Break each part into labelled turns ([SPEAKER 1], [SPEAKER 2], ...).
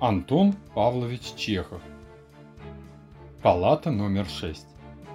[SPEAKER 1] Антон Павлович Чехов. Палата номер 6.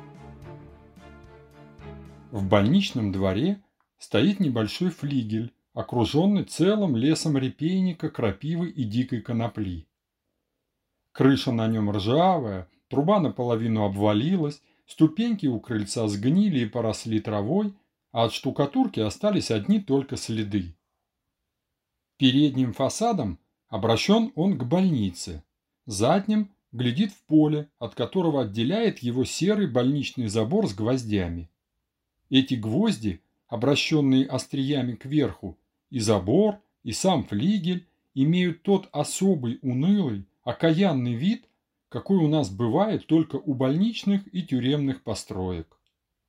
[SPEAKER 1] В больничном дворе стоит небольшой флигель, окруженный целым лесом репейника, крапивы и дикой конопли. Крыша на нем ржавая, труба наполовину обвалилась, ступеньки у крыльца сгнили и поросли травой, а от штукатурки остались одни только следы. Передним фасадом обращен он к больнице, задним глядит в поле, от которого отделяет его серый больничный забор с гвоздями. Эти гвозди, обращенные остриями кверху, и забор, и сам флигель имеют тот особый, унылый, окаянный вид, какой у нас бывает только у больничных и тюремных построек.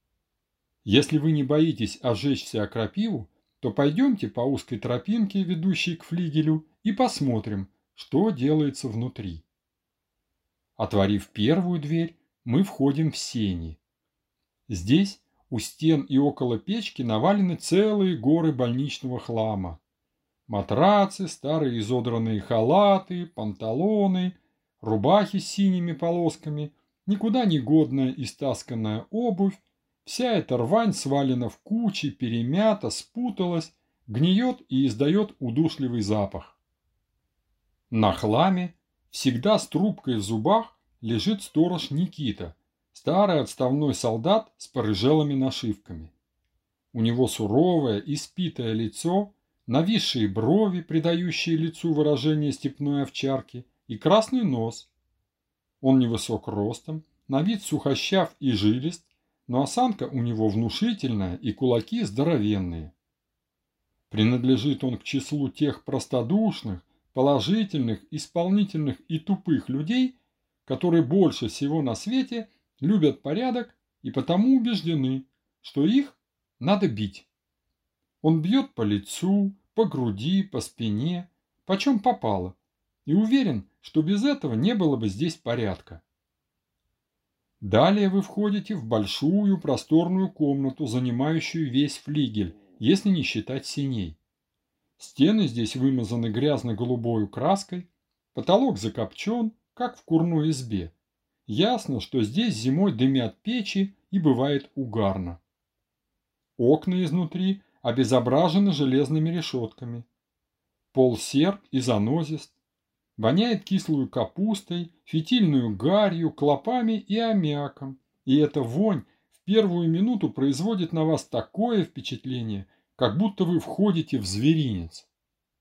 [SPEAKER 1] Если вы не боитесь ожечься о крапиву, то пойдемте по узкой тропинке, ведущей к флигелю, и посмотрим, что делается внутри. Отворив первую дверь, мы входим в сени. Здесь у стен и около печки навалены целые горы больничного хлама. Матрацы, старые изодранные халаты, панталоны, рубахи с синими полосками, никуда не годная истасканная обувь. Вся эта рвань свалена в кучи, перемята, спуталась, гниет и издает удушливый запах. На хламе, всегда с трубкой в зубах, лежит сторож Никита, старый отставной солдат с порыжелыми нашивками. У него суровое, испитое лицо, нависшие брови, придающие лицу выражение степной овчарки, и красный нос. Он невысок ростом, на вид сухощав и жилист, но осанка у него внушительная и кулаки здоровенные. Принадлежит он к числу тех простодушных, положительных, исполнительных и тупых людей, которые больше всего на свете любят порядок и потому убеждены, что их надо бить. Он бьет по лицу, по груди, по спине, почем попало, и уверен, что без этого не было бы здесь порядка. Далее вы входите в большую просторную комнату, занимающую весь флигель, если не считать сеней. Стены здесь вымазаны грязно-голубой краской, потолок закопчен, как в курной избе. Ясно, что здесь зимой дымят печи и бывает угарно. Окна изнутри обезображены железными решетками. Пол сер и занозист. Воняет кислую капустой, фитильную гарью, клопами и аммиаком. И эта вонь в первую минуту производит на вас такое впечатление, как будто вы входите в зверинец.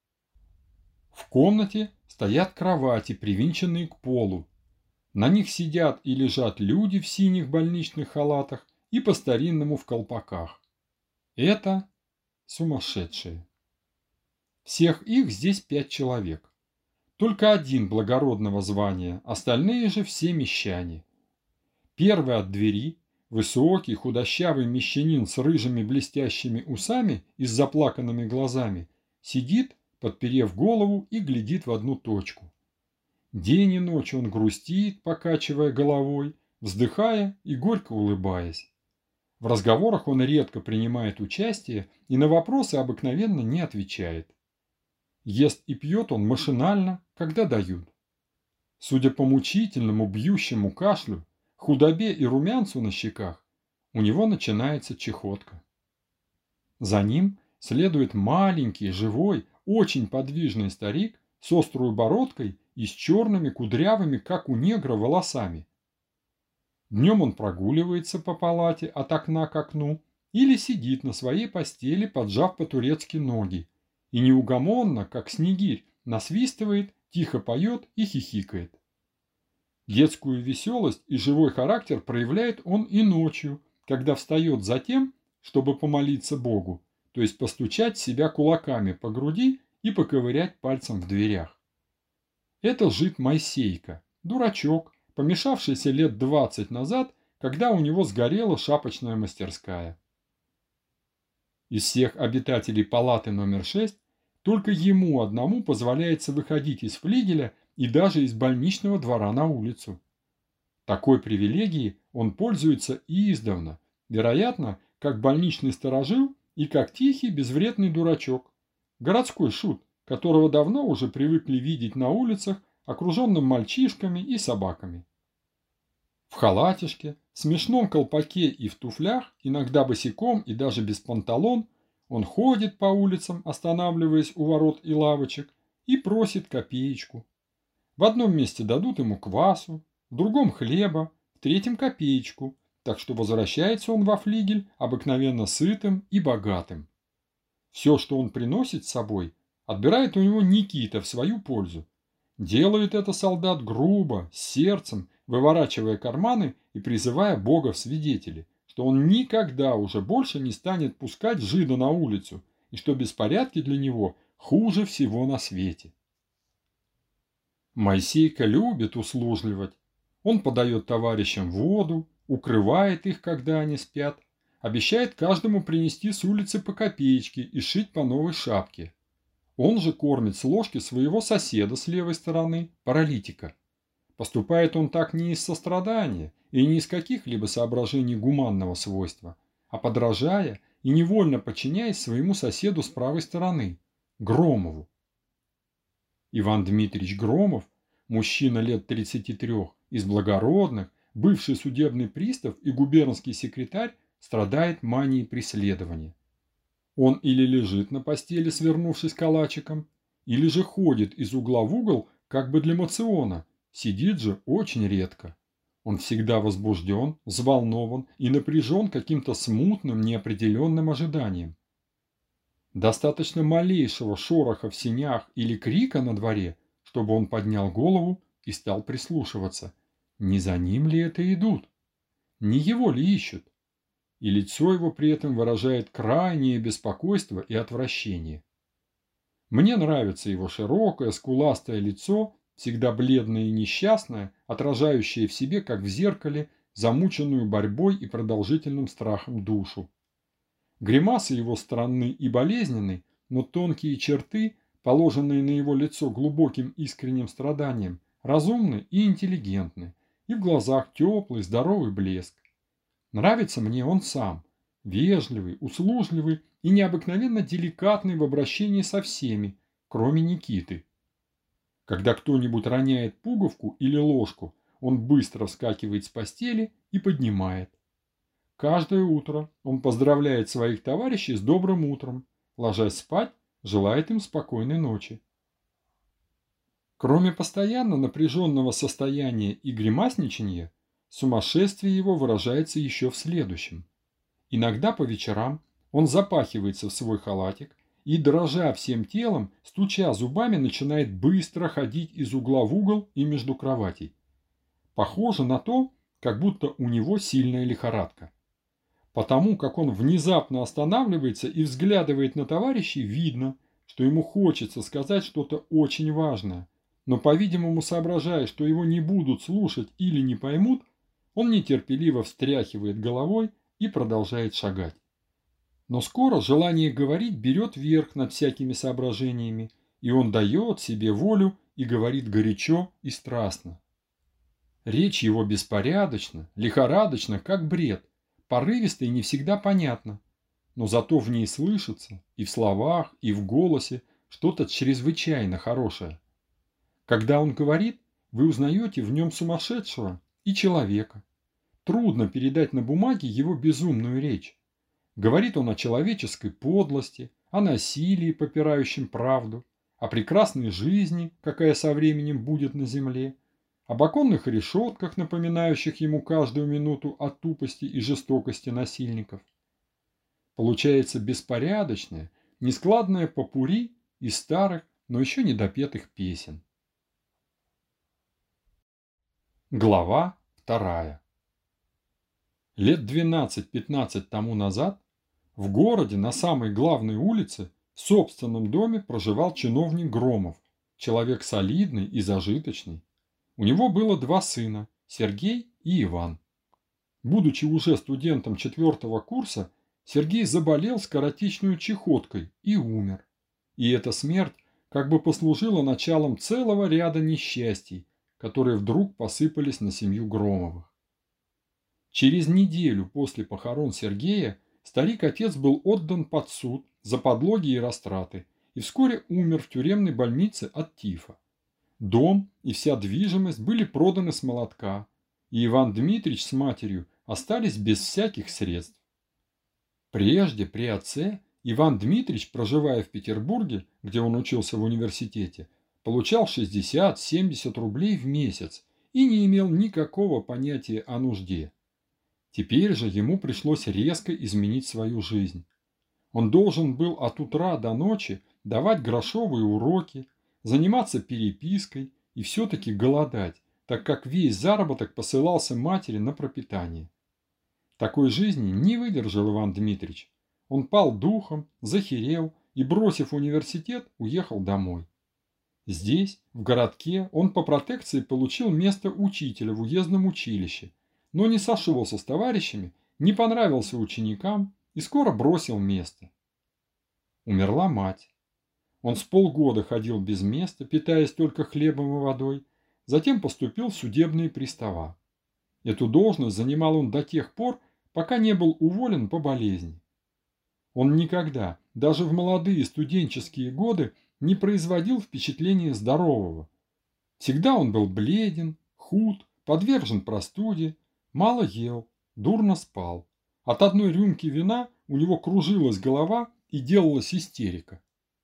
[SPEAKER 1] В комнате стоят кровати, привинченные к полу. На них сидят и лежат люди в синих больничных халатах и по-старинному в колпаках. Это сумасшедшие. Всех их здесь 5 человек. Только один благородного звания, остальные же все мещане. Первый от двери, высокий, худощавый мещанин с рыжими блестящими усами и с заплаканными глазами, сидит, подперев голову, и глядит в одну точку. День и ночь он грустит, покачивая головой, вздыхая и горько улыбаясь. В разговорах он редко принимает участие и на вопросы обыкновенно не отвечает. Ест и пьет он машинально, когда дают. Судя по мучительному бьющему кашлю, худобе и румянцу на щеках, у него начинается чехотка. За ним следует маленький, живой, очень подвижный старик с острой бородкой и с черными кудрявыми, как у негра, волосами. Днем он прогуливается по палате от окна к окну или сидит на своей постели, поджав по-турецки ноги, и неугомонно, как снегирь, насвистывает, тихо поет и хихикает. Детскую веселость и живой характер проявляет он и ночью, когда встает за тем, чтобы помолиться Богу, то есть постучать себя кулаками по груди и поковырять пальцем в дверях. Это жид Моисейка, дурачок, помешавшийся лет 20 назад, когда у него сгорела шапочная мастерская. Из всех обитателей палаты номер 6 только ему одному позволяется выходить из флигеля и даже из больничного двора на улицу. Такой привилегией он пользуется издавна, вероятно, как больничный сторожил и как тихий безвредный дурачок, городской шут, которого давно уже привыкли видеть на улицах, окруженным мальчишками и собаками. В халатишке, в смешном колпаке и в туфлях, иногда босиком и даже без панталон, он ходит по улицам, останавливаясь у ворот и лавочек, и просит копеечку. В одном месте дадут ему квасу, в другом хлеба, в третьем копеечку, так что возвращается он во флигель обыкновенно сытым и богатым. Все, что он приносит с собой, отбирает у него Никита в свою пользу. Делает это солдат грубо, с сердцем, выворачивая карманы и призывая Бога в свидетели, что он никогда уже больше не станет пускать жида на улицу и что беспорядки для него хуже всего на свете. Моисейка любит услужливать. Он подает товарищам воду, укрывает их, когда они спят, обещает каждому принести с улицы по копеечке и шить по новой шапке. Он же кормит с ложки своего соседа с левой стороны, паралитика. Поступает он так не из сострадания и не из каких-либо соображений гуманного свойства, а подражая и невольно подчиняясь своему соседу с правой стороны, Громову. Иван Дмитриевич Громов, мужчина лет 33, из благородных, бывший судебный пристав и губернский секретарь, страдает манией преследования. Он или лежит на постели, свернувшись калачиком, или же ходит из угла в угол, как бы для моциона, сидит же очень редко. Он всегда возбужден, взволнован и напряжен каким-то смутным, неопределенным ожиданием. Достаточно малейшего шороха в сенях или крика на дворе, чтобы он поднял голову и стал прислушиваться, не за ним ли это идут, не его ли ищут. И лицо его при этом выражает крайнее беспокойство и отвращение. Мне нравится его широкое, скуластое лицо, всегда бледное и несчастное, отражающее в себе, как в зеркале, замученную борьбой и продолжительным страхом душу. Гримасы его странны и болезненны, но тонкие черты, положенные на его лицо глубоким искренним страданием, разумны и интеллигентны, и в глазах теплый, здоровый блеск. Нравится мне он сам, вежливый, услужливый и необыкновенно деликатный в обращении со всеми, кроме Никиты. Когда кто-нибудь роняет пуговку или ложку, он быстро вскакивает с постели и поднимает. Каждое утро он поздравляет своих товарищей с добрым утром, ложась спать, желает им спокойной ночи. Кроме постоянно напряженного состояния и гримасничания, сумасшествие его выражается еще в следующем. Иногда по вечерам он запахивается в свой халатик и, дрожа всем телом, стуча зубами, начинает быстро ходить из угла в угол и между кроватей. Похоже на то, как будто у него сильная лихорадка. Потому как он внезапно останавливается и взглядывает на товарищей, видно, что ему хочется сказать что-то очень важное, но, по-видимому, соображая, что его не будут слушать или не поймут, он нетерпеливо встряхивает головой и продолжает шагать. Но скоро желание говорить берет верх над всякими соображениями, и он дает себе волю и говорит горячо и страстно. Речь его беспорядочна, лихорадочна, как бред, порывиста и не всегда понятна, но зато в ней слышится и в словах, и в голосе что-то чрезвычайно хорошее. Когда он говорит, вы узнаете в нем сумасшедшего и человека. Трудно передать на бумаге его безумную речь. Говорит он о человеческой подлости, о насилии, попирающем правду, о прекрасной жизни, какая со временем будет на земле, об оконных решетках, напоминающих ему каждую минуту о тупости и жестокости насильников. Получается беспорядочное, нескладное попурри из старых, но еще недопетых песен. Глава 2. Лет 12-15 тому назад в городе на самой главной улице в собственном доме проживал чиновник Громов, человек солидный и зажиточный. У него было 2 сына – Сергей и Иван. Будучи уже студентом 4-го курса, Сергей заболел скоротечной чехоткой и умер. И эта смерть как бы послужила началом целого ряда несчастий, которые вдруг посыпались на семью Громовых. Через неделю после похорон Сергея старик-отец был отдан под суд за подлоги и растраты и вскоре умер в тюремной больнице от тифа. Дом и вся движимость были проданы с молотка, и Иван Дмитрич с матерью остались без всяких средств. Прежде, при отце, Иван Дмитрич, проживая в Петербурге, где он учился в университете, получал 60-70 рублей в месяц и не имел никакого понятия о нужде. Теперь же ему пришлось резко изменить свою жизнь. Он должен был от утра до ночи давать грошовые уроки, заниматься перепиской и все-таки голодать, так как весь заработок посылался матери на пропитание. Такой жизни не выдержал Иван Дмитрич. Он пал духом, захерел и, бросив университет, уехал домой. Здесь, в городке, он по протекции получил место учителя в уездном училище, но не сошелся с товарищами, не понравился ученикам и скоро бросил место. Умерла мать. Он с полгода ходил без места, питаясь только хлебом и водой, затем поступил в судебные пристава. Эту должность занимал он до тех пор, пока не был уволен по болезни. Он никогда, даже в молодые студенческие годы, не производил впечатления здорового. Всегда он был бледен, худ, подвержен простуде, мало ел, дурно спал. От одной рюмки вина у него кружилась голова и делалась истерика.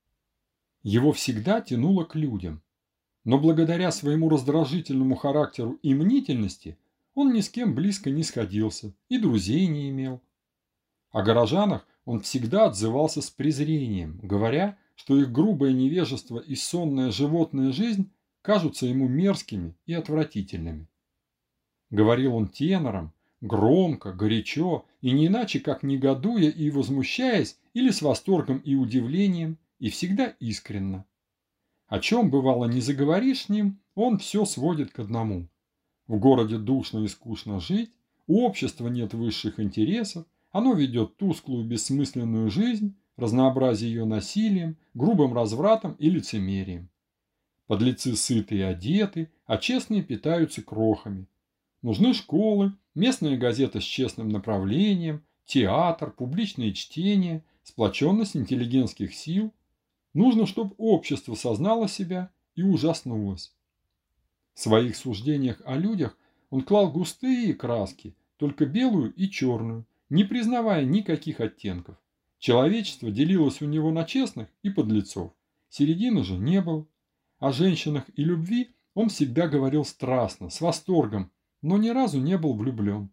[SPEAKER 1] Его всегда тянуло к людям, но благодаря своему раздражительному характеру и мнительности он ни с кем близко не сходился и друзей не имел. О горожанах он всегда отзывался с презрением, говоря, что их грубое невежество и сонная животная жизнь кажутся ему мерзкими и отвратительными. Говорил он тенором, громко, горячо и не иначе, как негодуя и возмущаясь или с восторгом и удивлением, и всегда искренно. О чем, бывало, не заговоришь с ним, он все сводит к одному. В городе душно и скучно жить, у общества нет высших интересов, оно ведет тусклую бессмысленную жизнь, разнообразие ее насилием, грубым развратом и лицемерием. Подлецы сыты и одеты, а честные питаются крохами. Нужны школы, местная газета с честным направлением, театр, публичные чтения, сплоченность интеллигентских сил. Нужно, чтобы общество сознало себя и ужаснулось. В своих суждениях о людях он клал густые краски, только белую и черную, не признавая никаких оттенков. Человечество делилось у него на честных и подлецов. Середины же не было. О женщинах и любви он всегда говорил страстно, с восторгом, но ни разу не был влюблен.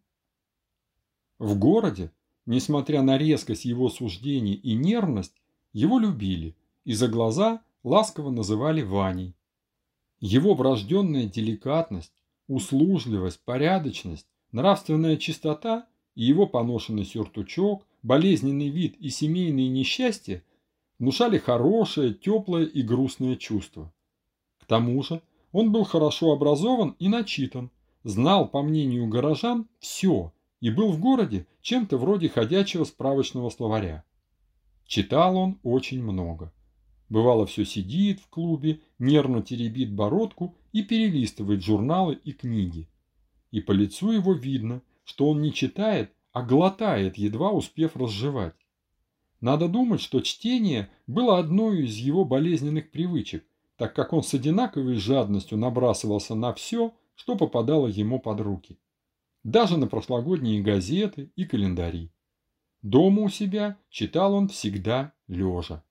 [SPEAKER 1] В городе, несмотря на резкость его суждений и нервность, его любили и за глаза ласково называли Ваней. Его врожденная деликатность, услужливость, порядочность, нравственная чистота и его поношенный сюртучок, болезненный вид и семейные несчастья внушали хорошее, теплое и грустное чувство. К тому же он был хорошо образован и начитан, знал, по мнению горожан, все и был в городе чем-то вроде ходячего справочного словаря. Читал он очень много. Бывало, все сидит в клубе, нервно теребит бородку и перелистывает журналы и книги. И по лицу его видно, что он не читает, а глотает, едва успев разжевать. Надо думать, что чтение было одной из его болезненных привычек, так как он с одинаковой жадностью набрасывался на все, что попадало ему под руки. Даже на прошлогодние газеты и календари. Дома у себя читал он всегда лежа.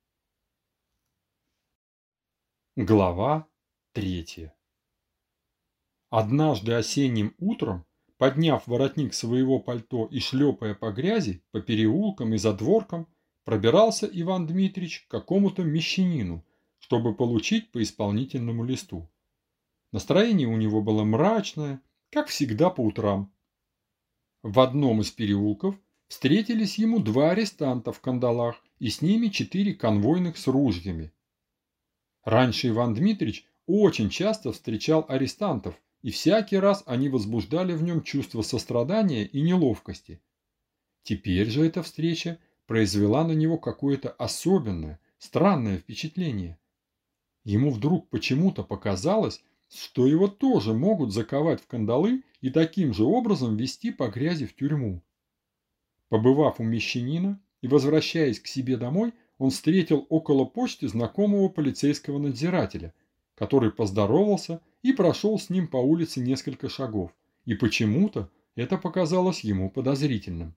[SPEAKER 1] Глава 3. Однажды осенним утром, подняв воротник своего пальто и шлепая по грязи, по переулкам и задворкам, пробирался Иван Дмитрич к какому-то мещанину, чтобы получить по исполнительному листу. Настроение у него было мрачное, как всегда по утрам. В одном из переулков встретились ему два арестанта в кандалах и с ними 4 конвойных с ружьями. Раньше Иван Дмитрич очень часто встречал арестантов, и всякий раз они возбуждали в нем чувство сострадания и неловкости. Теперь же эта встреча произвела на него какое-то особенное, странное впечатление. Ему вдруг почему-то показалось, что его тоже могут заковать в кандалы и таким же образом вести по грязи в тюрьму. Побывав у мещанина и возвращаясь к себе домой, он встретил около почты знакомого полицейского надзирателя, который поздоровался и прошел с ним по улице несколько шагов, и почему-то это показалось ему подозрительным.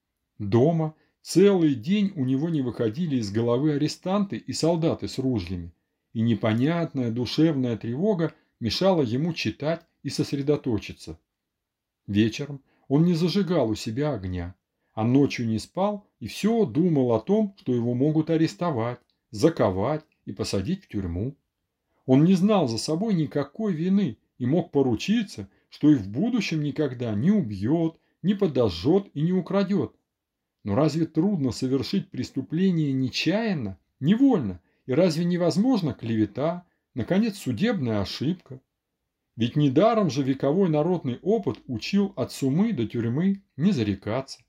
[SPEAKER 1] Дома целый день у него не выходили из головы арестанты и солдаты с ружьями, и непонятная душевная тревога мешала ему читать и сосредоточиться. Вечером он не зажигал у себя огня, а ночью не спал и все думал о том, что его могут арестовать, заковать и посадить в тюрьму. Он не знал за собой никакой вины и мог поручиться, что и в будущем никогда не убьет, не подожжет и не украдет. Но разве трудно совершить преступление нечаянно, невольно, и разве невозможна клевета, наконец, судебная ошибка? Ведь недаром же вековой народный опыт учил от сумы до тюрьмы не зарекаться.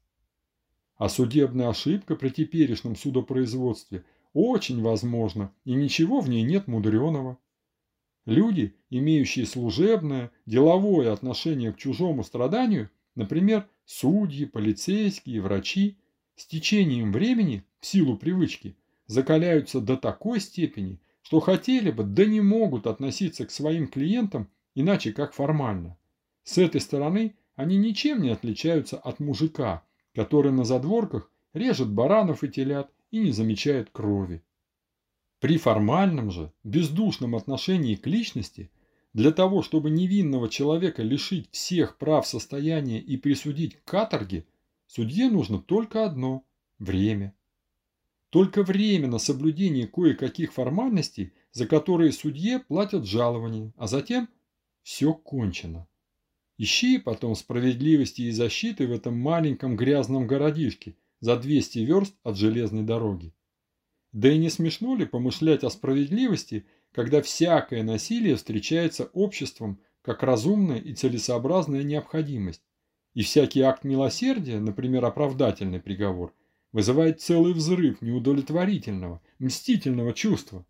[SPEAKER 1] А судебная ошибка при теперешнем судопроизводстве очень возможна, и ничего в ней нет мудреного. Люди, имеющие служебное, деловое отношение к чужому страданию, например, судьи, полицейские, врачи, с течением времени, в силу привычки, закаляются до такой степени, что хотели бы, да не могут относиться к своим клиентам иначе как формально. С этой стороны они ничем не отличаются от мужика, который на задворках режет баранов и телят и не замечает крови. При формальном же, бездушном отношении к личности, для того, чтобы невинного человека лишить всех прав состояния и присудить к каторге, судье нужно только одно – время. Только время на соблюдение кое-каких формальностей, за которые судье платят жалование, а затем все кончено. Ищи потом справедливости и защиты в этом маленьком грязном городишке за 200 верст от железной дороги. Да и не смешно ли помышлять о справедливости, когда всякое насилие встречается обществом как разумная и целесообразная необходимость, и всякий акт милосердия, например, оправдательный приговор, вызывает целый взрыв неудовлетворительного, мстительного чувства?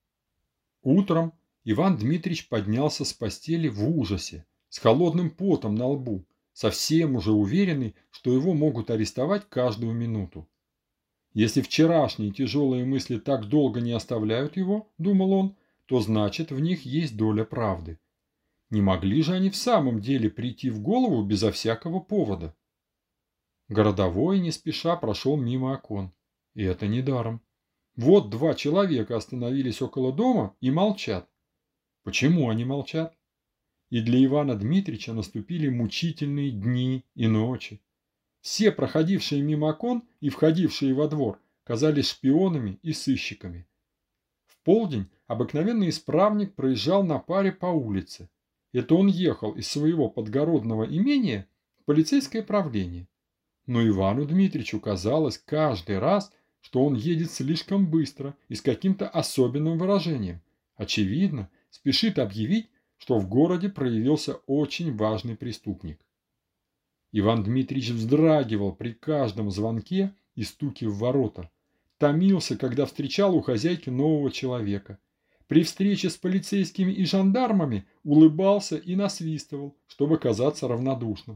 [SPEAKER 1] Утром Иван Дмитрич поднялся с постели в ужасе, с холодным потом на лбу, совсем уже уверенный, что его могут арестовать каждую минуту. Если вчерашние тяжелые мысли так долго не оставляют его, думал он, то значит в них есть доля правды. Не могли же они в самом деле прийти в голову безо всякого повода? Городовой не спеша прошел мимо окон. И это недаром. Вот два человека остановились около дома и молчат. Почему они молчат? И для Ивана Дмитрича наступили мучительные дни и ночи. Все проходившие мимо окон и входившие во двор казались шпионами и сыщиками. В полдень обыкновенный исправник проезжал на паре по улице. Это он ехал из своего подгородного имения в полицейское правление. Но Ивану Дмитричу казалось каждый раз, что он едет слишком быстро и с каким-то особенным выражением. Очевидно, спешит объявить, что в городе проявился очень важный преступник. Иван Дмитрич вздрагивал при каждом звонке и стуке в ворота, томился, когда встречал у хозяйки нового человека. При встрече с полицейскими и жандармами улыбался и насвистывал, чтобы казаться равнодушным.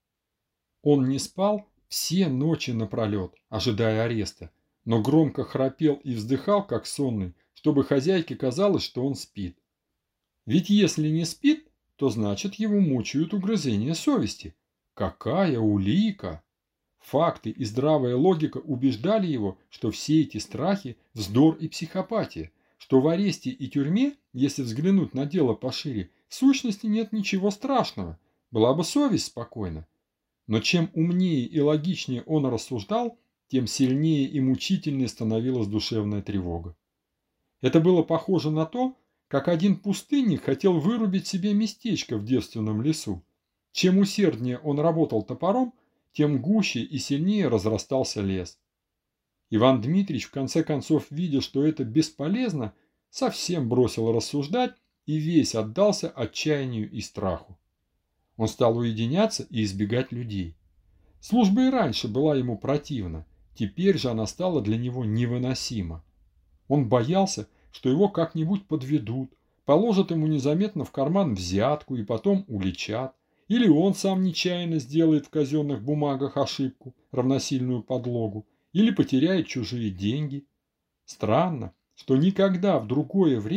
[SPEAKER 1] Он не спал все ночи напролет, ожидая ареста, но громко храпел и вздыхал, как сонный, чтобы хозяйке казалось, что он спит. Ведь если не спит, то значит его мучают угрызения совести. Какая улика! Факты и здравая логика убеждали его, что все эти страхи – вздор и психопатия, что в аресте и тюрьме, если взглянуть на дело пошире, в сущности нет ничего страшного, была бы совесть спокойна. Но чем умнее и логичнее он рассуждал, тем сильнее и мучительнее становилась душевная тревога. Это было похоже на то, как один пустынник хотел вырубить себе местечко в девственном лесу. Чем усерднее он работал топором, тем гуще и сильнее разрастался лес. Иван Дмитрич, в конце концов, видя, что это бесполезно, совсем бросил рассуждать и весь отдался отчаянию и страху. Он стал уединяться и избегать людей. Служба и раньше была ему противна, теперь же она стала для него невыносима. Он боялся, что его как-нибудь подведут, положат ему незаметно в карман взятку и потом уличат. Или он сам нечаянно сделает в казенных бумагах ошибку, равносильную подлогу, или потеряет чужие деньги. Странно, что никогда в другое время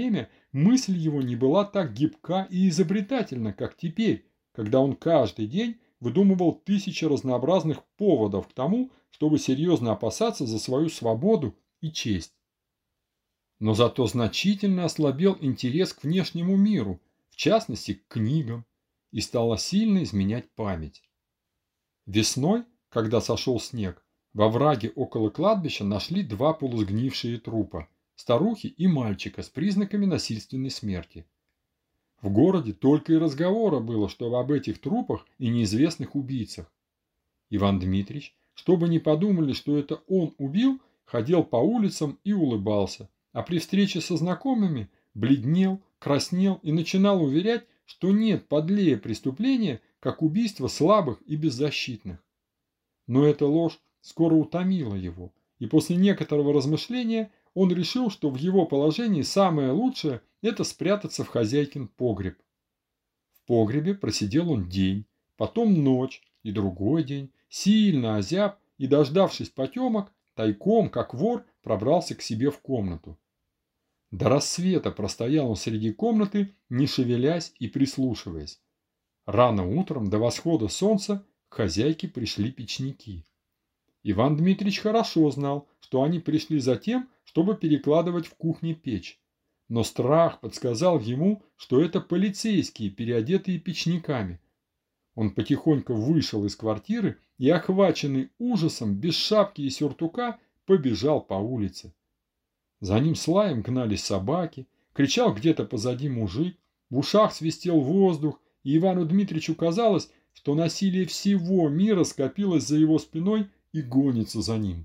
[SPEAKER 1] мысль его не была так гибка и изобретательна, как теперь, когда он каждый день выдумывал тысячи разнообразных поводов к тому, чтобы серьезно опасаться за свою свободу и честь. Но зато значительно ослабел интерес к внешнему миру, в частности к книгам, и стала сильно изменять память. Весной, когда сошел снег, во враге около кладбища нашли два полусгнившие трупа – старухи и мальчика с признаками насильственной смерти. В городе только и разговора было, что об этих трупах и неизвестных убийцах. Иван Дмитрич, чтобы не подумали, что это он убил, ходил по улицам и улыбался, а при встрече со знакомыми бледнел, краснел и начинал уверять, что нет подлее преступления, как убийство слабых и беззащитных. Но эта ложь скоро утомила его, и после некоторого размышления он решил, что в его положении самое лучшее – это спрятаться в хозяйкин погреб. В погребе просидел он день, потом ночь и другой день, сильно озяб и, дождавшись потемок, тайком, как вор, пробрался к себе в комнату. До рассвета простоял он среди комнаты, не шевелясь и прислушиваясь. Рано утром, до восхода солнца, к хозяйке пришли печники. Иван Дмитрич хорошо знал, что они пришли за тем, чтобы перекладывать в кухне печь. Но страх подсказал ему, что это полицейские, переодетые печниками. Он потихоньку вышел из квартиры и, охваченный ужасом, без шапки и сюртука, побежал по улице. За ним с лаем гнались собаки, кричал где-то позади мужик, в ушах свистел воздух, и Ивану Дмитричу казалось, что насилие всего мира скопилось за его спиной и гонится за ним.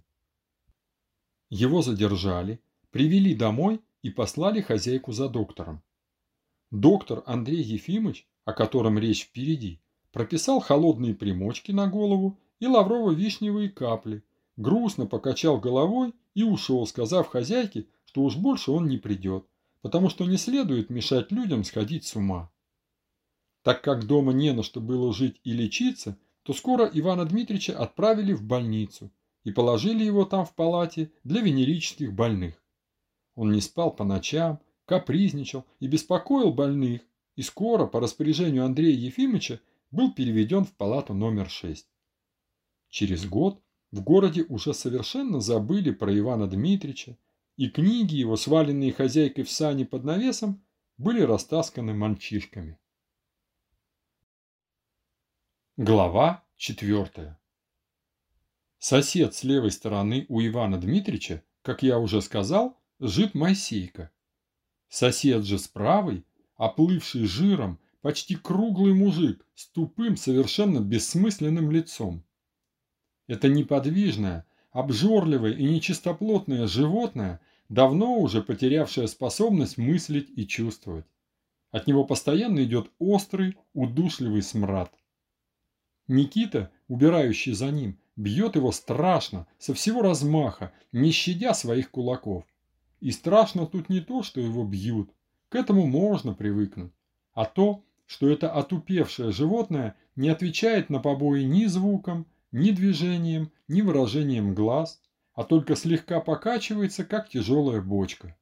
[SPEAKER 1] Его задержали, привели домой и послали хозяйку за доктором. Доктор Андрей Ефимович, о котором речь впереди, прописал холодные примочки на голову и лаврово-вишневые капли, грустно покачал головой и ушел, сказав хозяйке, что уж больше он не придет, потому что не следует мешать людям сходить с ума. Так как дома не на что было жить и лечиться, то скоро Ивана Дмитрича отправили в больницу и положили его там в палате для венерических больных. Он не спал по ночам, капризничал и беспокоил больных, и скоро, по распоряжению Андрея Ефимовича, был переведен в палату номер 6. Через год в городе уже совершенно забыли про Ивана Дмитрича, и книги его, сваленные хозяйкой в сани под навесом, были растасканы мальчишками. Глава 4. Сосед с левой стороны у Ивана Дмитрича, как я уже сказал, жид Моисейка. Сосед же с правой, оплывший жиром, почти круглый мужик с тупым, совершенно бессмысленным лицом. Это неподвижное, обжорливое и нечистоплотное животное, давно уже потерявшее способность мыслить и чувствовать. От него постоянно идет острый, удушливый смрад. Никита, убирающий за ним, бьет его страшно, со всего размаха, не щадя своих кулаков. И страшно тут не то, что его бьют, к этому можно привыкнуть, а то, что это отупевшее животное не отвечает на побои ни звуком, ни движением, ни выражением глаз, а только слегка покачивается, как тяжелая бочка.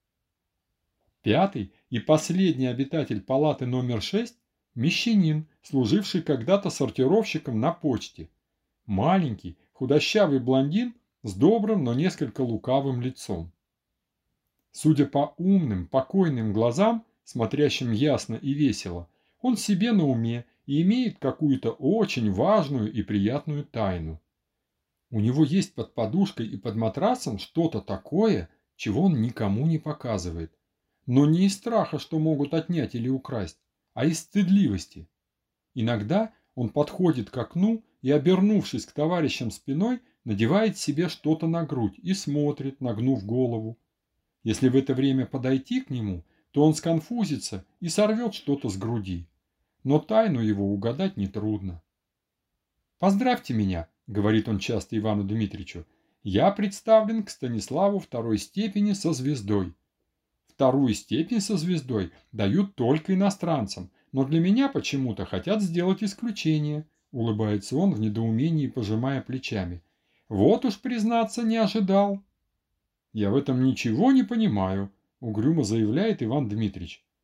[SPEAKER 1] Пятый и последний обитатель палаты номер 6 – мещанин, служивший когда-то сортировщиком на почте. Маленький, худощавый блондин с добрым, но несколько лукавым лицом. Судя по умным, покойным глазам, смотрящим ясно и весело, он себе на уме и имеет какую-то очень важную и приятную тайну. У него есть под подушкой и под матрасом что-то такое, чего он никому не показывает. Но не из страха, что могут отнять или украсть, а из стыдливости. Иногда он подходит к окну и, обернувшись к товарищам спиной, надевает себе что-то на грудь и смотрит, нагнув голову. Если в это время подойти к нему, то он сконфузится и сорвет что-то с груди. Но тайну его угадать нетрудно. «Поздравьте меня», — говорит он часто Ивану Дмитричу, — «я представлен к Станиславу второй степени со звездой». Вторую степень со звездой дают только иностранцам, но для меня почему-то хотят сделать исключение, улыбается он в недоумении, пожимая плечами. Вот уж, признаться, не ожидал. Я в этом ничего не понимаю, угрюмо заявляет Иван Дмитрич.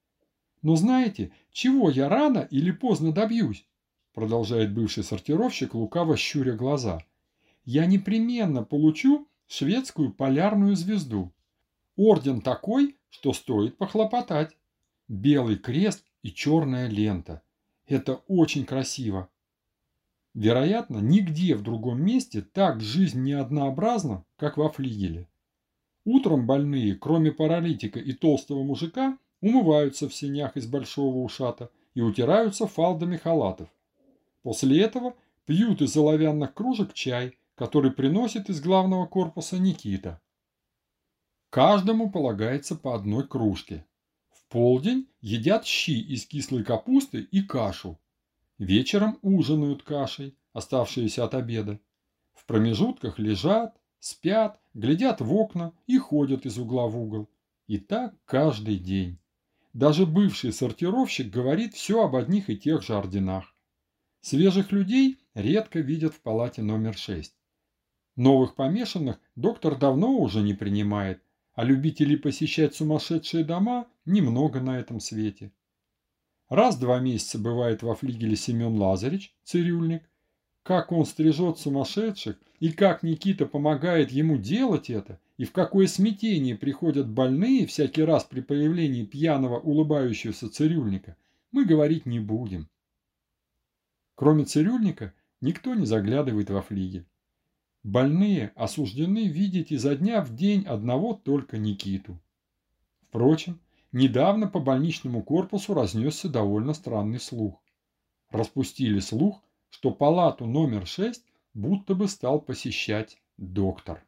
[SPEAKER 1] Но знаете, чего я рано или поздно добьюсь? Продолжает бывший сортировщик, лукаво щуря глаза. Я непременно получу шведскую полярную звезду. Орден такой, что стоит похлопотать. Белый крест и черная лента. Это очень красиво. Вероятно, нигде в другом месте так жизнь не однообразна, как во флигеле. Утром больные, кроме паралитика и толстого мужика, умываются в сенях из большого ушата и утираются фалдами халатов. После этого пьют из оловянных кружек чай, который приносит из главного корпуса Никита. Каждому полагается по одной кружке. В полдень едят щи из кислой капусты и кашу. Вечером ужинают кашей, оставшейся от обеда. В промежутках лежат, спят, глядят в окна и ходят из угла в угол. И так каждый день. Даже бывший сортировщик говорит все об одних и тех же орденах. Свежих людей редко видят в палате номер 6. Новых помешанных доктор давно уже не принимает, а любителей посещать сумасшедшие дома немного на этом свете. Раз в 2 месяца бывает во флигеле Семен Лазаревич, цирюльник. Как он стрижет сумасшедших, и как Никита помогает ему делать это, и в какое смятение приходят больные всякий раз при появлении пьяного улыбающегося цирюльника, мы говорить не будем. Кроме цирюльника, никто не заглядывает во флигель. Больные осуждены видеть изо дня в день одного только Никиту. Впрочем, недавно по больничному корпусу разнесся довольно странный слух. Распустили слух, что палату номер 6 будто бы стал посещать доктор.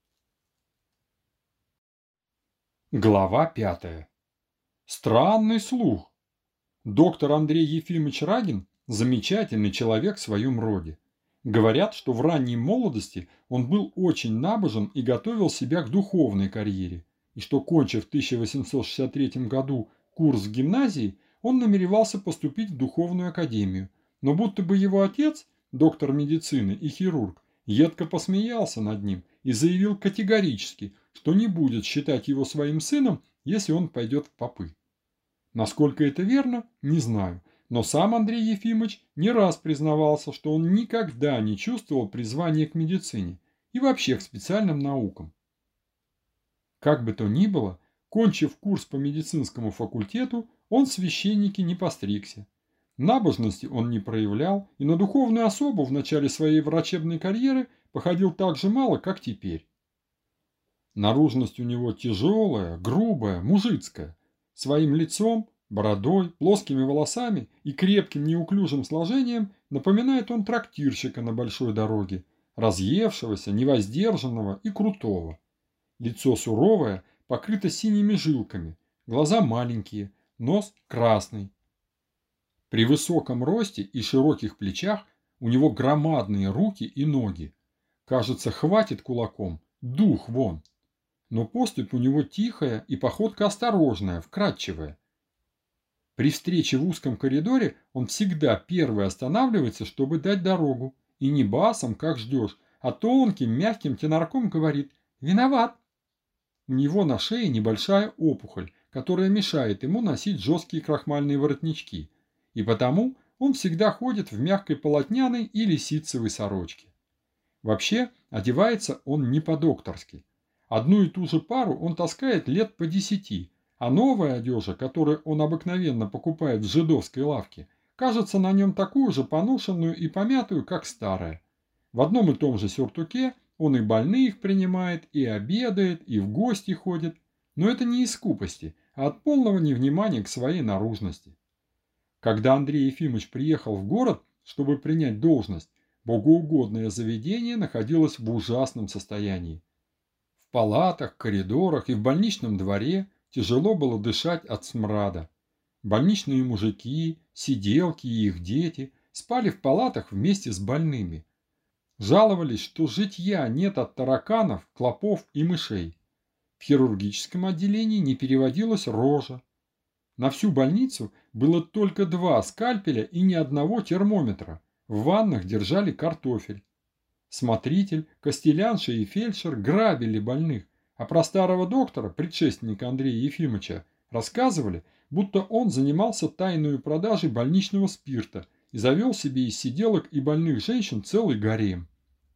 [SPEAKER 1] Глава 5. Странный слух. Доктор Андрей Ефимович Рагин – замечательный человек в своем роде. Говорят, что в ранней молодости он был очень набожен и готовил себя к духовной карьере, и что, кончив в 1863 году курс в гимназии, он намеревался поступить в духовную академию, но будто бы его отец, доктор медицины и хирург, едко посмеялся над ним и заявил категорически, что не будет считать его своим сыном, если он пойдет в попы. Насколько это верно, не знаю, но сам Андрей Ефимович не раз признавался, что он никогда не чувствовал призвания к медицине и вообще к специальным наукам. Как бы то ни было, кончив курс по медицинскому факультету, он в священники не постригся. Набожности он не проявлял и на духовную особу в начале своей врачебной карьеры походил так же мало, как теперь. Наружность у него тяжелая, грубая, мужицкая. Своим лицом, бородой, плоскими волосами и крепким неуклюжим сложением напоминает он трактирщика на большой дороге, разъевшегося, невоздержанного и крутого. Лицо суровое, покрыто синими жилками, глаза маленькие, нос красный. При высоком росте и широких плечах у него громадные руки и ноги. Кажется, хватит кулаком, дух вон. Но поступь у него тихая и походка осторожная, вкрадчивая. При встрече в узком коридоре он всегда первый останавливается, чтобы дать дорогу, и не басом, как ждешь, а тонким, мягким тенорком говорит «Виноват». У него на шее небольшая опухоль, которая мешает ему носить жесткие крахмальные воротнички, и потому он всегда ходит в мягкой полотняной или ситцевой сорочке. Вообще, одевается он не по-докторски. Одну и ту же пару он таскает лет по 10, а новая одежда, которую он обыкновенно покупает в жидовской лавке, кажется на нем такую же поношенную и помятую, как старая. В одном и том же сюртуке он и больных принимает, и обедает, и в гости ходит, но это не из скупости, а от полного невнимания к своей наружности. Когда Андрей Ефимович приехал в город, чтобы принять должность, богоугодное заведение находилось в ужасном состоянии. В палатах, коридорах и в больничном дворе тяжело было дышать от смрада. Больничные мужики, сиделки и их дети спали в палатах вместе с больными. Жаловались, что житья нет от тараканов, клопов и мышей. В хирургическом отделении не переводилась рожа. На всю больницу было только 2 скальпеля и ни одного термометра. В ваннах держали картофель. Смотритель, костелянша и фельдшер грабили больных, а про старого доктора, предшественника Андрея Ефимовича, Рассказывали, будто он занимался тайной продажей больничного спирта и завел себе из сиделок и больных женщин целый гарем.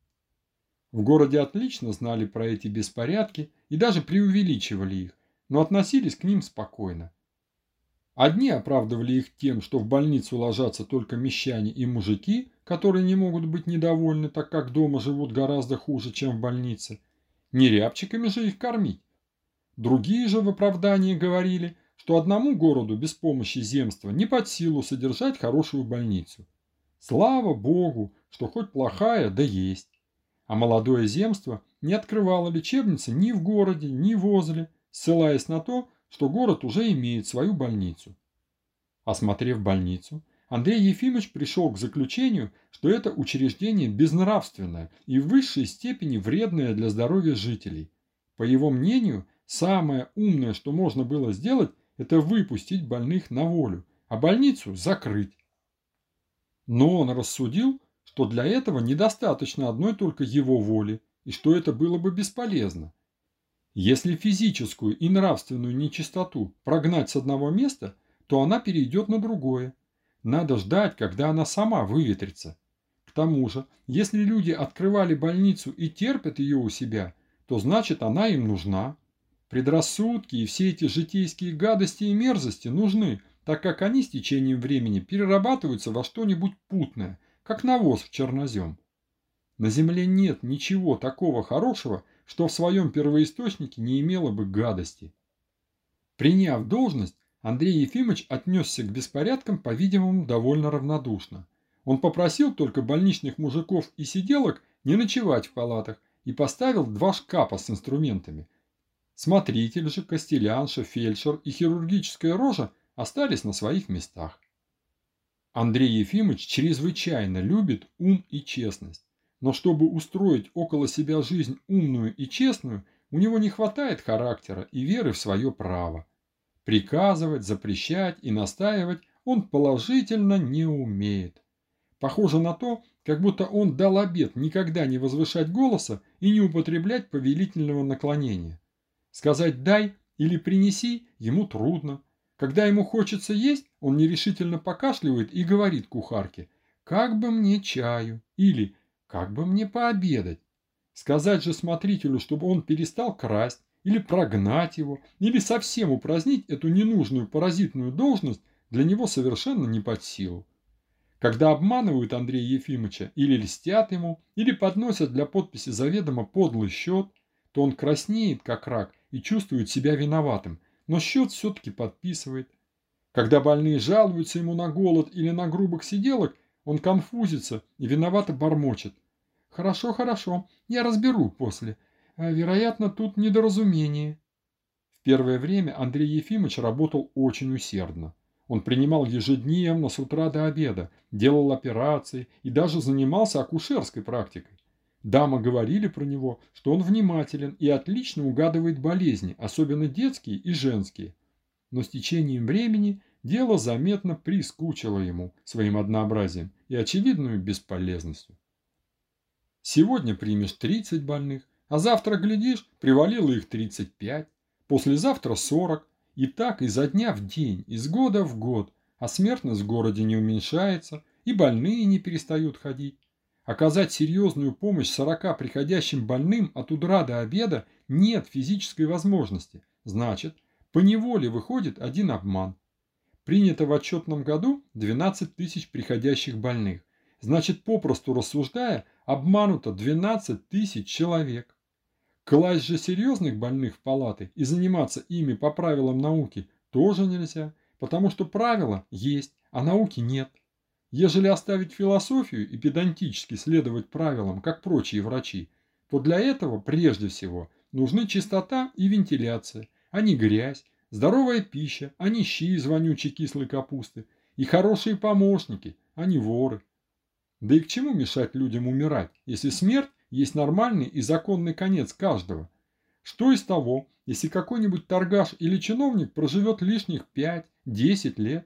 [SPEAKER 1] В городе отлично знали про эти беспорядки и даже преувеличивали их, но относились к ним спокойно. Одни оправдывали их тем, что в больницу ложатся только мещане и мужики, которые не могут быть недовольны, так как дома живут гораздо хуже, чем в больнице. Не рябчиками же их кормить. Другие же в оправдании говорили, что одному городу без помощи земства не под силу содержать хорошую больницу. Слава Богу, что хоть плохая, да есть. А молодое земство не открывало лечебницы ни в городе, ни возле, ссылаясь на то, что город уже имеет свою больницу. Осмотрев больницу, Андрей Ефимович пришел к заключению, что это учреждение безнравственное и в высшей степени вредное для здоровья жителей. По его мнению, самое умное, что можно было сделать, это выпустить больных на волю, а больницу закрыть. Но он рассудил, что для этого недостаточно одной только его воли, и что это было бы бесполезно. Если физическую и нравственную нечистоту прогнать с одного места, то она перейдет на другое. Надо ждать, когда она сама выветрится. К тому же, если люди открывали больницу и терпят ее у себя, то значит она им нужна. Предрассудки и все эти житейские гадости и мерзости нужны, так как они с течением времени перерабатываются во что-нибудь путное, как навоз в чернозем. На земле нет ничего такого хорошего, что в своем первоисточнике не имело бы гадости. Приняв должность, Андрей Ефимович отнесся к беспорядкам, по-видимому, довольно равнодушно. Он попросил только больничных мужиков и сиделок не ночевать в палатах и поставил 2 шкафа с инструментами. Смотритель же, костелянша, фельдшер и хирургическая рожа остались на своих местах. Андрей Ефимович чрезвычайно любит ум и честность. Но чтобы устроить около себя жизнь умную и честную, у него не хватает характера и веры в свое право. Приказывать, запрещать и настаивать он положительно не умеет. Похоже на то, как будто он дал обет никогда не возвышать голоса и не употреблять повелительного наклонения. Сказать «дай» или «принеси» ему трудно. Когда ему хочется есть, он нерешительно покашливает и говорит кухарке «как бы мне чаю» или «как бы мне пообедать?». Сказать же смотрителю, чтобы он перестал красть, или прогнать его, или совсем упразднить эту ненужную паразитную должность, для него совершенно не под силу. Когда обманывают Андрея Ефимовича или льстят ему, или подносят для подписи заведомо подлый счет, то он краснеет, как рак, и чувствует себя виноватым, но счет все-таки подписывает. Когда больные жалуются ему на голод или на грубых сиделок, он конфузится и виновато бормочет. «Хорошо, хорошо, я разберу после. Вероятно, тут недоразумение». В первое время Андрей Ефимович работал очень усердно. Он принимал ежедневно с утра до обеда, делал операции и даже занимался акушерской практикой. Дамы говорили про него, что он внимателен и отлично угадывает болезни, особенно детские и женские. Но с течением времени дело заметно прискучило ему своим однообразием и очевидную бесполезностью. Сегодня примешь 30 больных, а завтра, глядишь, привалило их 35, послезавтра 40, и так изо дня в день, из года в год, а смертность в городе не уменьшается, и больные не перестают ходить. Оказать серьезную помощь 40 приходящим больным от утра до обеда нет физической возможности, значит, поневоле выходит один обман. Принято в отчетном году 12 тысяч приходящих больных, значит, попросту рассуждая, обмануто 12 тысяч человек. Класть же серьезных больных в палаты и заниматься ими по правилам науки тоже нельзя, потому что правила есть, а науки нет. Ежели оставить философию и педантически следовать правилам, как прочие врачи, то для этого прежде всего нужны чистота и вентиляция, а не грязь, здоровая пища, а не щи из вонючей кислой капусты, и хорошие помощники, а не воры. Да и к чему мешать людям умирать, если смерть есть нормальный и законный конец каждого? Что из того, если какой-нибудь торгаш или чиновник проживет лишних 5-10 лет?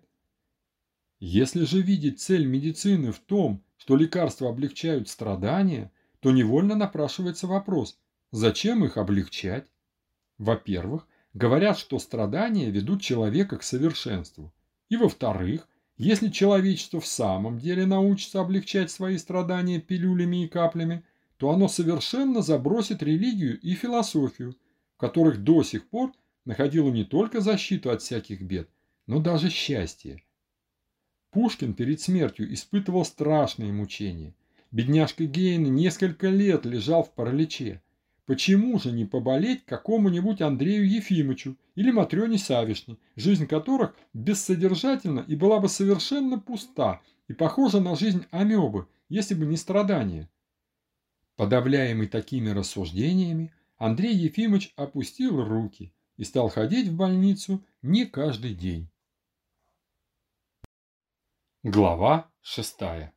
[SPEAKER 1] Если же видеть цель медицины в том, что лекарства облегчают страдания, то невольно напрашивается вопрос, зачем их облегчать? Во-первых, Говорят, что страдания ведут человека к совершенству. И во-вторых, если человечество в самом деле научится облегчать свои страдания пилюлями и каплями, то оно совершенно забросит религию и философию, в которых до сих пор находило не только защиту от всяких бед, но даже счастье. Пушкин перед смертью испытывал страшные мучения. Бедняжка Гейне несколько лет лежал в параличе. Почему же не поболеть какому-нибудь Андрею Ефимовичу или Матрёне Савишне, жизнь которых бессодержательна и была бы совершенно пуста и похожа на жизнь амебы, если бы не страдания? Подавляемый такими рассуждениями, Андрей Ефимович опустил руки и стал ходить в больницу не каждый день. Глава 6.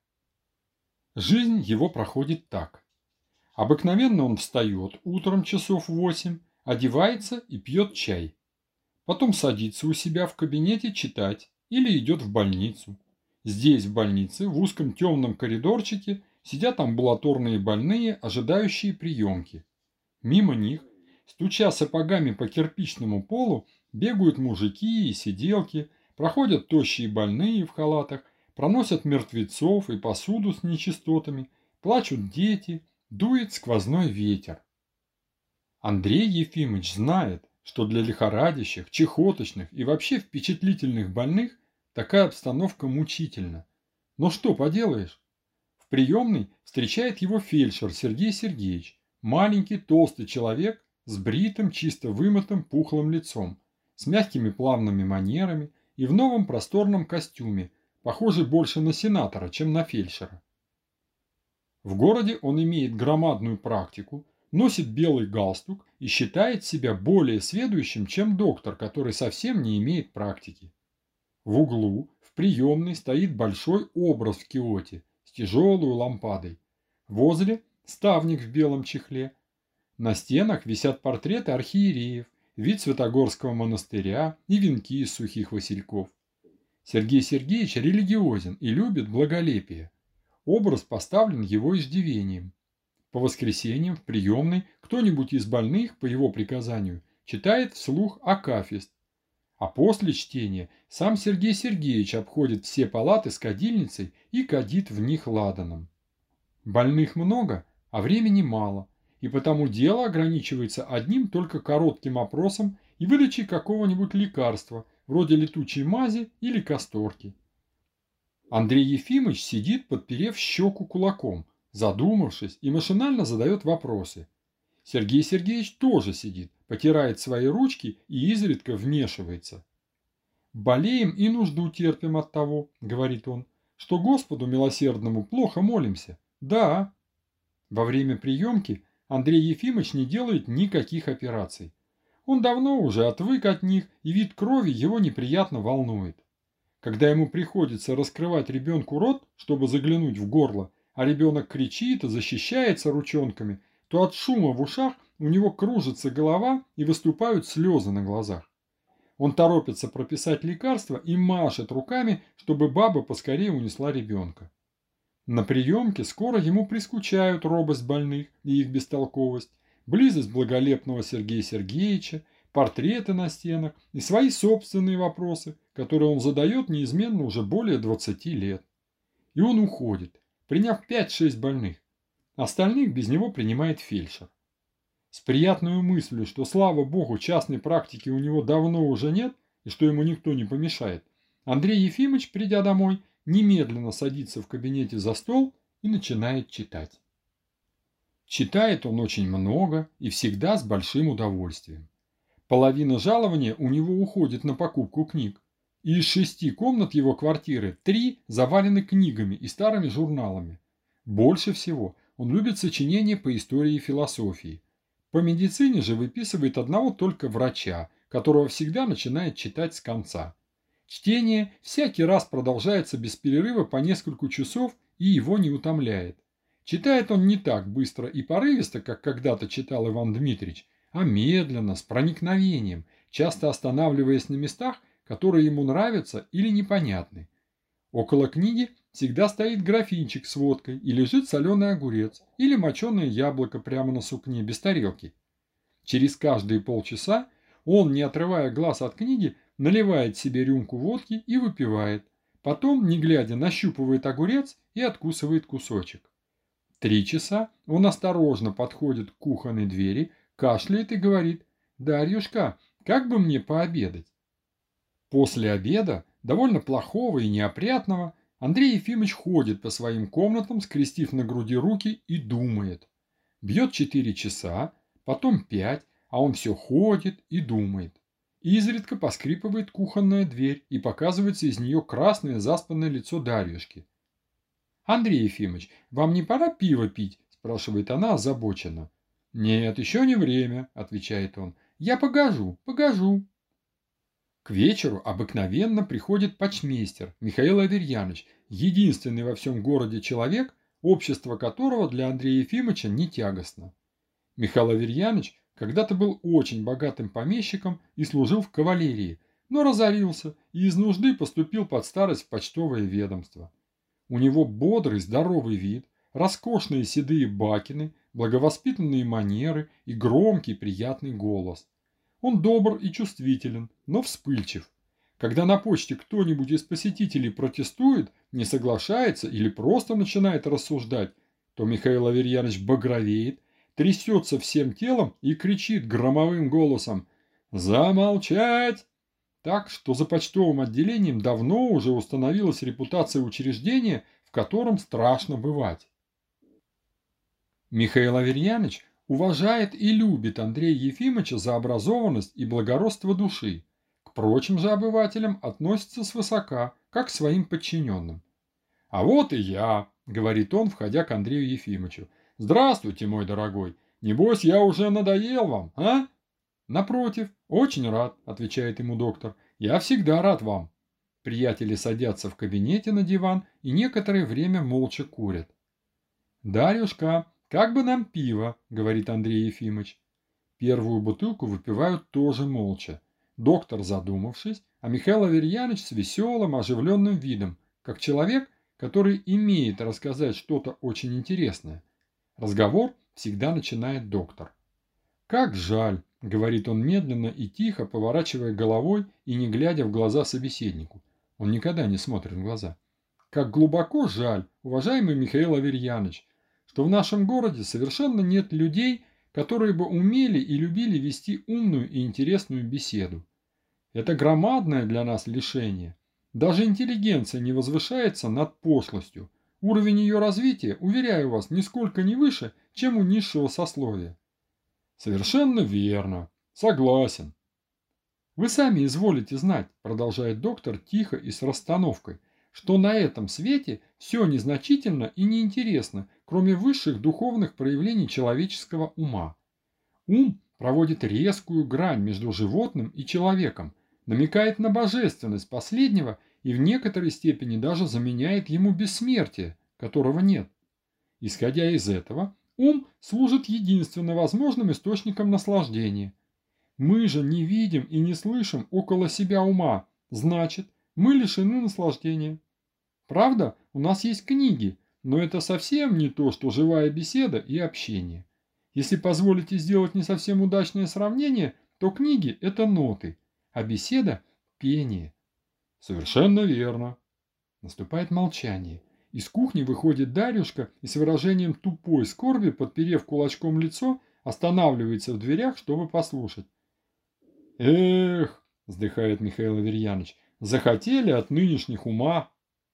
[SPEAKER 1] Жизнь его проходит так. Обыкновенно он встает утром часов в 8, одевается и пьет чай. Потом садится у себя в кабинете читать или идет в больницу. Здесь, в больнице, в узком темном коридорчике, сидят амбулаторные больные, ожидающие приемки. Мимо них, стуча сапогами по кирпичному полу, бегают мужики и сиделки, проходят тощие больные в халатах, проносят мертвецов и посуду с нечистотами, плачут дети, дует сквозной ветер. Андрей Ефимович знает, что для лихорадящих, чехоточных и вообще впечатлительных больных такая обстановка мучительна. Но что поделаешь? В приемной встречает его фельдшер Сергей Сергеевич, маленький толстый человек с бритым, чисто вымытым, пухлым лицом, с мягкими плавными манерами и в новом просторном костюме, похожий больше на сенатора, чем на фельдшера. В городе он имеет громадную практику, носит белый галстук и считает себя более сведущим, чем доктор, который совсем не имеет практики. В углу, в приемной, стоит большой образ в киоте с тяжелой лампадой. Возле ставник в белом чехле. На стенах висят портреты архиереев, вид Святогорского монастыря и венки из сухих васильков. Сергей Сергеевич религиозен и любит благолепие. Образ поставлен его иждивением. По воскресеньям в приемной кто-нибудь из больных, по его приказанию, читает вслух акафист. А после чтения сам Сергей Сергеевич обходит все палаты с кадильницей и кадит в них ладаном. Больных много, а времени мало, и потому дело ограничивается одним только коротким опросом и выдачей какого-нибудь лекарства, вроде летучей мази или касторки. Андрей Ефимович сидит, подперев щеку кулаком, задумавшись, и машинально задает вопросы. Сергей Сергеевич тоже сидит, потирает свои ручки и изредка вмешивается. «Болеем и нужду терпим от того, — говорит он, — что Господу милосердному плохо молимся. Да». Во время приемки Андрей Ефимович не делает никаких операций. Он давно уже отвык от них, и вид крови его неприятно волнует. Когда ему приходится раскрывать ребенку рот, чтобы заглянуть в горло, а ребенок кричит и защищается ручонками, то от шума в ушах у него кружится голова и выступают слезы на глазах. Он торопится прописать лекарство и машет руками, чтобы баба поскорее унесла ребенка. На приемке скоро ему прискучают робость больных и их бестолковость, близость благолепного Сергея Сергеевича, портреты на стенах и свои собственные вопросы, которые он задает неизменно уже более 20 лет. И он уходит, приняв 5-6 больных. Остальных без него принимает фельдшер. С приятной мыслью, что, слава богу, частной практики у него давно уже нет и что ему никто не помешает, Андрей Ефимович, придя домой, немедленно садится в кабинете за стол и начинает читать. Читает он очень много и всегда с большим удовольствием. Половина жалования у него уходит на покупку книг, и из 6 комнат его квартиры 3 завалены книгами и старыми журналами. Больше всего он любит сочинения по истории и философии. По медицине же выписывает одного только врача, которого всегда начинает читать с конца. Чтение всякий раз продолжается без перерыва по несколько часов и его не утомляет. Читает он не так быстро и порывисто, как когда-то читал Иван Дмитриевич, а медленно, с проникновением, часто останавливаясь на местах, которые ему нравятся или непонятны. Около книги всегда стоит графинчик с водкой и лежит соленый огурец или моченое яблоко прямо на сукне, без тарелки. Через каждые полчаса Он, не отрывая глаз от книги, наливает себе рюмку водки и выпивает. Потом, не глядя, нащупывает огурец и откусывает кусочек. 3 часа он осторожно подходит к кухонной двери, кашляет и говорит: «Дарьюшка, как бы мне пообедать?» После обеда, довольно плохого и неопрятного, Андрей Ефимович ходит по своим комнатам, скрестив на груди руки, и думает. Бьет 4 часа, потом 5, а он все ходит и думает. Изредка поскрипывает кухонная дверь, и показывается из нее красное заспанное лицо Дарьюшки. «Андрей Ефимович, вам не пора пиво пить?» – спрашивает она озабоченно. «Нет, еще не время», – отвечает он. «Я погожу, погожу». К вечеру обыкновенно приходит почмейстер Михаил Аверьяныч, единственный во всем городе человек, общество которого для Андрея Ефимовича не тягостно. Михаил Аверьяныч когда-то был очень богатым помещиком и служил в кавалерии, но разорился и из нужды поступил под старость в почтовое ведомство. У него бодрый, здоровый вид, роскошные седые бакины, благовоспитанные манеры и громкий, приятный голос. Он добр и чувствителен, но вспыльчив. Когда на почте кто-нибудь из посетителей протестует, не соглашается или просто начинает рассуждать, то Михаил Аверьянович багровеет, трясется всем телом и кричит громовым голосом: «Замолчать!» Так что за почтовым отделением давно уже установилась репутация учреждения, в котором страшно бывать. Михаил Аверьянович уважает и любит Андрея Ефимовича за образованность и благородство души. К прочим же обывателям относится свысока, как к своим подчиненным. «А вот и я», — говорит он, входя к Андрею Ефимовичу. «Здравствуйте, мой дорогой. Небось, я уже надоел вам, а?» «Напротив, очень рад», — отвечает ему доктор. «Я всегда рад вам». Приятели садятся в кабинете на диван и некоторое время молча курят. «Дарюшка, как бы нам пиво?» – говорит Андрей Ефимович. Первую бутылку выпивают тоже молча. Доктор задумавшись, а Михаил Аверьянович с веселым, оживленным видом, как человек, который имеет рассказать что-то очень интересное. Разговор всегда начинает доктор. «Как жаль», – говорит он медленно и тихо, поворачивая головой и не глядя в глаза собеседнику. Он никогда не смотрит в глаза. «Как глубоко жаль, уважаемый Михаил Аверьянович, что в нашем городе совершенно нет людей, которые бы умели и любили вести умную и интересную беседу. Это громадное для нас лишение. Даже интеллигенция не возвышается над пошлостью. Уровень ее развития, уверяю вас, нисколько не выше, чем у низшего сословия». «Совершенно верно. Согласен». «Вы сами изволите знать, — продолжает доктор тихо и с расстановкой, — что на этом свете все незначительно и неинтересно, кроме высших духовных проявлений человеческого ума. Ум проводит резкую грань между животным и человеком, намекает на божественность последнего и в некоторой степени даже заменяет ему бессмертие, которого нет. Исходя из этого, ум служит единственно возможным источником наслаждения. Мы же не видим и не слышим около себя ума, значит, мы лишены наслаждения. Правда, у нас есть книги, но это совсем не то, что живая беседа и общение. Если позволите сделать не совсем удачное сравнение, то книги – это ноты, а беседа – пение». «Совершенно верно». Наступает молчание. Из кухни выходит Дарюшка и с выражением тупой скорби, подперев кулачком лицо, останавливается в дверях, чтобы послушать. «Эх, — вздыхает Михаил Аверьянович, — захотели от нынешних ума».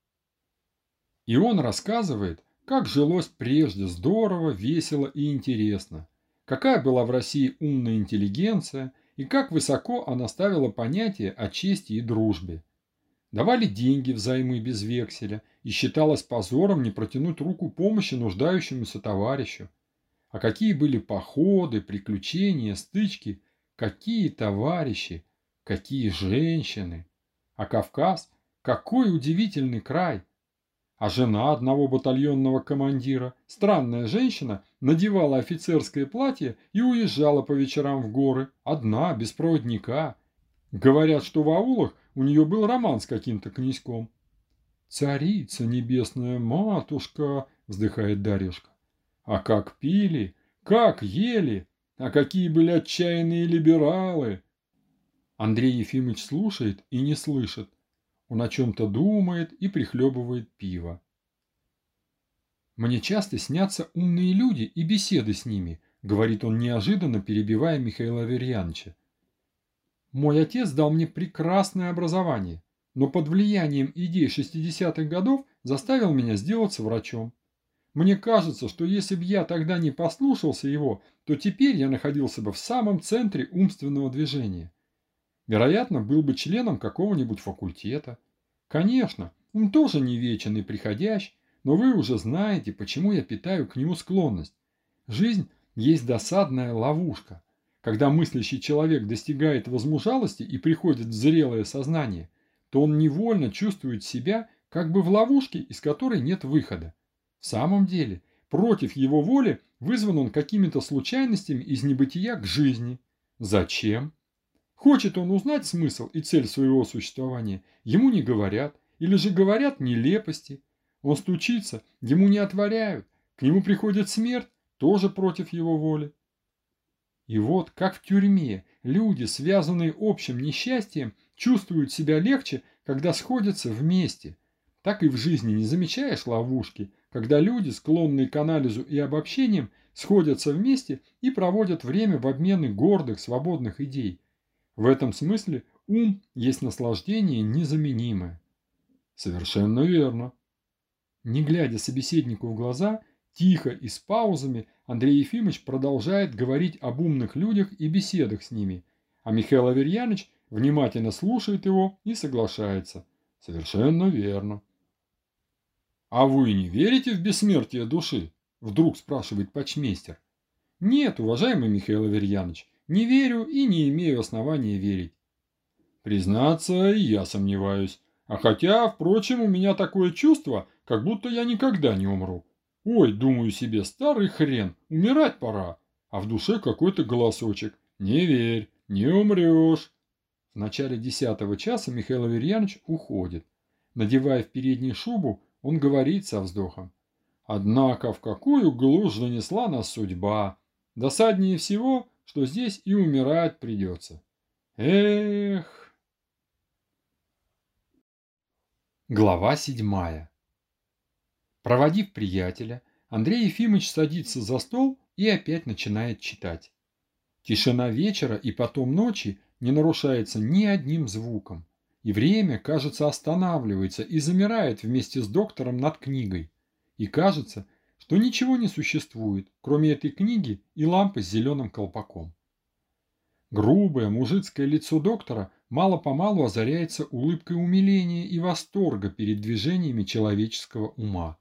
[SPEAKER 1] И он рассказывает, как жилось прежде здорово, весело и интересно, какая была в России умная интеллигенция и как высоко она ставила понятие о чести и дружбе. Давали деньги взаймы без векселя, и считалось позором не протянуть руку помощи нуждающемуся товарищу. А какие были походы, приключения, стычки, какие товарищи, какие женщины. А Кавказ, какой удивительный край. А жена одного батальонного командира, странная женщина, надевала офицерское платье и уезжала по вечерам в горы, одна, без проводника. Говорят, что в аулах у нее был роман с каким-то князьком. «Царица небесная матушка!» – вздыхает Дарюшка. «А как пили, как ели, а какие были отчаянные либералы!» Андрей Ефимович слушает и не слышит. Он о чем-то думает и прихлебывает пиво. «Мне часто снятся умные люди и беседы с ними», – говорит он неожиданно, перебивая Михаила Аверьяновича. «Мой отец дал мне прекрасное образование, но под влиянием идей 60-х годов заставил меня сделаться врачом. Мне кажется, что если бы я тогда не послушался его, то теперь я находился бы в самом центре умственного движения. Вероятно, был бы членом какого-нибудь факультета. Конечно, он тоже не вечен и приходящ, но вы уже знаете, почему я питаю к нему склонность. Жизнь есть досадная ловушка. Когда мыслящий человек достигает возмужалости и приходит в зрелое сознание, то он невольно чувствует себя как бы в ловушке, из которой нет выхода. В самом деле, против его воли вызван он какими-то случайностями из небытия к жизни. Зачем? Хочет он узнать смысл и цель своего существования, ему не говорят, или же говорят нелепости. Он стучится, ему не отворяют, к нему приходит смерть, тоже против его воли. И вот, как в тюрьме, люди, связанные общим несчастьем, чувствуют себя легче, когда сходятся вместе. Так и в жизни не замечаешь ловушки, когда люди, склонные к анализу и обобщениям, сходятся вместе и проводят время в обмене гордых, свободных идей. В этом смысле ум есть наслаждение незаменимое. Совершенно верно. Не глядя собеседнику в глаза, тихо и с паузами Андрей Ефимович продолжает говорить об умных людях и беседах с ними, а Михаил Аверьянович внимательно слушает его и соглашается. Совершенно верно. «А вы не верите в бессмертие души?» – вдруг спрашивает почмейстер. «Нет, уважаемый Михаил Аверьянович, не верю и не имею основания верить». «Признаться, и я сомневаюсь. А хотя, впрочем, у меня такое чувство, как будто я никогда не умру. Ой, думаю себе, старый хрен, умирать пора. А в душе какой-то голосочек. Не верь, не умрешь». В начале 10-го часа Михаил Аверьянович уходит. Надевая в передней шубу, он говорит со вздохом. «Однако в какую глушь занесла нас судьба. Досаднее всего, что здесь и умирать придется. Эх!» Глава 7. Проводив приятеля, Андрей Ефимович садится за стол и опять начинает читать. Тишина вечера и потом ночи не нарушается ни одним звуком, и время, кажется, останавливается и замирает вместе с доктором над книгой. И кажется, что ничего не существует, кроме этой книги и лампы с зеленым колпаком. Грубое мужицкое лицо доктора мало-помалу озаряется улыбкой умиления и восторга перед движениями человеческого ума.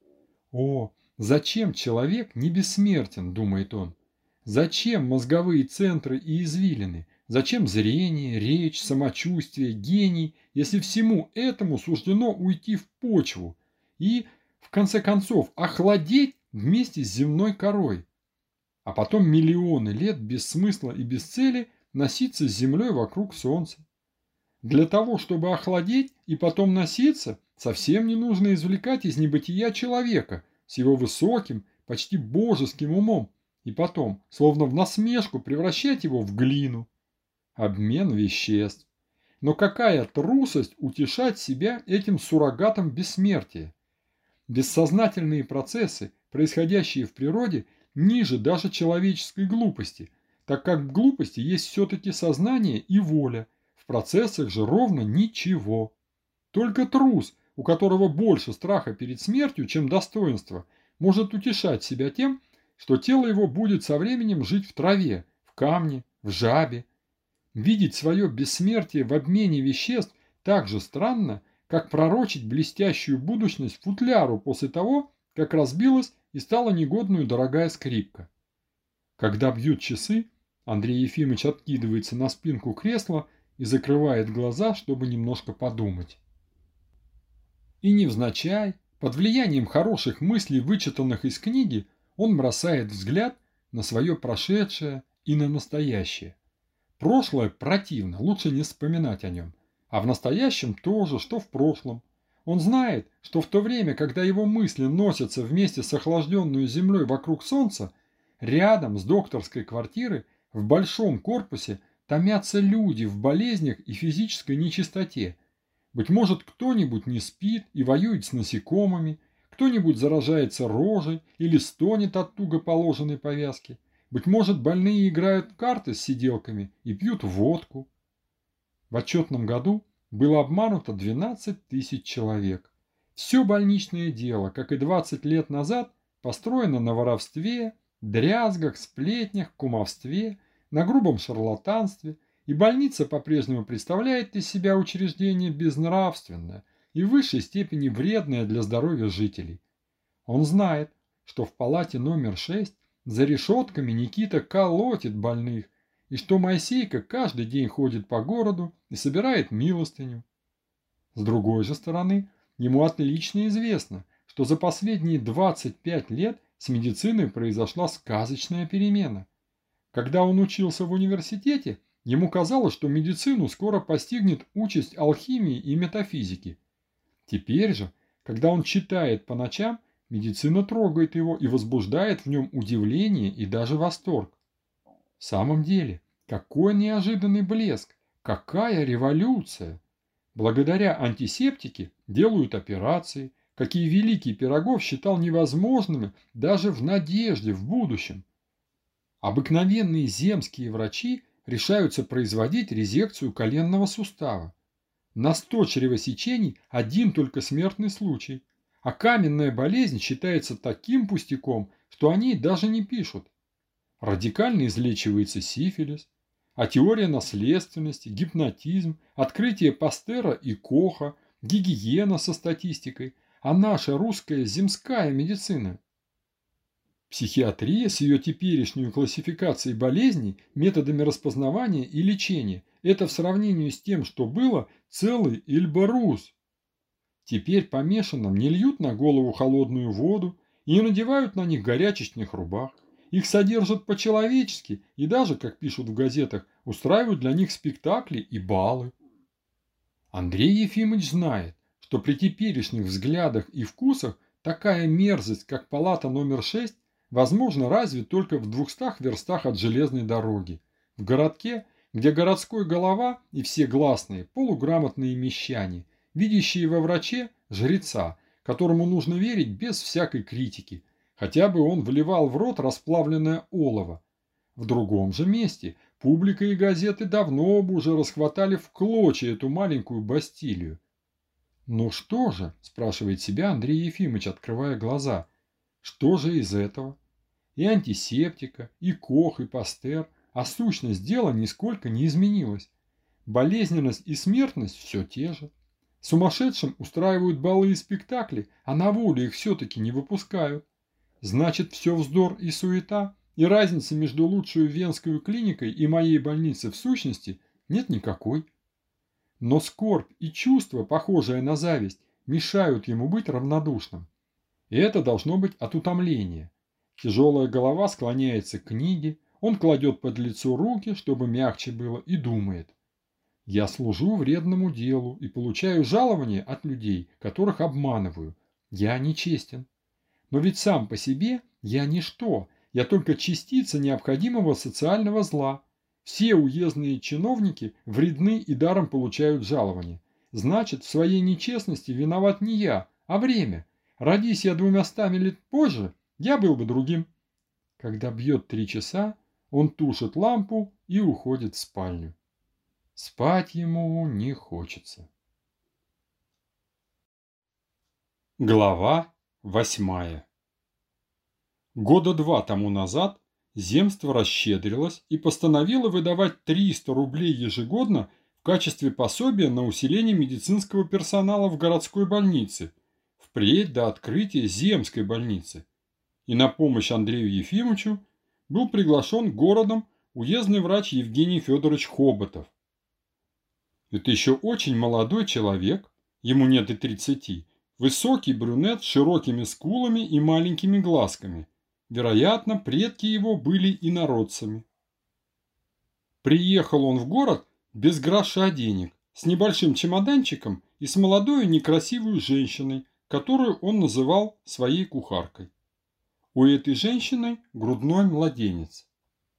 [SPEAKER 1] «О, зачем человек не бессмертен?» – думает он. «Зачем мозговые центры и извилины? Зачем зрение, речь, самочувствие, гений, если всему этому суждено уйти в почву и, в конце концов, охладеть вместе с земной корой? А потом миллионы лет без смысла и без цели носиться с землей вокруг Солнца. Для того, чтобы охладеть и потом носиться, совсем не нужно извлекать из небытия человека с его высоким, почти божеским умом, и потом, словно в насмешку, превращать его в глину. Обмен веществ. Но какая трусость утешать себя этим суррогатом бессмертия? Бессознательные процессы, происходящие в природе, ниже даже человеческой глупости, так как в глупости есть все-таки сознание и воля, в процессах же ровно ничего. Только трус, у которого больше страха перед смертью, чем достоинства, может утешать себя тем, что тело его будет со временем жить в траве, в камне, в жабе. Видеть свое бессмертие в обмене веществ так же странно, как пророчить блестящую будущность футляру после того, как разбилась и стала негодную дорогая скрипка. Когда бьют часы, Андрей Ефимович откидывается на спинку кресла и закрывает глаза, чтобы немножко подумать. И невзначай, под влиянием хороших мыслей, вычитанных из книги, он бросает взгляд на свое прошедшее и на настоящее. Прошлое противно, лучше не вспоминать о нем. А в настоящем то же, что в прошлом. Он знает, что в то время, когда его мысли носятся вместе с охлажденной землей вокруг Солнца, рядом с докторской квартирой в большом корпусе томятся люди в болезнях и физической нечистоте. Быть может, кто-нибудь не спит и воюет с насекомыми, кто-нибудь заражается рожей или стонет от туго положенной повязки. Быть может, больные играют в карты с сиделками и пьют водку. В отчетном году было обмануто 12 тысяч человек. Все больничное дело, как и 20 лет назад, построено на воровстве, дрязгах, сплетнях, кумовстве, на грубом шарлатанстве, и больница по-прежнему представляет из себя учреждение безнравственное и в высшей степени вредное для здоровья жителей. Он знает, что в палате номер 6 за решетками Никита колотит больных, и что Моисейка каждый день ходит по городу и собирает милостыню. С другой же стороны, ему отлично известно, что за последние 25 лет с медициной произошла сказочная перемена. Когда он учился в университете, ему казалось, что медицину скоро постигнет участь алхимии и метафизики. Теперь же, когда он читает по ночам, медицина трогает его и возбуждает в нем удивление и даже восторг. В самом деле, какой неожиданный блеск, какая революция! Благодаря антисептике делают операции, какие великий Пирогов считал невозможными даже в надежде в будущем. Обыкновенные земские врачи решаются производить резекцию коленного сустава. На 100 чревосечений один только смертный случай, а каменная болезнь считается таким пустяком, что о ней даже не пишут. Радикально излечивается сифилис, а теория наследственности, гипнотизм, открытие Пастера и Коха, гигиена со статистикой, а наша русская земская медицина. Психиатрия с ее теперешней классификацией болезней, методами распознавания и лечения – это в сравнении с тем, что было, целый Эльбарус. Теперь помешанным не льют на голову холодную воду и не надевают на них горячечных рубах. Их содержат по-человечески и даже, как пишут в газетах, устраивают для них спектакли и балы. Андрей Ефимович знает, что при теперешних взглядах и вкусах такая мерзость, как палата номер 6, возможно разве только в 200 верстах от железной дороги, в городке, где городской голова и все гласные полуграмотные мещане, видящие во враче жреца, которому нужно верить без всякой критики, хотя бы он вливал в рот расплавленное олово. В другом же месте публика и газеты давно бы уже расхватали в клочья эту маленькую Бастилию. «Ну что же?» – спрашивает себя Андрей Ефимович, открывая глаза. «Что же из этого? И антисептика, и Кох, и Пастер, а сущность дела нисколько не изменилась. Болезненность и смертность все те же. Сумасшедшим устраивают балы и спектакли, а на волю их все-таки не выпускают. Значит, все вздор и суета, и разницы между лучшей венской клиникой и моей больницей в сущности нет никакой. Но скорбь и чувство, похожее на зависть, мешают ему быть равнодушным. И это должно быть от утомления. Тяжелая голова склоняется к книге, он кладет под лицо руки, чтобы мягче было, и думает. Я служу вредному делу и получаю жалование от людей, которых обманываю. Я нечестен. Но ведь сам по себе я ничто, я только частица необходимого социального зла. Все уездные чиновники вредны и даром получают жалование. Значит, в своей нечестности виноват не я, а время. Родись я 200 лет позже, я был бы другим. Когда бьет 3 часа, он тушит лампу и уходит в спальню. Спать ему не хочется. Глава 8. Года 2 тому назад земство расщедрилось и постановило выдавать 300 рублей ежегодно в качестве пособия на усиление медицинского персонала в городской больнице, впредь до открытия земской больницы. И на помощь Андрею Ефимовичу был приглашен городом уездный врач Евгений Федорович Хоботов. Это еще очень молодой человек, ему нет и 30, высокий брюнет с широкими скулами и маленькими глазками. Вероятно, предки его были инородцами. Приехал он в город без гроша денег, с небольшим чемоданчиком и с молодой некрасивой женщиной, которую он называл своей кухаркой. У этой женщины грудной младенец.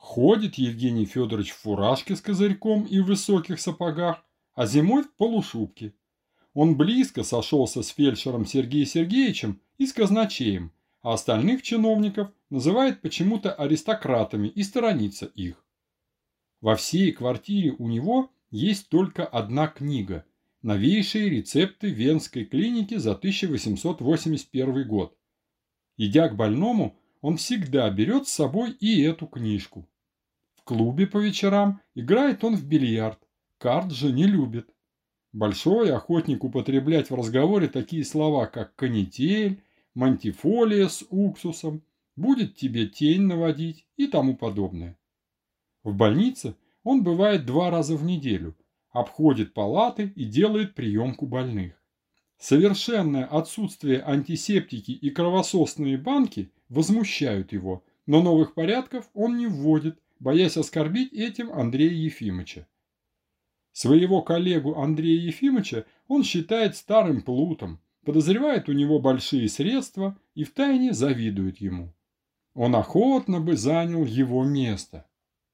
[SPEAKER 1] Ходит Евгений Федорович в фуражке с козырьком и в высоких сапогах, а зимой в полушубке. Он близко сошелся с фельдшером Сергеем Сергеевичем и с казначеем, а остальных чиновников называет почему-то аристократами и сторонится их. Во всей квартире у него есть только одна книга – новейшие рецепты Венской клиники за 1881 год. Идя к больному, он всегда берет с собой и эту книжку. В клубе по вечерам играет он в бильярд, карт же не любит. Большой охотник употреблять в разговоре такие слова, как канитель, мантифолия с уксусом, будет тебе тень наводить и тому подобное. В больнице он бывает 2 раза в неделю, обходит палаты и делает приемку больных. Совершенное отсутствие антисептики и кровососные банки возмущают его, но новых порядков он не вводит, боясь оскорбить этим Андрея Ефимовича. Своего коллегу Андрея Ефимовича он считает старым плутом, подозревает у него большие средства и втайне завидует ему. Он охотно бы занял его место.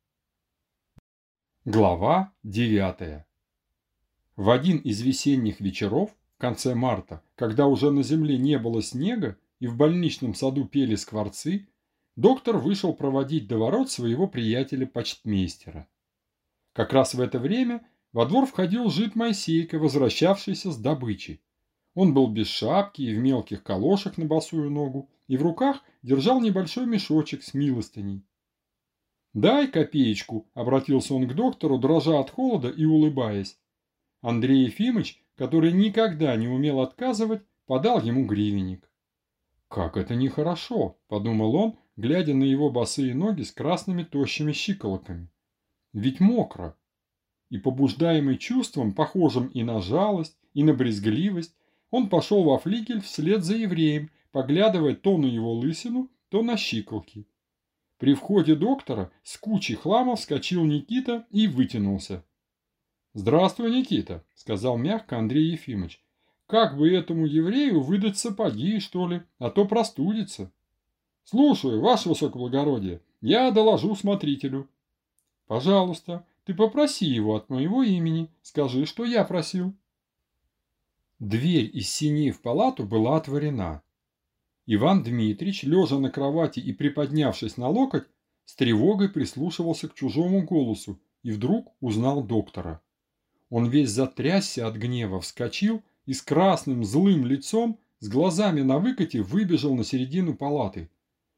[SPEAKER 1] Глава 9. В один из весенних вечеров, в конце марта, когда уже на земле не было снега и в больничном саду пели скворцы, доктор вышел проводить до ворот своего приятеля-почтмейстера. Как раз в это время во двор входил жид Моисейка, возвращавшийся с добычи. Он был без шапки и в мелких калошах на босую ногу, и в руках держал небольшой мешочек с милостыней. «Дай копеечку», — обратился он к доктору, дрожа от холода и улыбаясь. Андрей Ефимович, который никогда не умел отказывать, подал ему гривенник. «Как это нехорошо», — подумал он, глядя на его босые ноги с красными тощими щиколотками. «Ведь мокро». И побуждаемый чувством, похожим и на жалость, и на брезгливость, он пошел во флигель вслед за евреем, поглядывая то на его лысину, то на щиколки. При входе доктора с кучей хлама вскочил Никита и вытянулся. «Здравствуй, Никита», — сказал мягко Андрей Ефимович. «Как бы этому еврею выдать сапоги, что ли, а то простудится?» «Слушаю, ваше высокоблагородие, я доложу смотрителю». «Пожалуйста, ты попроси его от моего имени, скажи, что я просил». Дверь из синей в палату была отворена. Иван Дмитрич, лежа на кровати и приподнявшись на локоть, с тревогой прислушивался к чужому голосу и вдруг узнал доктора. Он весь затрясся от гнева, вскочил и с красным злым лицом, с глазами навыкате выбежал на середину палаты.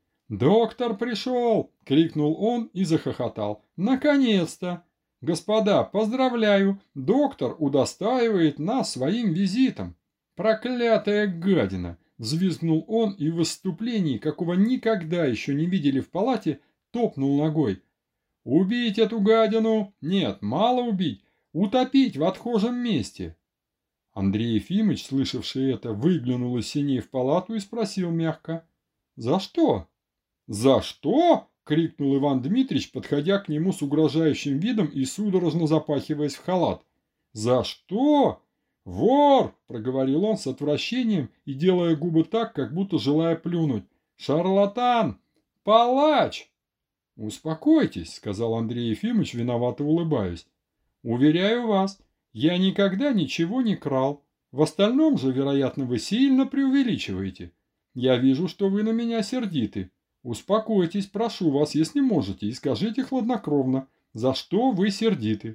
[SPEAKER 1] «Доктор пришел!» — крикнул он и захохотал. «Наконец-то! Господа, поздравляю! Доктор удостаивает нас своим визитом! Проклятая гадина!» — взвизгнул он и в выступлении, какого никогда еще не видели в палате, топнул ногой. «Убить эту гадину? Нет, мало убить. Утопить в отхожем месте!» Андрей Ефимович, слышавший это, выглянул из синей в палату и спросил мягко. «За что?» «За что?» — крикнул Иван Дмитрич, подходя к нему с угрожающим видом и судорожно запахиваясь в халат. «За что?» «Вор!» — проговорил он с отвращением и делая губы так, как будто желая плюнуть. «Шарлатан! Палач!» «Успокойтесь», — сказал Андрей Ефимович, виновато улыбаясь. «Уверяю вас, я никогда ничего не крал. В остальном же, вероятно, вы сильно преувеличиваете. Я вижу, что вы на меня сердиты. Успокойтесь, прошу вас, если можете, и скажите хладнокровно, за что вы сердиты».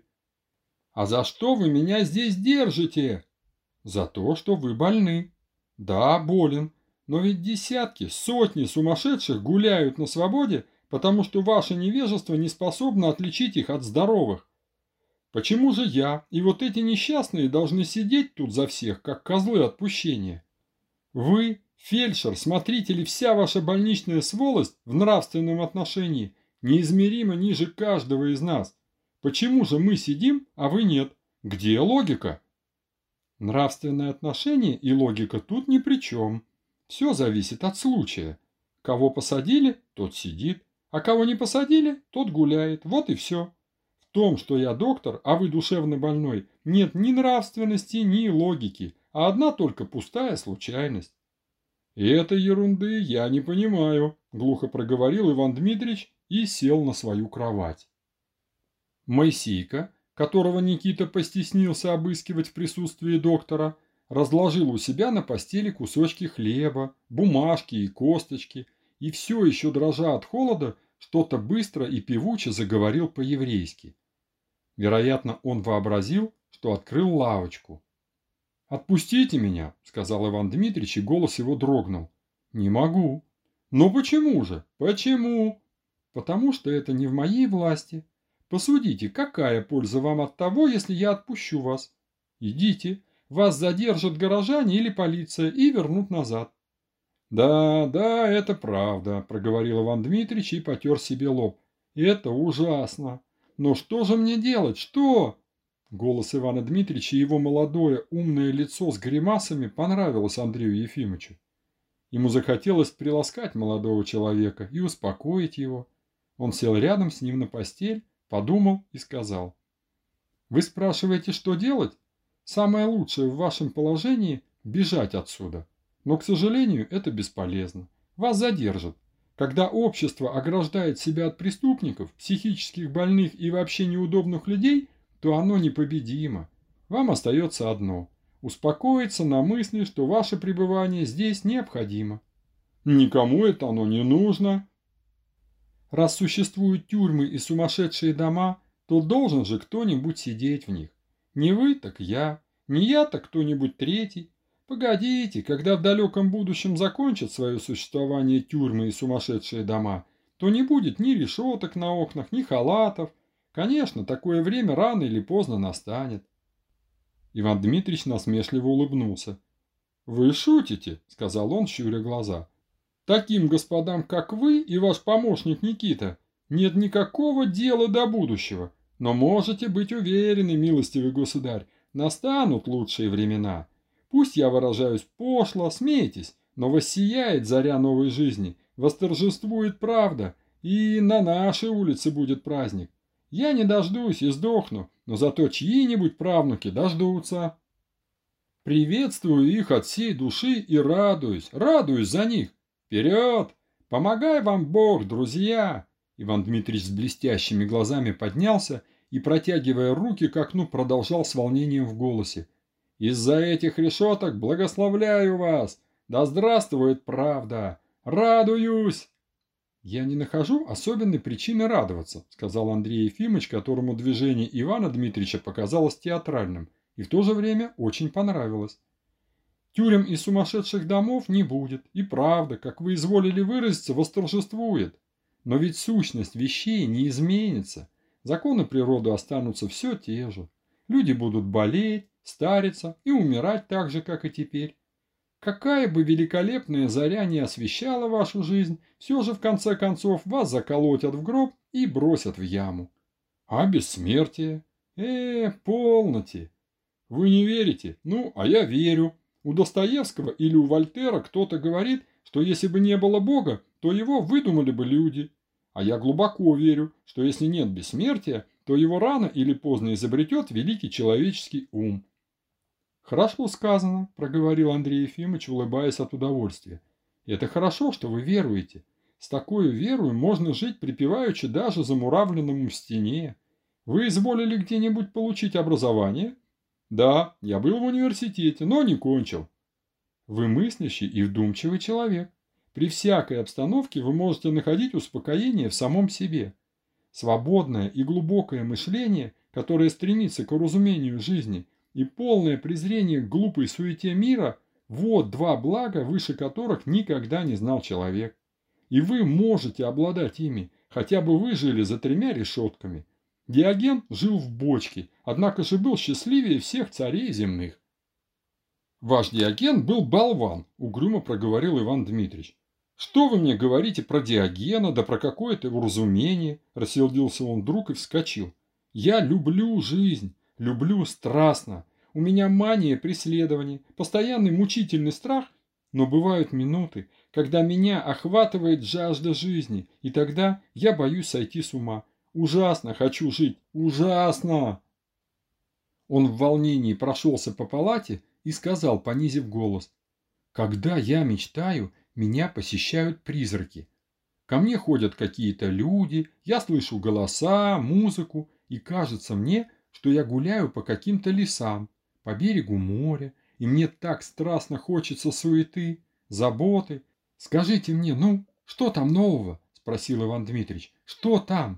[SPEAKER 1] «А за что вы меня здесь держите?» «За то, что вы больны». «Да, болен. Но ведь десятки, сотни сумасшедших гуляют на свободе, потому что ваше невежество не способно отличить их от здоровых. Почему же я и вот эти несчастные должны сидеть тут за всех, как козлы отпущения? Вы, фельдшер, смотритель и вся ваша больничная сволость в нравственном отношении неизмеримо ниже каждого из нас. Почему же мы сидим, а вы нет? Где логика?» «Нравственное отношение и логика тут ни при чем. Все зависит от случая. Кого посадили, тот сидит, а кого не посадили, тот гуляет. Вот и все. В том, что я доктор, а вы душевно больной, нет ни нравственности, ни логики, а одна только пустая случайность». «И этой ерунды я не понимаю», — глухо проговорил Иван Дмитрич и сел на свою кровать. Моисейка, которого Никита постеснился обыскивать в присутствии доктора, разложил у себя на постели кусочки хлеба, бумажки и косточки, и все еще дрожа от холода, что-то быстро и певуче заговорил по-еврейски. Вероятно, он вообразил, что открыл лавочку. «Отпустите меня», — сказал Иван Дмитрич, и голос его дрогнул. «Не могу». «Но почему же? Почему?» «Потому что это не в моей власти. Посудите, какая польза вам от того, если я отпущу вас? Идите, вас задержат горожане или полиция и вернут назад». «Да, да, это правда», – проговорил Иван Дмитрич и потер себе лоб. «Это ужасно. Но что же мне делать? Что?» Голос Ивана Дмитрича и его молодое умное лицо с гримасами понравилось Андрею Ефимовичу. Ему захотелось приласкать молодого человека и успокоить его. Он сел рядом с ним на постель, подумал и сказал. «Вы спрашиваете, что делать? Самое лучшее в вашем положении – бежать отсюда. Но, к сожалению, это бесполезно. Вас задержат. Когда общество ограждает себя от преступников, психических больных и вообще неудобных людей, то оно непобедимо. Вам остается одно – успокоиться на мысли, что ваше пребывание здесь необходимо». «Никому это оно не нужно». «Раз существуют тюрьмы и сумасшедшие дома, то должен же кто-нибудь сидеть в них. Не вы, так я, не я, так кто-нибудь третий. Погодите, когда в далеком будущем закончат свое существование тюрьмы и сумасшедшие дома, то не будет ни решеток на окнах, ни халатов. Конечно, такое время рано или поздно настанет». Иван Дмитрич насмешливо улыбнулся. «Вы шутите», — сказал он, щуря глаза. «Таким господам, как вы и ваш помощник Никита, нет никакого дела до будущего. Но можете быть уверены, милостивый государь, настанут лучшие времена. Пусть я выражаюсь пошло, смейтесь, но воссияет заря новой жизни, восторжествует правда, и на нашей улице будет праздник. Я не дождусь и сдохну, но зато чьи-нибудь правнуки дождутся. Приветствую их от всей души и радуюсь за них. Вперед! Помогай вам Бог, друзья!» Иван Дмитрич с блестящими глазами поднялся и, протягивая руки к окну, продолжал с волнением в голосе. «Из-за этих решеток благословляю вас! Да здравствует правда! Радуюсь!» «Я не нахожу особенной причины радоваться», – сказал Андрей Ефимович, которому движение Ивана Дмитрича показалось театральным и в то же время очень понравилось. «Тюрем и сумасшедших домов не будет, и правда, как вы изволили выразиться, восторжествует. Но ведь сущность вещей не изменится, законы природы останутся все те же. Люди будут болеть, стариться и умирать так же, как и теперь. Какая бы великолепная заря не освещала вашу жизнь, все же в конце концов вас заколотят в гроб и бросят в яму. А бессмертие? Полноте! Вы не верите? Ну, а я верю. У Достоевского или у Вольтера кто-то говорит, что если бы не было Бога, то его выдумали бы люди. А я глубоко верю, что если нет бессмертия, то его рано или поздно изобретет великий человеческий ум. «Хорошо сказано», – проговорил Андрей Ефимович, улыбаясь от удовольствия. «Это хорошо, что вы веруете. С такой верой можно жить припеваючи даже замуравленному в стене. Вы изволили где-нибудь получить образование?» «Да, я был в университете, но не кончил». «Вы мыслящий и вдумчивый человек. При всякой обстановке вы можете находить успокоение в самом себе. Свободное и глубокое мышление, которое стремится к уразумению жизни – и полное презрение к глупой суете мира – вот два блага, выше которых никогда не знал человек. И вы можете обладать ими, хотя бы вы жили за 3 решетками. Диоген жил в бочке, однако же был счастливее всех царей земных. «Ваш Диоген был болван», – угрюмо проговорил Иван Дмитрич. «Что вы мне говорите про Диогена, да про какое-то уразумение?» – рассердился он вдруг и вскочил. «Я люблю жизнь». Люблю страстно. У меня мания преследования, постоянный мучительный страх, но бывают минуты, когда меня охватывает жажда жизни, и тогда я боюсь сойти с ума. Ужасно хочу жить, ужасно!» Он в волнении прошелся по палате и сказал, понизив голос: «Когда я мечтаю, меня посещают призраки». Ко мне ходят какие-то люди, я слышу голоса, музыку, и кажется мне, что я гуляю по каким-то лесам, по берегу моря, и мне так страстно хочется суеты, заботы. Скажите мне, ну, что там нового? Спросил Иван Дмитрич. Что там?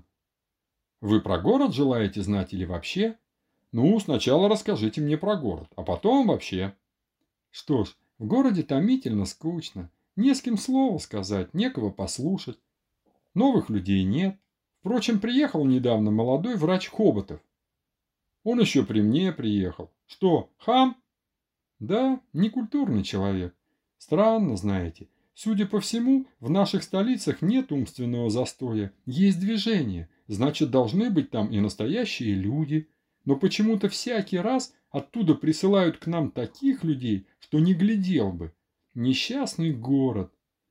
[SPEAKER 1] Вы про город желаете знать или вообще? Ну, сначала расскажите мне про город, а потом вообще. Что ж, в городе томительно скучно. Не с кем слова сказать, некого послушать. Новых людей нет. Впрочем, приехал недавно молодой врач Хоботов. Он еще при мне приехал. Что, хам? Да, некультурный человек. Странно, знаете. Судя по всему, в наших столицах нет умственного застоя. Есть движение. Значит, должны быть там и настоящие люди. Но почему-то всякий раз оттуда присылают к нам таких людей, что не глядел бы. Несчастный город.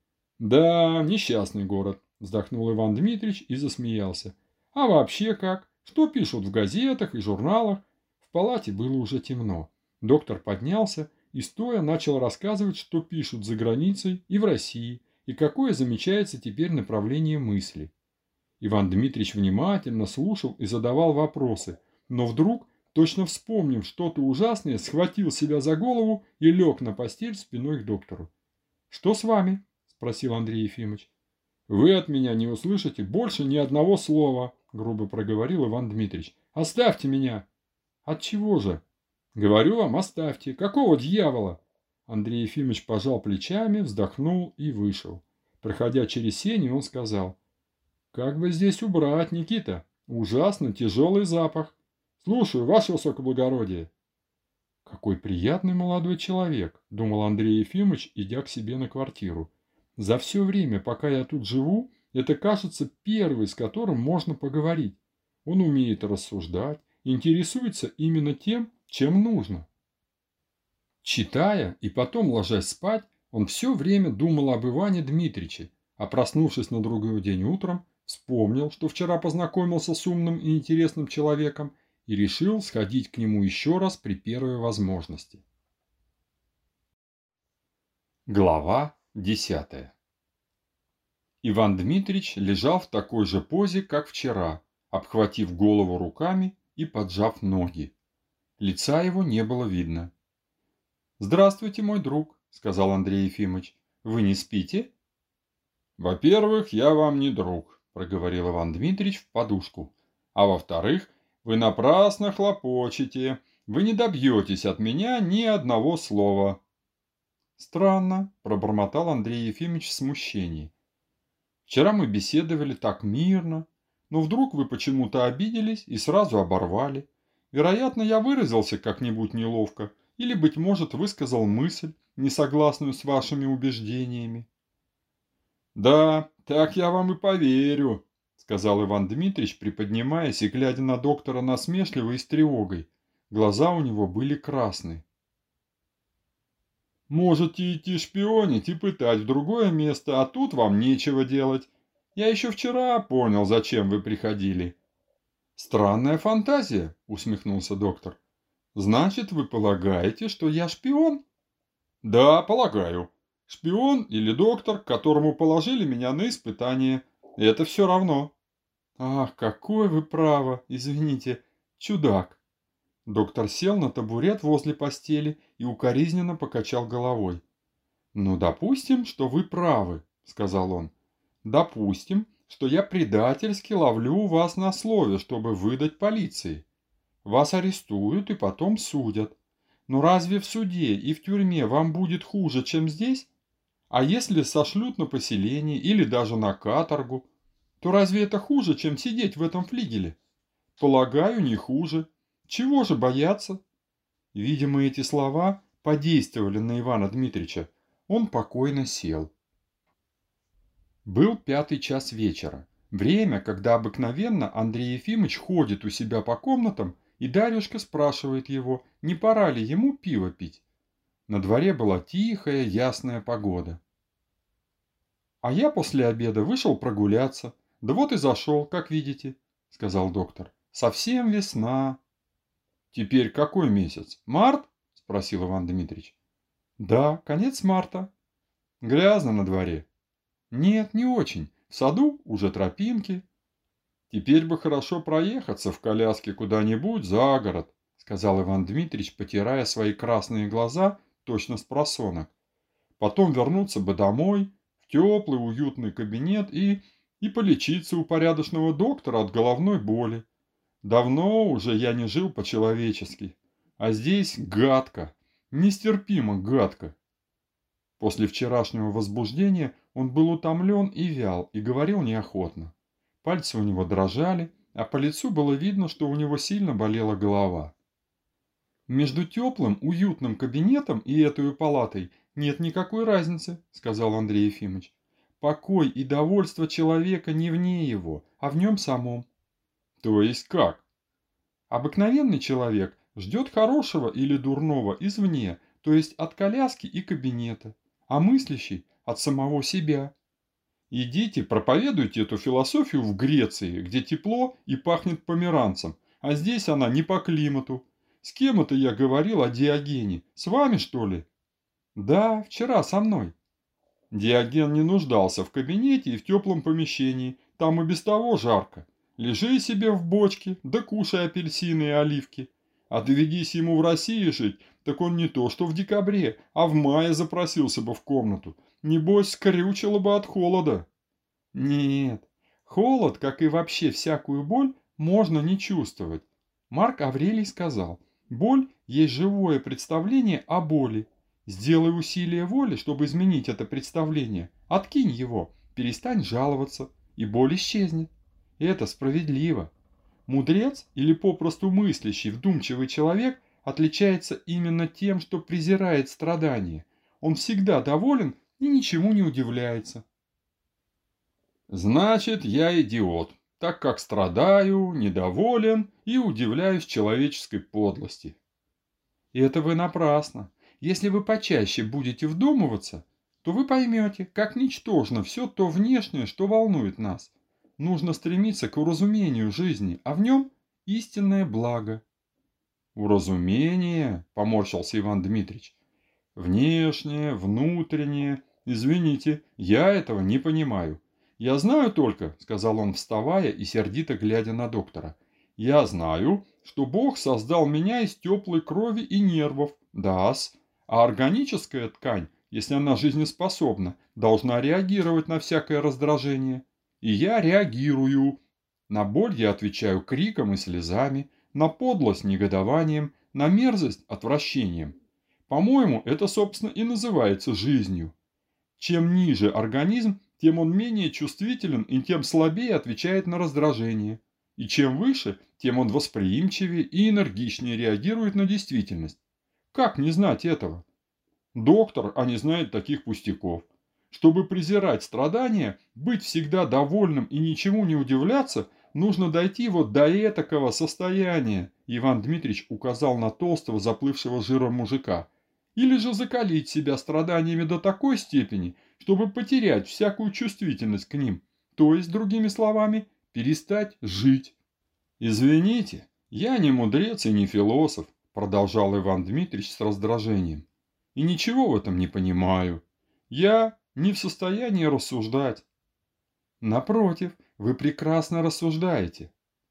[SPEAKER 1] Да, несчастный город, вздохнул Иван Дмитрич и засмеялся. А вообще как? Что пишут в газетах и журналах? В палате было уже темно. Доктор поднялся и стоя начал рассказывать, что пишут за границей и в России, и какое замечается теперь направление мысли. Иван Дмитрич внимательно слушал и задавал вопросы, но вдруг, точно вспомнив что-то ужасное, схватил себя за голову и лег на постель спиной к доктору. «Что с вами?» – спросил Андрей Ефимович. «Вы от меня не услышите больше ни одного слова», – грубо проговорил Иван Дмитрич. «Оставьте меня!» «От чего же?» «Говорю вам, оставьте. Какого дьявола?» Андрей Ефимович пожал плечами, вздохнул и вышел. Проходя через сени, он сказал: «Как бы здесь убрать, Никита? Ужасно тяжелый запах. Слушаю, ваше высокоблагородие». «Какой приятный молодой человек», – думал Андрей Ефимович, идя к себе на квартиру. «За все время, пока я тут живу, это, кажется, первый, с которым можно поговорить. Он умеет рассуждать, интересуется именно тем, чем нужно». Читая и потом ложась спать, он все время думал об Иване Дмитриче, а проснувшись на другой день утром, вспомнил, что вчера познакомился с умным и интересным человеком, и решил сходить к нему еще раз при первой возможности. Глава 10. Иван Дмитрич лежал в такой же позе, как вчера, обхватив голову руками и поджав ноги. Лица его не было видно. «Здравствуйте, мой друг», — сказал Андрей Ефимович. «Вы не спите?» «Во-первых, я вам не друг», — проговорил Иван Дмитрич в подушку. «А во-вторых, вы напрасно хлопочете. Вы не добьетесь от меня ни одного слова». «Странно», – пробормотал Андрей Ефимович в смущении. «Вчера мы беседовали так мирно, но вдруг вы почему-то обиделись и сразу оборвали. Вероятно, я выразился как-нибудь неловко или, быть может, высказал мысль, не согласную с вашими убеждениями». «Да, так я вам и поверю», – сказал Иван Дмитрич, приподнимаясь и глядя на доктора насмешливо и с тревогой. Глаза у него были красные. «Можете идти шпионить и пытать в другое место, а тут вам нечего делать. Я еще вчера понял, зачем вы приходили». «Странная фантазия», – усмехнулся доктор. «Значит, вы полагаете, что я шпион?» «Да, полагаю. Шпион или доктор, которому положили меня на испытание. Это все равно». «Ах, какой вы право, извините, чудак». Доктор сел на табурет возле постели и укоризненно покачал головой. «Ну, допустим, что вы правы», — сказал он. «Допустим, что я предательски ловлю вас на слове, чтобы выдать полиции. Вас арестуют и потом судят. Но разве в суде и в тюрьме вам будет хуже, чем здесь? А если сошлют на поселение или даже на каторгу, то разве это хуже, чем сидеть в этом флигеле? Полагаю, не хуже. Чего же бояться?» Видимо, эти слова подействовали на Ивана Дмитрича. Он покойно сел. Был 5 час вечера. Время, когда обыкновенно Андрей Ефимович ходит у себя по комнатам, и Дарюшка спрашивает его, не пора ли ему пиво пить. На дворе была тихая, ясная погода. «А я после обеда вышел прогуляться. Да вот и зашел, как видите», — сказал доктор. «Совсем весна». «Теперь какой месяц? Март?» – спросил Иван Дмитрич. «Да, конец марта». «Грязно на дворе?» «Нет, не очень. В саду уже тропинки. Теперь бы хорошо проехаться в коляске куда-нибудь за город, сказал Иван Дмитрич, потирая свои красные глаза, точно спросонок. Потом вернуться бы домой, в теплый уютный кабинет и полечиться у порядочного доктора от головной боли. Давно уже я не жил по-человечески, а здесь гадко, нестерпимо гадко. После вчерашнего возбуждения он был утомлен и вял, и говорил неохотно. Пальцы у него дрожали, а по лицу было видно, что у него сильно болела голова. «Между теплым, уютным кабинетом и этой палатой нет никакой разницы», — сказал Андрей Ефимович. «Покой и довольство человека не вне его, а в нем самом». «То есть как?» «Обыкновенный человек ждет хорошего или дурного извне, то есть от коляски и кабинета, а мыслящий от самого себя. Идите, проповедуйте эту философию в Греции, где тепло и пахнет померанцем, а здесь она не по климату. С кем это я говорил о Диогене? С вами, что ли? Да, вчера со мной. Диоген не нуждался в кабинете и в теплом помещении, там и без того жарко. Лежи себе в бочке, да кушай апельсины и оливки. А доведись ему в России жить, так он не то что в декабре, а в мае запросился бы в комнату. Небось, скрючило бы от холода. Нет, холод, как и вообще всякую боль, можно не чувствовать. Марк Аврелий сказал, боль есть живое представление о боли. Сделай усилие воли, чтобы изменить это представление. Откинь его, перестань жаловаться, и боль исчезнет. И это справедливо. Мудрец или попросту мыслящий, вдумчивый человек отличается именно тем, что презирает страдания. Он всегда доволен и ничему не удивляется. Значит, я идиот, так как страдаю, недоволен и удивляюсь человеческой подлости. И это вы напрасно. Если вы почаще будете вдумываться, то вы поймете, как ничтожно все то внешнее, что волнует нас. Нужно стремиться к уразумению жизни, а в нем истинное благо. Уразумение, поморщился Иван Дмитрич. Внешнее, внутреннее. Извините, я этого не понимаю. Я знаю только, сказал он, вставая и сердито глядя на доктора. Я знаю, что Бог создал меня из теплой крови и нервов, да-с, а органическая ткань, если она жизнеспособна, должна реагировать на всякое раздражение. И я реагирую. На боль я отвечаю криком и слезами, на подлость негодованием, на мерзость отвращением. По-моему, это, собственно, и называется жизнью. Чем ниже организм, тем он менее чувствителен и тем слабее отвечает на раздражение. И чем выше, тем он восприимчивее и энергичнее реагирует на действительность. Как не знать этого? Доктор, а не знает таких пустяков. Чтобы презирать страдания, быть всегда довольным и ничему не удивляться, нужно дойти вот до этакого состояния, Иван Дмитрич указал на толстого, заплывшего жиром мужика. Или же закалить себя страданиями до такой степени, чтобы потерять всякую чувствительность к ним, то есть, другими словами, перестать жить. «Извините, я не мудрец и не философ», продолжал Иван Дмитрич с раздражением. «И ничего в этом не понимаю. Я не в состоянии рассуждать». «Напротив, вы прекрасно рассуждаете».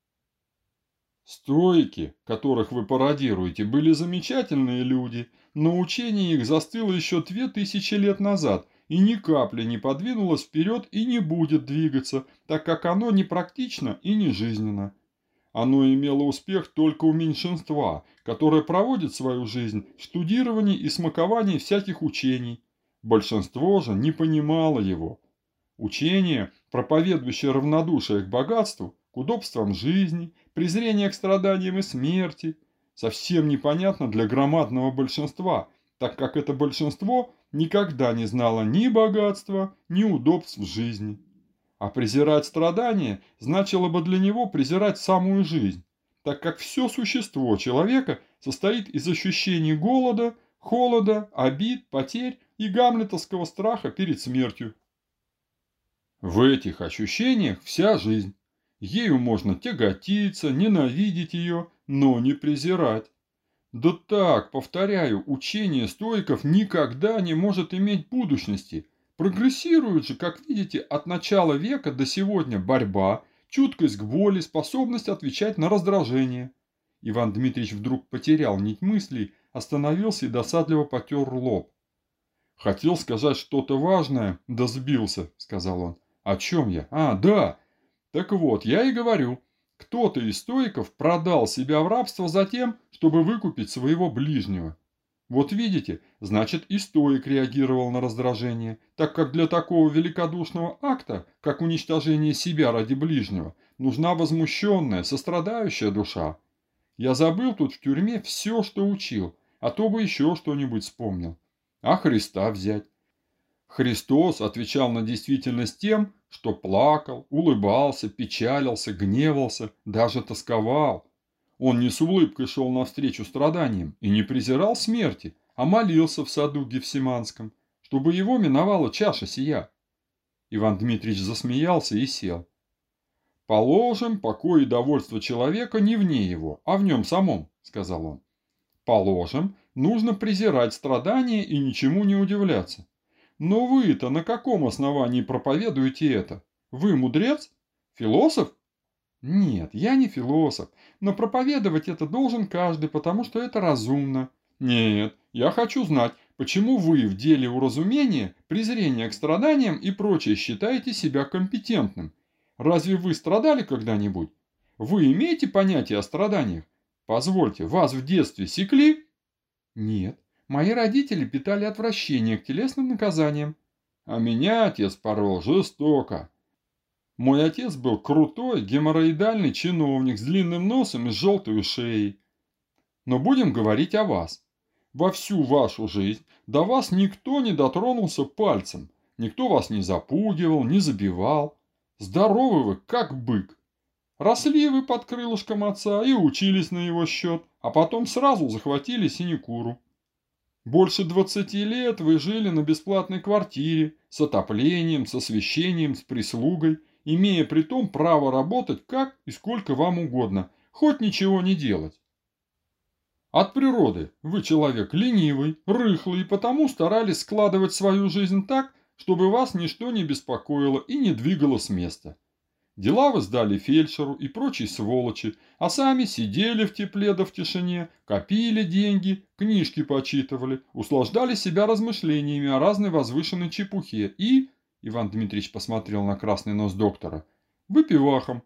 [SPEAKER 1] Стоики, которых вы пародируете, были замечательные люди, но учение их застыло еще 2000 лет назад и ни капли не подвинулось вперед и не будет двигаться, так как оно не практично и не жизненно. Оно имело успех только у меньшинства, которое проводит свою жизнь в штудировании и смаковании всяких учений. Большинство же не понимало его. Учение, проповедующее равнодушие к богатству, к удобствам жизни, презрение к страданиям и смерти, совсем непонятно для громадного большинства, так как это большинство никогда не знало ни богатства, ни удобств жизни. А презирать страдания значило бы для него презирать самую жизнь, так как все существо человека состоит из ощущений голода, холода, обид, потерь и гамлетовского страха перед смертью. В этих ощущениях вся жизнь. Ею можно тяготиться, ненавидеть ее, но не презирать. Да так, повторяю, учение стоиков никогда не может иметь будущности, Прогрессирует же, как видите, от начала века до сегодня борьба, чуткость к боли, способность отвечать на раздражение. Иван Дмитриевич вдруг потерял нить мыслей, остановился и досадливо потер лоб. «Хотел сказать что-то важное, да сбился», — сказал он. «О чем я? А, да! Так вот, я и говорю, кто-то из стоиков продал себя в рабство за тем, чтобы выкупить своего ближнего. Вот видите, значит и стоик реагировал на раздражение, так как для такого великодушного акта, как уничтожение себя ради ближнего, нужна возмущенная, сострадающая душа. Я забыл тут в тюрьме все, что учил, а то бы еще что-нибудь вспомнил. А Христа взять. Христос отвечал на действительность тем, что плакал, улыбался, печалился, гневался, даже тосковал. Он не с улыбкой шел навстречу страданиям и не презирал смерти, а молился в саду Гефсиманском, чтобы его миновала чаша сия. Иван Дмитриевич засмеялся и сел. «Положим, покой и довольство человека не вне его, а в нем самом», — сказал он. «Положим, нужно презирать страдания и ничему не удивляться. Но вы-то на каком основании проповедуете это? Вы мудрец? Философ? Нет, я не философ, но проповедовать это должен каждый, потому что это разумно. Нет, я хочу знать, почему вы в деле уразумения, презрения к страданиям и прочее считаете себя компетентным. Разве вы страдали когда-нибудь? Вы имеете понятие о страданиях? Позвольте, вас в детстве секли? Нет, мои родители питали отвращение к телесным наказаниям. А меня отец порол жестоко. Мой отец был крутой, геморроидальный чиновник с длинным носом и с желтой шеей. Но будем говорить о вас. Во всю вашу жизнь до вас никто не дотронулся пальцем, никто вас не запугивал, не забивал. Здоровы вы, как бык. Росли вы под крылышком отца и учились на его счет, а потом сразу захватили синекуру. Больше 20 лет вы жили на бесплатной квартире, с отоплением, с освещением, с прислугой, имея при том право работать как и сколько вам угодно, хоть ничего не делать. От природы вы человек ленивый, рыхлый, и потому старались складывать свою жизнь так, чтобы вас ничто не беспокоило и не двигало с места. Дела вы сдали фельдшеру и прочей сволочи, а сами сидели в тепле да в тишине, копили деньги, книжки почитывали, услаждали себя размышлениями о разной возвышенной чепухе и, Иван Дмитриевич посмотрел на красный нос доктора, выпивахом.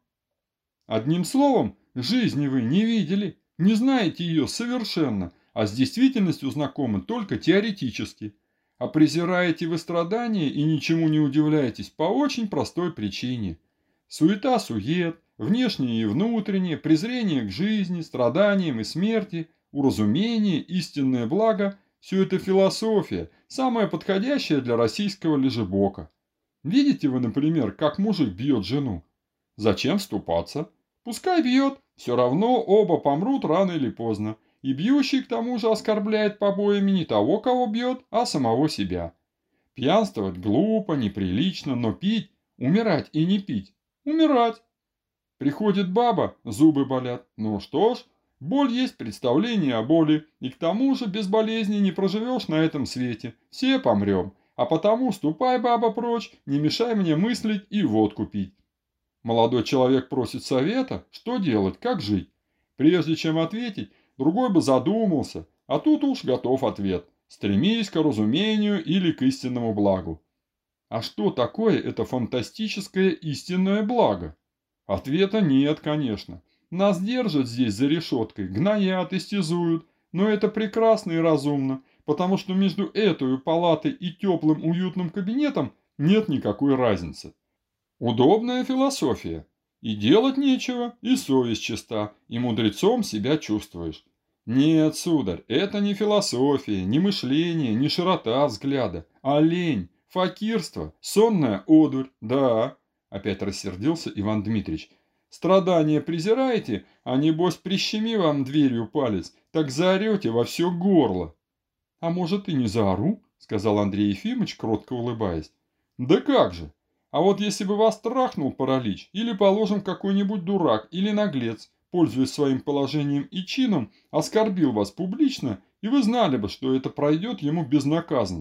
[SPEAKER 1] Одним словом, жизни вы не видели, не знаете ее совершенно, а с действительностью знакомы только теоретически. А презираете вы страдания и ничему не удивляетесь по очень простой причине – суета-сует, внешнее и внутреннее, презрение к жизни, страданиям и смерти, уразумение, истинное благо – все это философия, самая подходящая для российского лежебока. Видите вы, например, как мужик бьет жену? Зачем вступаться? Пускай бьет, все равно оба помрут рано или поздно, и бьющий к тому же оскорбляет побоями не того, кого бьет, а самого себя. Пьянствовать глупо, неприлично, но пить, умирать и не пить. Умирать. Приходит баба, зубы болят. Ну что ж, боль есть представление о боли, и к тому же без болезни не проживешь на этом свете. Все помрем. А потому ступай, баба, прочь, не мешай мне мыслить и водку пить. Молодой человек просит совета, что делать, как жить. Прежде чем ответить, другой бы задумался, а тут уж готов ответ. Стремись к разумению или к истинному благу. А что такое это фантастическое истинное благо? Ответа нет, конечно. Нас держат здесь за решеткой, гноят, истязуют, но это прекрасно и разумно, потому что между этой палатой и теплым уютным кабинетом нет никакой разницы. Удобная философия. И делать нечего, и совесть чиста, и мудрецом себя чувствуешь. Нет, сударь, это не философия, не мышление, не широта взгляда, а лень. Факирство, сонная одурь, да, опять рассердился Иван Дмитриевич. Страдания презираете, а небось прищеми вам дверью палец, так заорете во все горло. А может и не заору, сказал Андрей Ефимович, кротко улыбаясь. Да как же, а вот если бы вас трахнул паралич, или, положим, какой-нибудь дурак или наглец, пользуясь своим положением и чином, оскорбил вас публично, и вы знали бы, что это пройдет ему безнаказанно.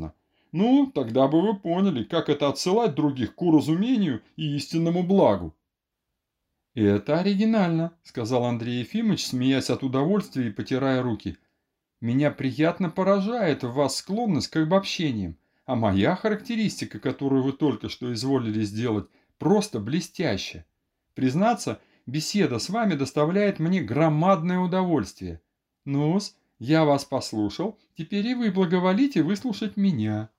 [SPEAKER 1] Ну, тогда бы вы поняли, как это отсылать других к уразумению и истинному благу. «Это оригинально», — сказал Андрей Ефимович, смеясь от удовольствия и потирая руки. «Меня приятно поражает в вас склонность к обобщениям, а моя характеристика, которую вы только что изволили сделать, просто блестящая. Признаться, беседа с вами доставляет мне громадное удовольствие. Ну-с, я вас послушал, теперь и вы благоволите выслушать меня».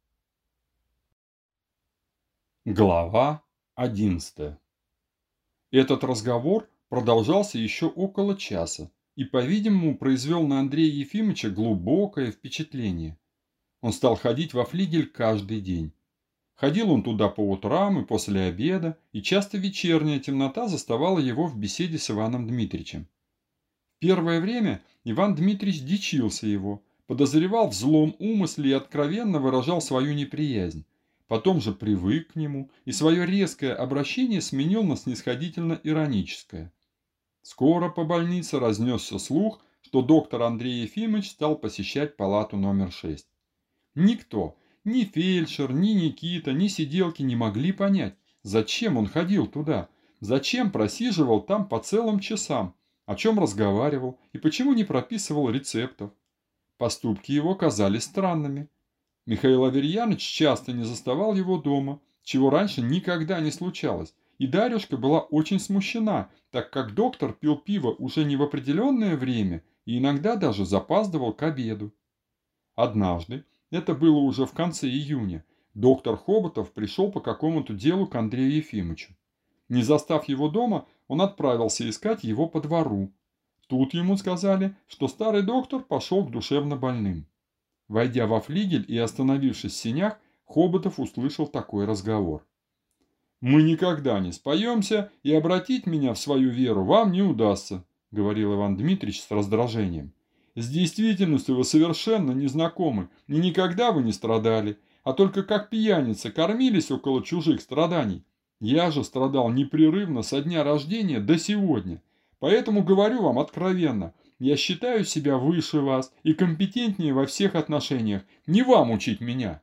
[SPEAKER 1] Глава 11. Этот разговор продолжался еще около часа и, по-видимому, произвел на Андрея Ефимовича глубокое впечатление. Он стал ходить во флигель каждый день. Ходил он туда по утрам и после обеда, и часто вечерняя темнота заставала его в беседе с Иваном Дмитричем. В первое время Иван Дмитрич дичился его, подозревал в злом умысле и откровенно выражал свою неприязнь. Потом же привык к нему и свое резкое обращение сменил на снисходительно-ироническое. Скоро по больнице разнесся слух, что доктор Андрей Ефимович стал посещать палату номер 6. Никто, ни фельдшер, ни Никита, ни сиделки не могли понять, зачем он ходил туда, зачем просиживал там по целым часам, о чем разговаривал и почему не прописывал рецептов. Поступки его казались странными. Михаил Аверьяныч часто не заставал его дома, чего раньше никогда не случалось, и Дарюшка была очень смущена, так как доктор пил пиво уже не в определенное время и иногда даже запаздывал к обеду. Однажды, это было уже в конце июня, доктор Хоботов пришел по какому-то делу к Андрею Ефимовичу. Не застав его дома, он отправился искать его по двору. Тут ему сказали, что старый доктор пошел к душевнобольным. Войдя во флигель и остановившись в сенях, Хоботов услышал такой разговор. «Мы никогда не споемся, и обратить меня в свою веру вам не удастся», — говорил Иван Дмитрич с раздражением. «С действительностью вы совершенно не знакомы, и никогда вы не страдали, а только как пьяницы кормились около чужих страданий. Я же страдал непрерывно со дня рождения до сегодня, поэтому говорю вам откровенно, я считаю себя выше вас и компетентнее во всех отношениях, не вам учить меня».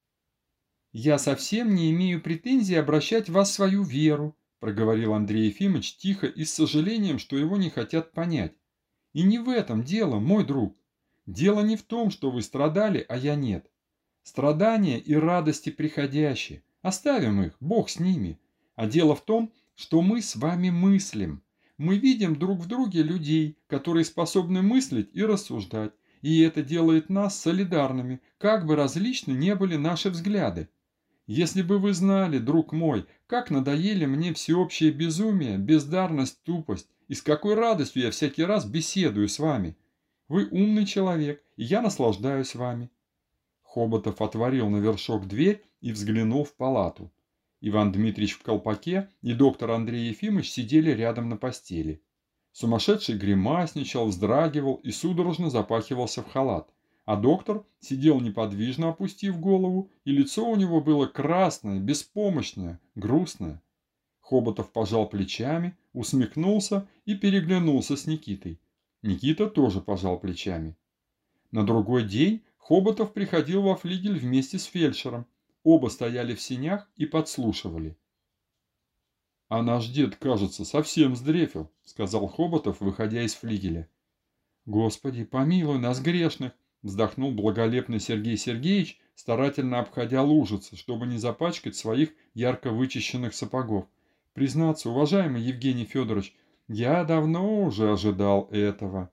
[SPEAKER 1] «Я совсем не имею претензий обращать в вас свою веру», проговорил Андрей Ефимович тихо и с сожалением, что его не хотят понять. «И не в этом дело, мой друг. Дело не в том, что вы страдали, а я нет. Страдания и радости приходящие. Оставим их, Бог с ними. А дело в том, что мы с вами мыслим. Мы видим друг в друге людей, которые способны мыслить и рассуждать. И это делает нас солидарными, как бы различны не были наши взгляды. Если бы вы знали, друг мой, как надоели мне всеобщее безумие, бездарность, тупость, и с какой радостью я всякий раз беседую с вами. Вы умный человек, и я наслаждаюсь вами». Хоботов отворил на вершок дверь и взглянул в палату. Иван Дмитрич в колпаке и доктор Андрей Ефимович сидели рядом на постели. Сумасшедший гримасничал, вздрагивал и судорожно запахивался в халат. А доктор сидел неподвижно, опустив голову, и лицо у него было красное, беспомощное, грустное. Хоботов пожал плечами, усмехнулся и переглянулся с Никитой. Никита тоже пожал плечами. На другой день Хоботов приходил во флигель вместе с фельдшером. Оба стояли в сенях и подслушивали. «А наш дед, кажется, совсем сдрефил», — сказал Хоботов, выходя из флигеля. «Господи, помилуй нас, грешных!» — вздохнул благолепный Сергей Сергеевич, старательно обходя лужицы, чтобы не запачкать своих ярко вычищенных сапогов. «Признаться, уважаемый Евгений Федорович, я давно уже ожидал этого».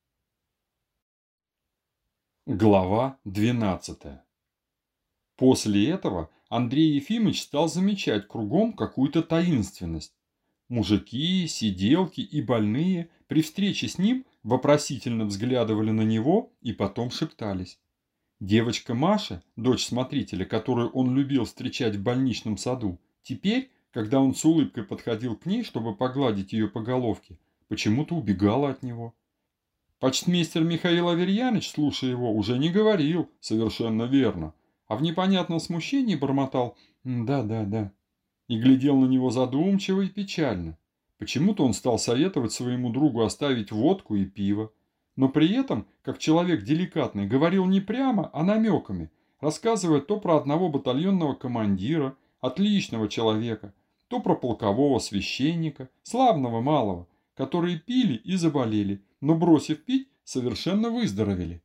[SPEAKER 1] Глава 12. После этого Андрей Ефимович стал замечать кругом какую-то таинственность. Мужики, сиделки и больные при встрече с ним вопросительно взглядывали на него и потом шептались. Девочка Маша, дочь смотрителя, которую он любил встречать в больничном саду, теперь, когда он с улыбкой подходил к ней, чтобы погладить ее по головке, почему-то убегала от него. Почтмейстер Михаил Аверьяныч, слушая его, уже не говорил «совершенно верно», а в непонятном смущении бормотал «да, да, да» и глядел на него задумчиво и печально. Почему-то он стал советовать своему другу оставить водку и пиво, но при этом, как человек деликатный, говорил не прямо, а намеками. рассказывая то про одного батальонного командира, отличного человека, то про полкового священника, славного малого, которые пили и заболели, но, бросив пить, совершенно выздоровели.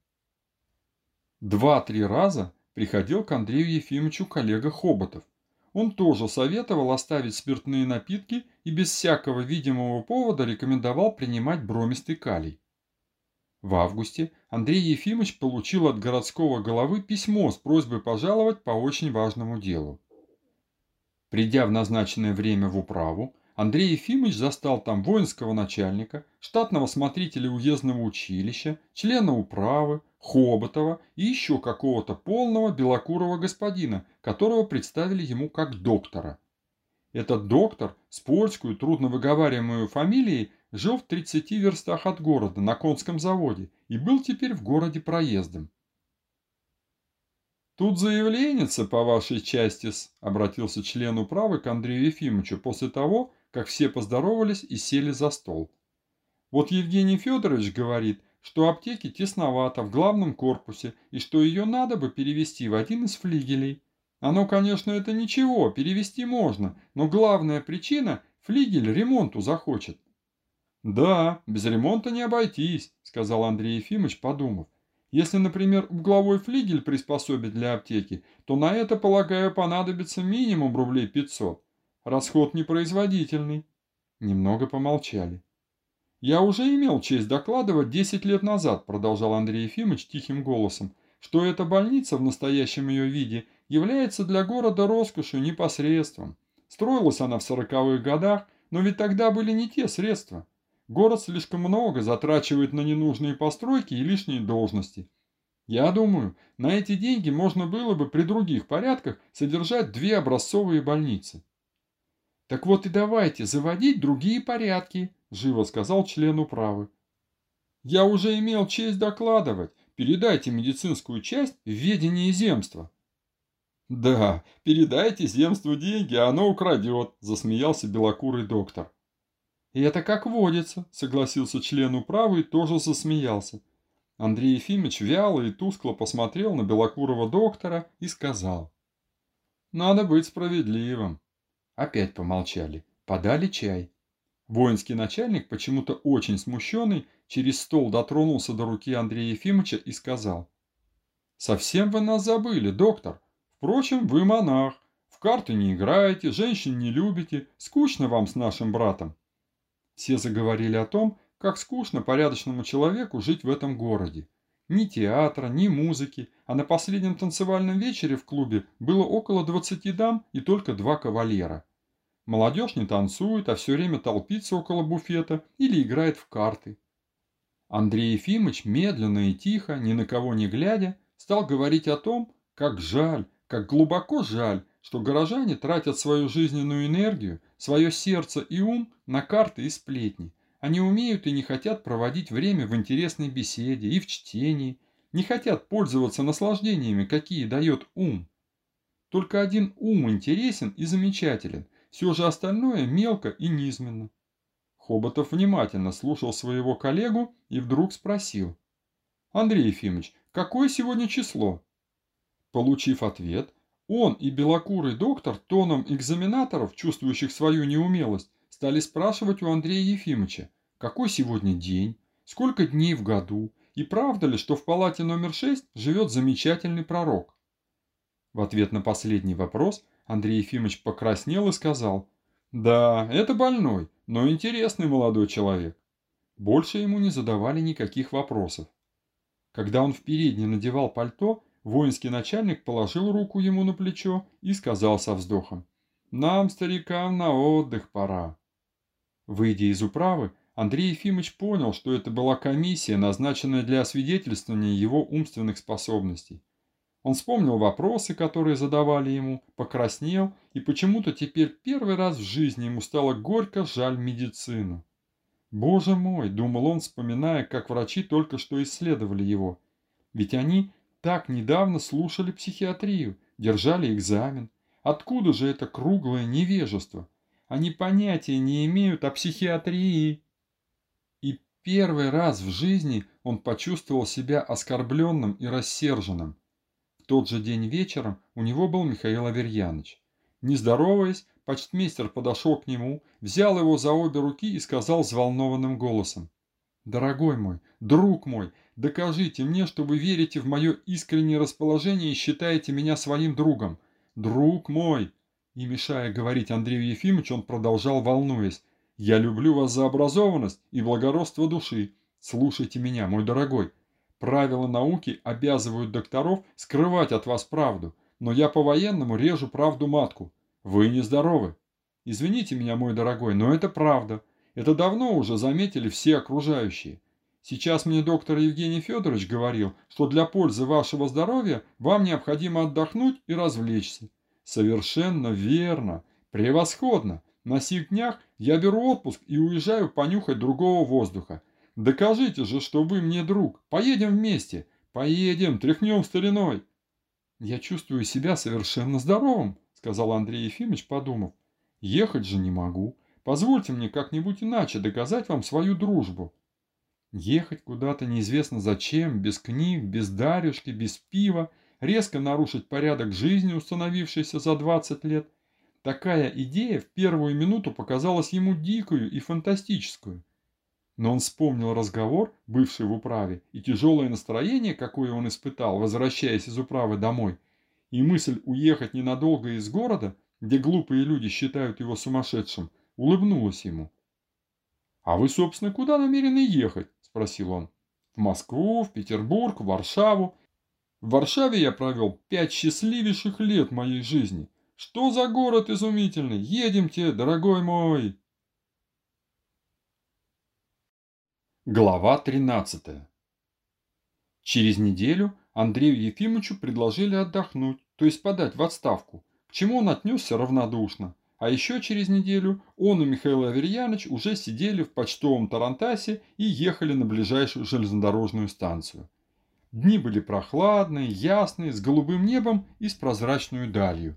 [SPEAKER 1] 2-3 раза приходил к Андрею Ефимовичу коллега Хоботов. Он тоже советовал оставить спиртные напитки и без всякого видимого повода рекомендовал принимать бромистый калий. В августе Андрей Ефимович получил от городского головы письмо с просьбой пожаловать по очень важному делу. Придя в назначенное время в управу, Андрей Ефимович застал там воинского начальника, штатного смотрителя уездного училища, члена управы, Хоботова и еще какого-то полного белокурого господина, которого представили ему как доктора. Этот доктор с польскую трудновыговариваемую фамилией жил в 30 верстах от города на конском заводе и был теперь в городе проездом. «Тут заявленница по вашей части обратился член управы к Андрею Ефимовичу после того, как все поздоровались и сели за стол. «Вот Евгений Федорович говорит, что аптеки тесновато в главном корпусе и что ее надо бы перевести в один из флигелей. Оно, конечно, это ничего, перевести можно, но главная причина – флигель ремонту захочет». «Да, без ремонта не обойтись», – сказал Андрей Ефимович, подумав. «Если, например, угловой флигель приспособить для аптеки, то на это, полагаю, понадобится минимум рублей 500. Расход непроизводительный». Немного помолчали. «Я уже имел честь докладывать 10 лет назад», – продолжал Андрей Ефимович тихим голосом, «что эта больница в настоящем ее виде является для города роскошью непосредством. Строилась она в 40-х годах, но ведь тогда были не те средства. Город слишком много затрачивает на ненужные постройки и лишние должности. Я думаю, на эти деньги можно было бы при других порядках содержать 2 образцовые больницы». «Так вот и давайте заводить другие порядки», – живо сказал член управы. «Я уже имел честь докладывать. Передайте медицинскую часть в ведение земства». «Да, передайте земству деньги, а оно украдет», – засмеялся белокурый доктор. «И это как водится», – согласился член управы и тоже засмеялся. Андрей Ефимович вяло и тускло посмотрел на белокурого доктора и сказал: «Надо быть справедливым». Опять помолчали. Подали чай. Воинский начальник, почему-то очень смущенный, через стол дотронулся до руки Андрея Ефимовича и сказал: «Совсем вы нас забыли, доктор. Впрочем, вы монах. В карты не играете, женщин не любите. Скучно вам с нашим братом». Все заговорили о том, как скучно порядочному человеку жить в этом городе. Ни театра, ни музыки, а на последнем танцевальном вечере в клубе было около 20 дам и только 2 кавалера. Молодежь не танцует, а все время толпится около буфета или играет в карты. Андрей Ефимович медленно и тихо, ни на кого не глядя, стал говорить о том, как жаль, как глубоко жаль, что горожане тратят свою жизненную энергию, свое сердце и ум на карты и сплетни. Они умеют и не хотят проводить время в интересной беседе и в чтении, не хотят пользоваться наслаждениями, какие дает ум. Только один ум интересен и замечателен, все же остальное мелко и низменно. Хоботов внимательно слушал своего коллегу и вдруг спросил: «Андрей Ефимович, какое сегодня число?» Получив ответ, он и белокурый доктор тоном экзаменаторов, чувствующих свою неумелость, стали спрашивать у Андрея Ефимовича, какой сегодня день, сколько дней в году, и правда ли, что в палате номер 6 живет замечательный пророк. В ответ на последний вопрос Андрей Ефимович покраснел и сказал: «Да, это больной, но интересный молодой человек». Больше ему не задавали никаких вопросов. Когда он в передней надевал пальто, воинский начальник положил руку ему на плечо и сказал со вздохом: «Нам, старикам, на отдых пора». Выйдя из управы, Андрей Ефимович понял, что это была комиссия, назначенная для освидетельствования его умственных способностей. Он вспомнил вопросы, которые задавали ему, покраснел, и почему-то теперь первый раз в жизни ему стало горько жаль медицину. «Боже мой!» – думал он, вспоминая, как врачи только что исследовали его. «Ведь они так недавно слушали психиатрию, держали экзамен. Откуда же это круглое невежество? Они понятия не имеют о психиатрии». И первый раз в жизни он почувствовал себя оскорбленным и рассерженным. В В тот же день вечером у него был Михаил Аверьяныч. Не здороваясь, почтмейстер подошел к нему, взял его за обе руки и сказал взволнованным голосом: «Дорогой мой, друг мой, докажите мне, что вы верите в мое искреннее расположение и считаете меня своим другом. Друг мой!» И, мешая говорить Андрею Ефимовичу, он продолжал, волнуясь: «Я люблю вас за образованность и благородство души. Слушайте меня, мой дорогой. Правила науки обязывают докторов скрывать от вас правду, но я по-военному режу правду матку. Вы нездоровы. Извините меня, мой дорогой, но это правда. Это давно уже заметили все окружающие. Сейчас мне доктор Евгений Федорович говорил, что для пользы вашего здоровья вам необходимо отдохнуть и развлечься. Совершенно верно. Превосходно. На сих днях я беру отпуск и уезжаю понюхать другого воздуха. Докажите же, что вы мне друг. Поедем вместе. Поедем, тряхнем стариной. Я чувствую себя совершенно здоровым, сказал Андрей Ефимович, подумав. Ехать же не могу. Позвольте мне как-нибудь иначе доказать вам свою дружбу. Ехать куда-то неизвестно зачем, без книг, без Дарюшки, без пива, резко нарушить порядок жизни, установившийся за 20 лет. Такая идея в первую минуту показалась ему дикую и фантастическую. Но он вспомнил разговор, бывший в управе, и тяжелое настроение, какое он испытал, возвращаясь из управы домой, и мысль уехать ненадолго из города, где глупые люди считают его сумасшедшим, улыбнулась ему. «А вы, собственно, куда намерены ехать?» – спросил он. «В Москву, в Петербург, в Варшаву. В Варшаве я провел 5 счастливейших лет моей жизни. Что за город изумительный! Едемте, дорогой мой!» Глава 13. Через неделю Андрею Ефимовичу предложили отдохнуть, то есть подать в отставку, к чему он отнесся равнодушно. А еще через неделю он и Михаил Аверьяныч уже сидели в почтовом тарантасе и ехали на ближайшую железнодорожную станцию. Дни были прохладные, ясные, с голубым небом и с прозрачной далью.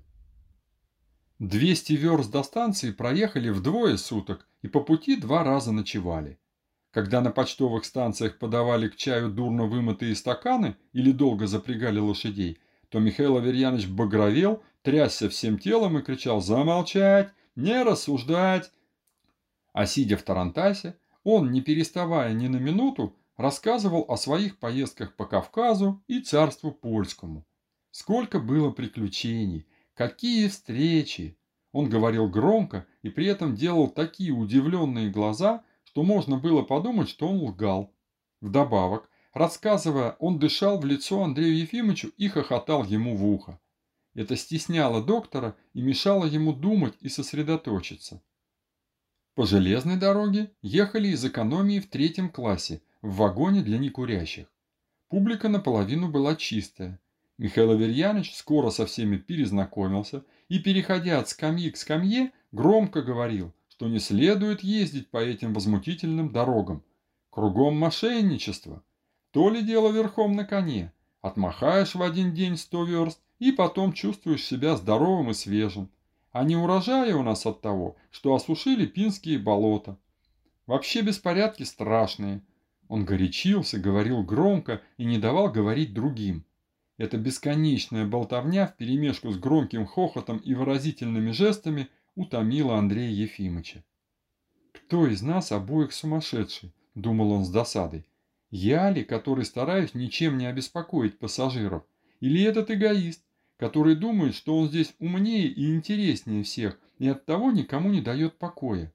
[SPEAKER 1] 200 верст до станции проехали в двое суток и по пути 2 раза ночевали. Когда на почтовых станциях подавали к чаю дурно вымытые стаканы или долго запрягали лошадей, то Михаил Аверьяныч багровел, трясся всем телом и кричал «Замолчать! Не рассуждать!». А сидя в тарантасе, он, не переставая ни на минуту, рассказывал о своих поездках по Кавказу и царству польскому. Сколько было приключений, какие встречи! Он говорил громко и при этом делал такие удивленные глаза, что можно было подумать, что он лгал. Вдобавок, рассказывая, он дышал в лицо Андрею Ефимовичу и хохотал ему в ухо. Это стесняло доктора и мешало ему думать и сосредоточиться. По железной дороге ехали из экономии в 3 классе, в вагоне для некурящих. Публика наполовину была чистая. Михаил Аверьяныч скоро со всеми перезнакомился и, переходя от скамьи к скамье, громко говорил, что не следует ездить по этим возмутительным дорогам. Кругом мошенничество. То ли дело верхом на коне. Отмахаешь в один день 100 верст и потом чувствуешь себя здоровым и свежим. А не урожаи у нас от того, что осушили пинские болота. Вообще беспорядки страшные. Он горячился, говорил громко и не давал говорить другим. Эта бесконечная болтовня вперемешку с громким хохотом и выразительными жестами утомила Андрея Ефимовича. «Кто из нас обоих сумасшедший?» – думал он с досадой. «Я ли, который стараюсь ничем не обеспокоить пассажиров? Или этот эгоист, который думает, что он здесь умнее и интереснее всех и оттого никому не дает покоя?»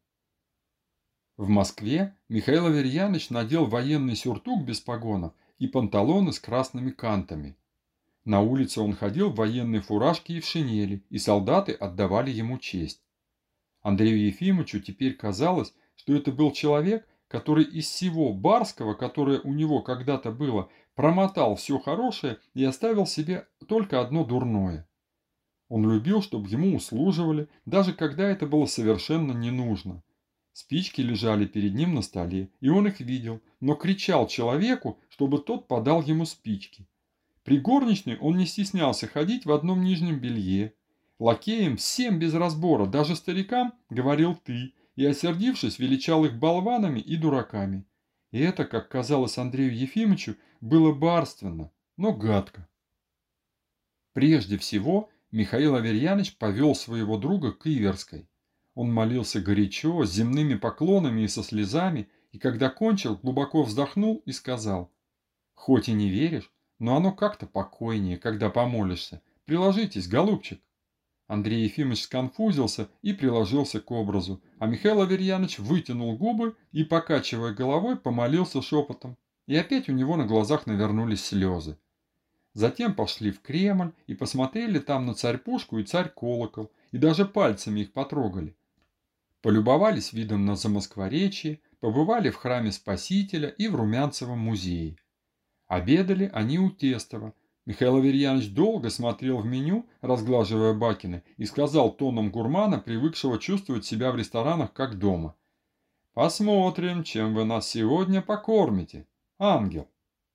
[SPEAKER 1] В Москве Михаил Аверьяныч надел военный сюртук без погонов и панталоны с красными кантами. На улице он ходил в военной фуражке и в шинели, и солдаты отдавали ему честь. Андрею Ефимовичу теперь казалось, что это был человек, который из всего барского, которое у него когда-то было, промотал все хорошее и оставил себе только одно дурное. Он любил, чтобы ему услуживали, даже когда это было совершенно не нужно. Спички лежали перед ним на столе, и он их видел, но кричал человеку, чтобы тот подал ему спички. При горничной он не стеснялся ходить в одном нижнем белье. Лакеям всем без разбора, даже старикам, говорил «ты», и, осердившись, величал их болванами и дураками. И это, как казалось Андрею Ефимовичу, было барственно, но гадко. Прежде всего, Михаил Аверьяныч повел своего друга к Иверской. Он молился горячо, с земными поклонами и со слезами, и когда кончил, глубоко вздохнул и сказал: «Хоть и не веришь, но оно как-то покойнее, когда помолишься. Приложитесь, голубчик». Андрей Ефимович сконфузился и приложился к образу, а Михаил Аверьяныч вытянул губы и, покачивая головой, помолился шепотом. И опять у него на глазах навернулись слезы. Затем пошли в Кремль и посмотрели там на царь-пушку и царь-колокол, и даже пальцами их потрогали. Полюбовались видом на Замоскворечье, побывали в храме Спасителя и в Румянцевом музее. Обедали они у Тестова. Михаил Аверьянович долго смотрел в меню, разглаживая бакины, и сказал тоном гурмана, привыкшего чувствовать себя в ресторанах как дома: «Посмотрим, чем вы нас сегодня покормите, ангел».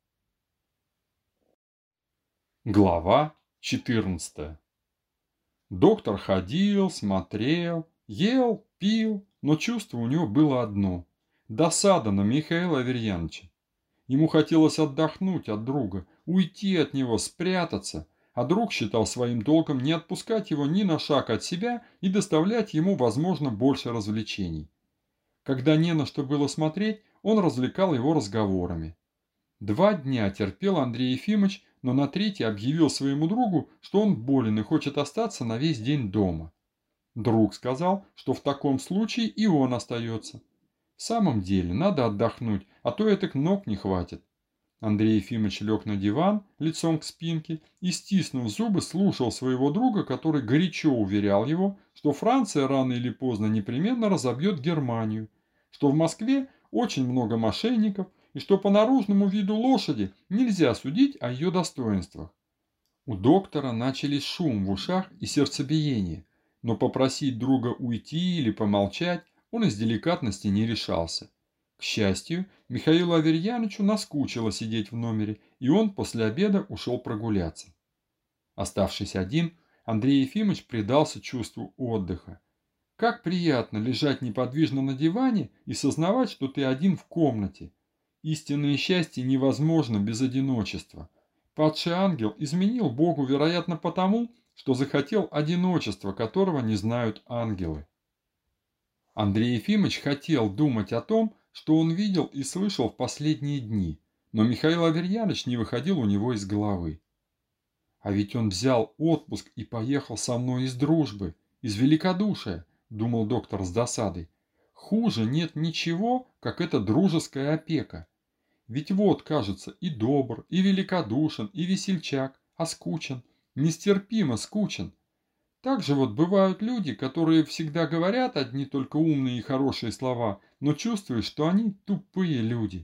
[SPEAKER 1] Глава 14. Доктор ходил, смотрел, ел, пил, но чувство у него было одно – досада на Михаила Аверьяновича. Ему хотелось отдохнуть от друга, уйти от него, спрятаться, а друг считал своим долгом не отпускать его ни на шаг от себя и доставлять ему, возможно, больше развлечений. Когда не на что было смотреть, он развлекал его разговорами. 2 дня терпел Андрей Ефимович, но на 3-й объявил своему другу, что он болен и хочет остаться на весь день дома. Друг сказал, что в таком случае и он остается. В самом деле, надо отдохнуть, а то этак ног не хватит. Андрей Ефимович лег на диван, лицом к спинке, и, стиснув зубы, слушал своего друга, который горячо уверял его, что Франция рано или поздно непременно разобьет Германию, что в Москве очень много мошенников, и что по наружному виду лошади нельзя судить о ее достоинствах. У доктора начались шум в ушах и сердцебиение, но попросить друга уйти или помолчать он из деликатности не решался. К счастью, Михаилу Аверьяновичу наскучило сидеть в номере, и он после обеда ушел прогуляться. Оставшись один, Андрей Ефимович предался чувству отдыха. Как приятно лежать неподвижно на диване и сознавать, что ты один в комнате. Истинное счастье невозможно без одиночества. Падший ангел изменил Богу, вероятно, потому, что захотел одиночества, которого не знают ангелы. Андрей Ефимович хотел думать о том, что он видел и слышал в последние дни, но Михаил Аверьянович не выходил у него из головы. «А ведь он взял отпуск и поехал со мной из дружбы, из великодушия», – думал доктор с досадой. «Хуже нет ничего, как эта дружеская опека. Ведь вот, кажется, и добр, и великодушен, и весельчак, а скучен, нестерпимо скучен. Так же вот бывают люди, которые всегда говорят одни только умные и хорошие слова, но чувствуешь, что они тупые люди».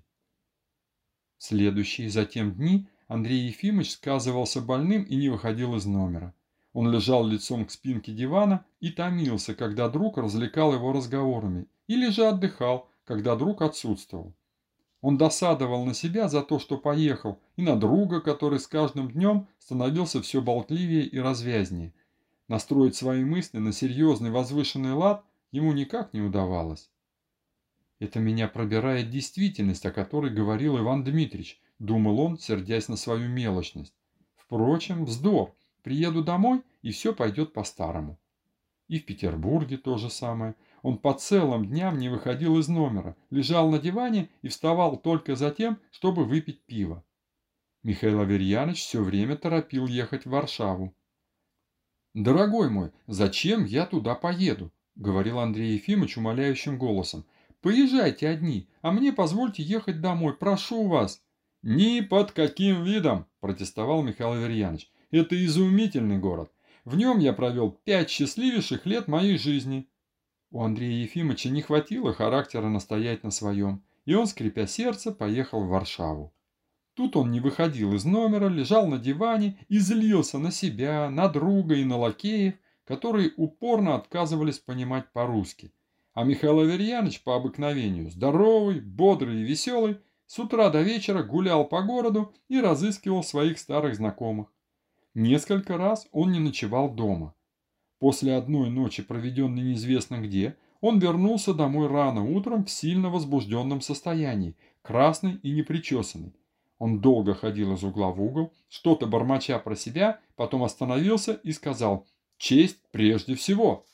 [SPEAKER 1] В следующие затем дни Андрей Ефимович сказывался больным и не выходил из номера. Он лежал лицом к спинке дивана и томился, когда друг развлекал его разговорами, или же отдыхал, когда друг отсутствовал. Он досадовал на себя за то, что поехал, и на друга, который с каждым днем становился все болтливее и развязнее. Настроить свои мысли на серьезный возвышенный лад ему никак не удавалось. «Это меня пробирает действительность, о которой говорил Иван Дмитрич», – думал он, сердясь на свою мелочность. «Впрочем, вздор. Приеду домой, и все пойдет по-старому». И в Петербурге то же самое. Он по целым дням не выходил из номера, лежал на диване и вставал только за тем, чтобы выпить пиво. Михаил Аверьянович все время торопил ехать в Варшаву. «Дорогой мой, зачем я туда поеду?» – говорил Андрей Ефимович умоляющим голосом. «Поезжайте одни, а мне позвольте ехать домой, прошу вас». «Ни под каким видом!» – протестовал Михаил Аверьянович. «Это изумительный город. В нем я провел 5 счастливейших лет моей жизни». У Андрея Ефимовича не хватило характера настоять на своем, и он, скрипя сердце, поехал в Варшаву. Тут он не выходил из номера, лежал на диване и злился на себя, на друга и на лакеев, которые упорно отказывались понимать по-русски. А Михаил Аверьянович по обыкновению, здоровый, бодрый и веселый, с утра до вечера гулял по городу и разыскивал своих старых знакомых. Несколько раз он не ночевал дома. После одной ночи, проведенной неизвестно где, он вернулся домой рано утром в сильно возбужденном состоянии, красный и непричесанный. Он долго ходил из угла в угол, что-то бормоча про себя, потом остановился и сказал: «Честь прежде всего».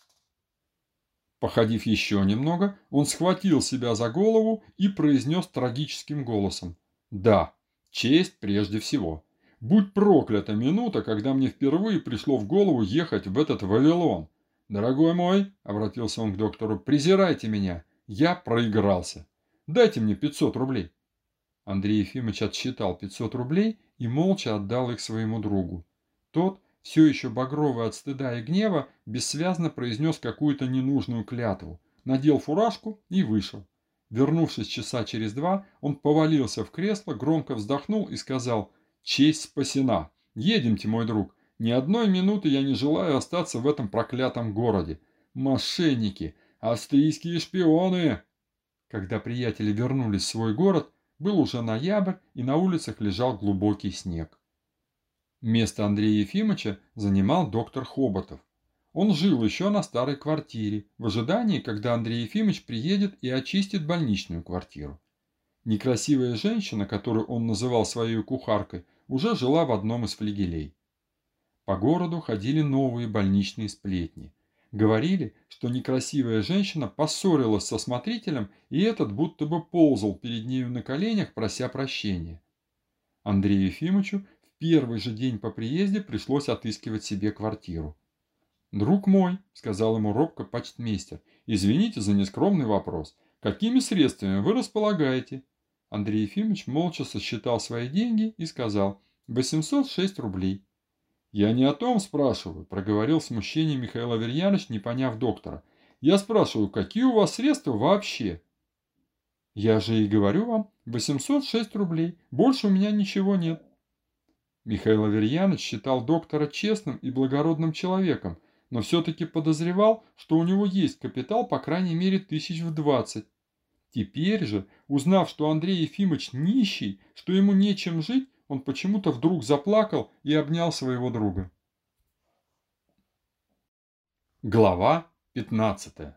[SPEAKER 1] Походив еще немного, он схватил себя за голову и произнес трагическим голосом: «Да, честь прежде всего. Будь проклята минута, когда мне впервые пришло в голову ехать в этот Вавилон. Дорогой мой, — обратился он к доктору, — презирайте меня. Я проигрался. Дайте мне 500 рублей». Андрей Ефимович отсчитал 500 рублей и молча отдал их своему другу. Тот, все еще багровый от стыда и гнева, бессвязно произнес какую-то ненужную клятву, надел фуражку и вышел. Вернувшись часа через два, он повалился в кресло, громко вздохнул и сказал: «Честь спасена. Едемте, мой друг. Ни одной минуты я не желаю остаться в этом проклятом городе. Мошенники! Австрийские шпионы!» Когда приятели вернулись в свой город, был уже ноябрь, и на улицах лежал глубокий снег. Место Андрея Ефимовича занимал доктор Хоботов. Он жил еще на старой квартире, в ожидании, когда Андрей Ефимович приедет и очистит больничную квартиру. Некрасивая женщина, которую он называл своей кухаркой, уже жила в одном из флигелей. По городу ходили новые больничные сплетни. Говорили, что некрасивая женщина поссорилась со смотрителем, и этот будто бы ползал перед нею на коленях, прося прощения. Андрею Ефимовичу в первый же день по приезде пришлось отыскивать себе квартиру. «Друг мой», — сказал ему робко почтмейстер, — «извините за нескромный вопрос. Какими средствами вы располагаете?» Андрей Ефимович молча сосчитал свои деньги и сказал: 806 рублей. «Я не о том спрашиваю», — проговорил в смущении Михаил Аверьяныч, не поняв доктора. «Я спрашиваю, какие у вас средства вообще?» «Я же и говорю вам, 806 рублей. Больше у меня ничего нет». Михаил Аверьяныч считал доктора честным и благородным человеком, но все-таки подозревал, что у него есть капитал по крайней мере 20 000. Теперь же, узнав, что Андрей Ефимович нищий, что ему нечем жить, он почему-то вдруг заплакал и обнял своего друга. Глава 15.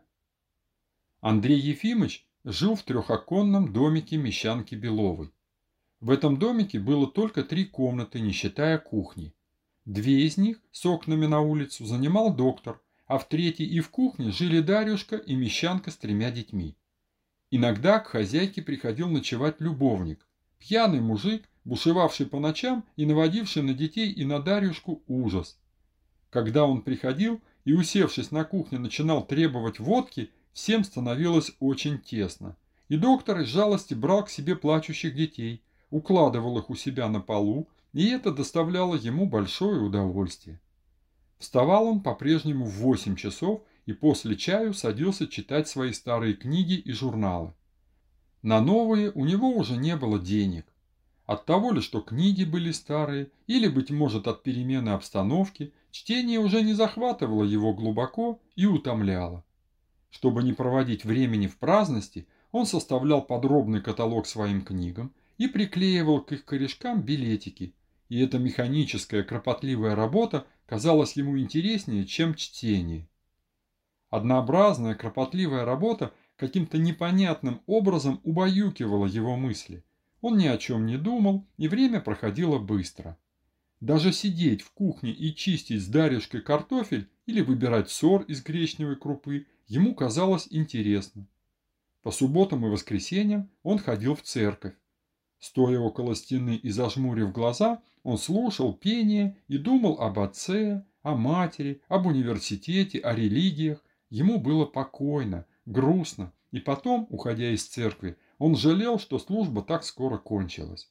[SPEAKER 1] Андрей Ефимович жил в трехоконном домике мещанки Беловой. В этом домике было только 3 комнаты, не считая кухни. 2 из них с окнами на улицу занимал доктор, а в 3-й и в кухне жили Дарюшка и мещанка с 3 детьми. Иногда к хозяйке приходил ночевать любовник, пьяный мужик, бушевавший по ночам и наводивший на детей и на Дарюшку ужас. Когда он приходил и, усевшись на кухне, начинал требовать водки, всем становилось очень тесно. И доктор из жалости брал к себе плачущих детей, укладывал их у себя на полу, и это доставляло ему большое удовольствие. Вставал он по-прежнему в 8 часов и после чаю садился читать свои старые книги и журналы. На новые у него уже не было денег. От того ли, что книги были старые, или, быть может, от перемены обстановки, чтение уже не захватывало его глубоко и утомляло. Чтобы не проводить времени в праздности, он составлял подробный каталог своим книгам и приклеивал к их корешкам билетики, и эта механическая кропотливая работа казалась ему интереснее, чем чтение. Однообразная кропотливая работа каким-то непонятным образом убаюкивала его мысли. Он ни о чем не думал, и время проходило быстро. Даже сидеть в кухне и чистить с Дарьюшкой картофель или выбирать сор из гречневой крупы ему казалось интересно. По субботам и воскресеньям он ходил в церковь. Стоя около стены и зажмурив глаза, он слушал пение и думал об отце, о матери, об университете, о религиях. Ему было покойно, грустно, и потом, уходя из церкви, он жалел, что служба так скоро кончилась.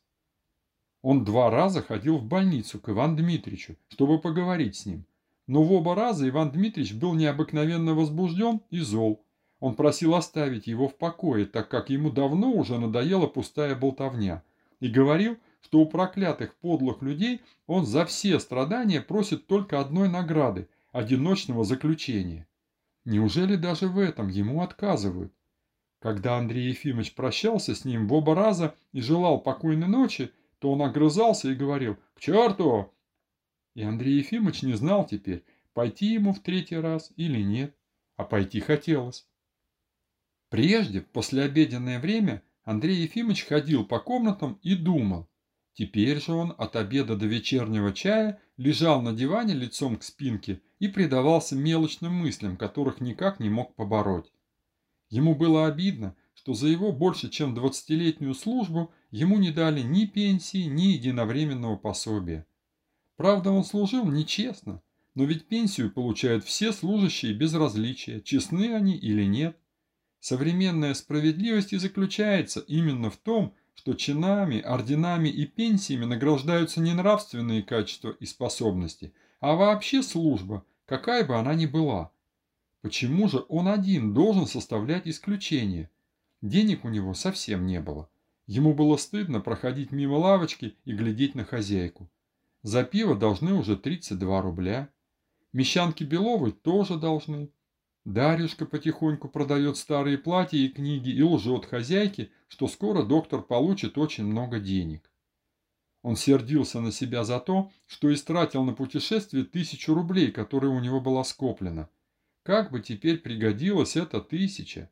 [SPEAKER 1] Он 2 раза ходил в больницу к Ивану Дмитриевичу, чтобы поговорить с ним. Но в оба раза Иван Дмитриевич был необыкновенно возбужден и зол. Он просил оставить его в покое, так как ему давно уже надоела пустая болтовня, и говорил, что у проклятых подлых людей он за все страдания просит только одной награды – одиночного заключения. Неужели даже в этом ему отказывают? Когда Андрей Ефимович прощался с ним в оба раза и желал покойной ночи, то он огрызался и говорил «К черту!». И Андрей Ефимович не знал теперь, пойти ему в 3-й раз или нет, а пойти хотелось. Прежде, в послеобеденное время, Андрей Ефимович ходил по комнатам и думал. Теперь же он от обеда до вечернего чая лежал на диване лицом к спинке и предавался мелочным мыслям, которых никак не мог побороть. Ему было обидно, что за его больше чем 20-летнюю службу ему не дали ни пенсии, ни единовременного пособия. Правда, он служил нечестно, но ведь пенсию получают все служащие без различия, честны они или нет. Современная справедливость и заключается именно в том, что чинами, орденами и пенсиями награждаются не нравственные качества и способности, а вообще служба, какая бы она ни была. Почему же он один должен составлять исключение? Денег у него совсем не было. Ему было стыдно проходить мимо лавочки и глядеть на хозяйку. За пиво должны уже 32 рубля. Мещанке Беловой тоже должны. Дарюшка потихоньку продает старые платья и книги и лжет хозяйке, что скоро доктор получит очень много денег. Он сердился на себя за то, что истратил на путешествие 1000 рублей, которые у него была скоплена. Как бы теперь пригодилась эта 1000?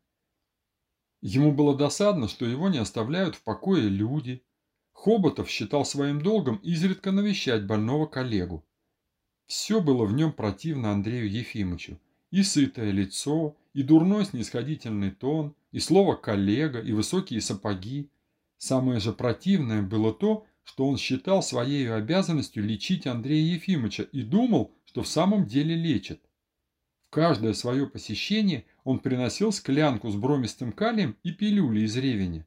[SPEAKER 1] Ему было досадно, что его не оставляют в покое люди. Хоботов считал своим долгом изредка навещать больного коллегу. Все было в нем противно Андрею Ефимовичу. И сытое лицо, и дурной снисходительный тон, и слово «коллега», и высокие сапоги. Самое же противное было то, что он считал своей обязанностью лечить Андрея Ефимовича и думал, что в самом деле лечит. В каждое свое посещение он приносил склянку с бромистым калием и пилюли из ревеня.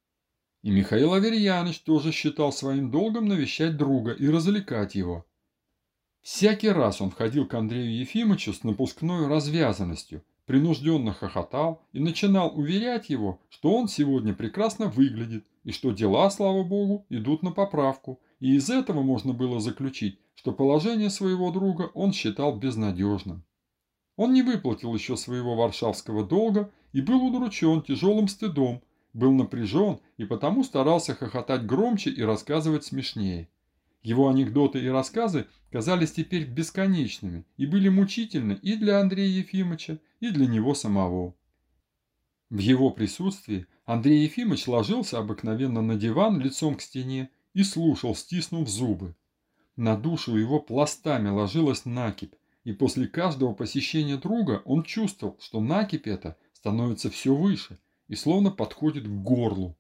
[SPEAKER 1] И Михаил Аверьяныч тоже считал своим долгом навещать друга и развлекать его. Всякий раз он входил к Андрею Ефимовичу с напускной развязанностью, принужденно хохотал и начинал уверять его, что он сегодня прекрасно выглядит и что дела, слава богу, идут на поправку, и из этого можно было заключить, что положение своего друга он считал безнадежным. Он не выплатил еще своего варшавского долга и был удручен тяжелым стыдом, был напряжен и потому старался хохотать громче и рассказывать смешнее. Его анекдоты и рассказы казались теперь бесконечными и были мучительны и для Андрея Ефимовича, и для него самого. В его присутствии Андрей Ефимович ложился обыкновенно на диван лицом к стене и слушал, стиснув зубы. На душу его пластами ложилась накипь, и после каждого посещения друга он чувствовал, что накипь эта становится все выше и словно подходит к горлу.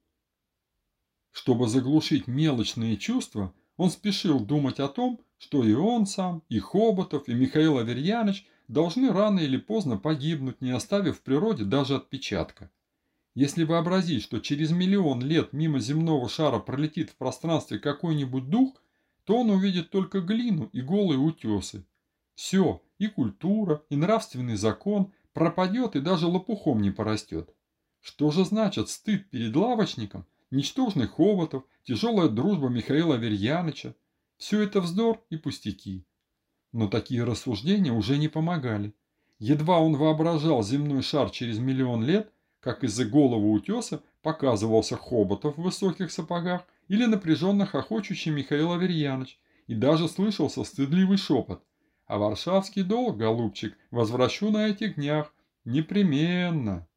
[SPEAKER 1] Чтобы заглушить мелочные чувства, он спешил думать о том, что и он сам, и Хоботов, и Михаил Аверьяныч должны рано или поздно погибнуть, не оставив в природе даже отпечатка. Если вообразить, что через 1 000 000 лет мимо земного шара пролетит в пространстве какой-нибудь дух, то он увидит только глину и голые утесы. Все, и культура, и нравственный закон пропадет и даже лопухом не порастет. Что же значит стыд перед лавочником, ничтожный Хоботов, тяжелая дружба Михаила Аверьяныча? Все это вздор и пустяки. Но такие рассуждения уже не помогали. Едва он воображал земной шар через 1 000 000 лет, как из-за голого утеса показывался Хоботов в высоких сапогах или напряженно хохочущий Михаил Аверьяныч, и даже слышался стыдливый шепот. А варшавский долг, голубчик, возвращу на этих днях. Непременно.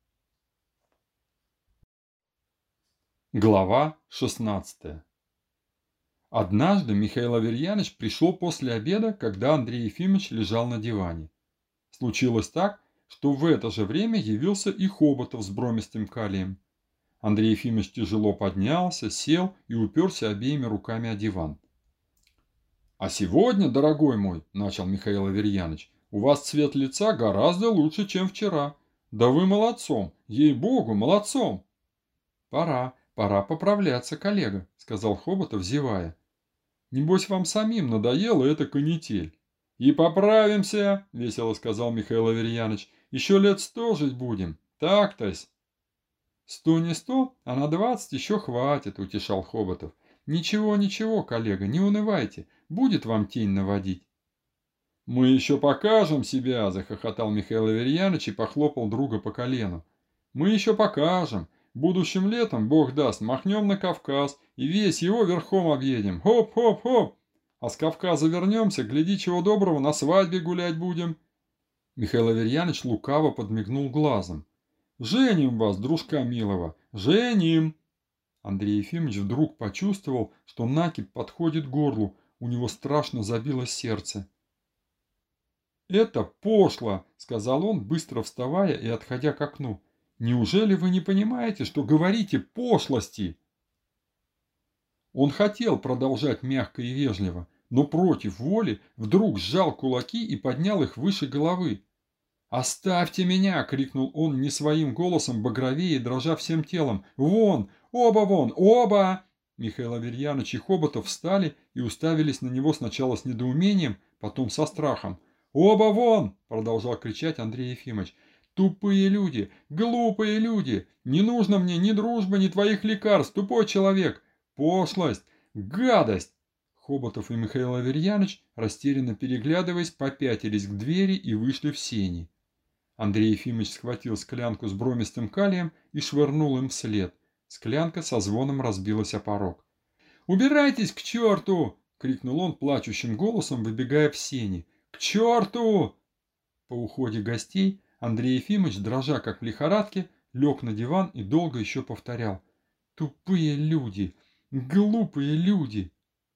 [SPEAKER 1] Глава 16. Однажды Михаил Аверьяныч пришел после обеда, когда Андрей Ефимович лежал на диване. Случилось так, что в это же время явился и Хоботов с бромистым калием. Андрей Ефимович тяжело поднялся, сел и уперся обеими руками о диван. «А сегодня, дорогой мой, — начал Михаил Аверьяныч, — у вас цвет лица гораздо лучше, чем вчера. Да вы молодцом, ей-богу, молодцом!» Пора поправляться, коллега, — сказал Хоботов, зевая. «Небось, вам самим надоела эта канитель». «И поправимся, — весело сказал Михаил Аверьяныч, — еще лет 100 жить будем. Так-тось». 100 не 100, а на 20 еще хватит, — утешал Хоботов. «Ничего, ничего, коллега, не унывайте, будет вам тень наводить». «Мы еще покажем себя, — захохотал Михаил Аверьяныч и похлопал друга по колену. «Мы еще покажем. Будущим летом, бог даст, махнем на Кавказ и весь его верхом объедем. Хоп-хоп-хоп! А с Кавказа вернемся, гляди, чего доброго, на свадьбе гулять будем». Михаил Аверьяныч лукаво подмигнул глазом. «Женим вас, дружка милого, женим!» Андрей Ефимович вдруг почувствовал, что накипь подходит к горлу, у него страшно забилось сердце. «Это пошло!» – сказал он, быстро вставая и отходя к окну. «Неужели вы не понимаете, что говорите пошлости?» Он хотел продолжать мягко и вежливо, но против воли вдруг сжал кулаки и поднял их выше головы. «Оставьте меня!» – крикнул он не своим голосом, багровее и дрожа всем телом. «Вон! Оба вон! Оба!» Михаил Аверьяныч и Хоботов встали и уставились на него сначала с недоумением, потом со страхом. «Оба вон!» – продолжал кричать Андрей Ефимович. «Тупые люди! Глупые люди! Не нужно мне ни дружбы, ни твоих лекарств, тупой человек! Пошлость! Гадость!» Хоботов и Михаил Аверьяныч, растерянно переглядываясь, попятились к двери и вышли в сени. Андрей Ефимович схватил склянку с бромистым калием и швырнул им вслед. Склянка со звоном разбилась о порог. «Убирайтесь к черту!» — крикнул он плачущим голосом, выбегая в сени. «К черту!» По уходе гостей Андрей Ефимович, дрожа как в лихорадке, лег на диван и долго еще повторял. «Тупые люди! Глупые люди!»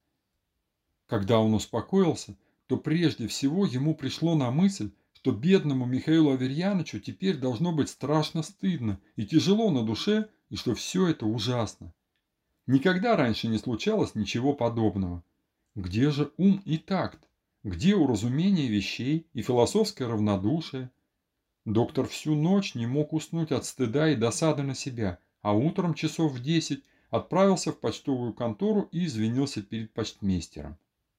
[SPEAKER 1] Когда он успокоился, то прежде всего ему пришло на мысль, что бедному Михаилу Аверьяновичу теперь должно быть страшно стыдно и тяжело на душе, и что все это ужасно. Никогда раньше не случалось ничего подобного. Где же ум и такт? Где уразумение вещей и философское равнодушие? Доктор всю ночь не мог уснуть от стыда и досады на себя, а утром часов в 10 отправился в почтовую контору и извинился перед почтмейстером.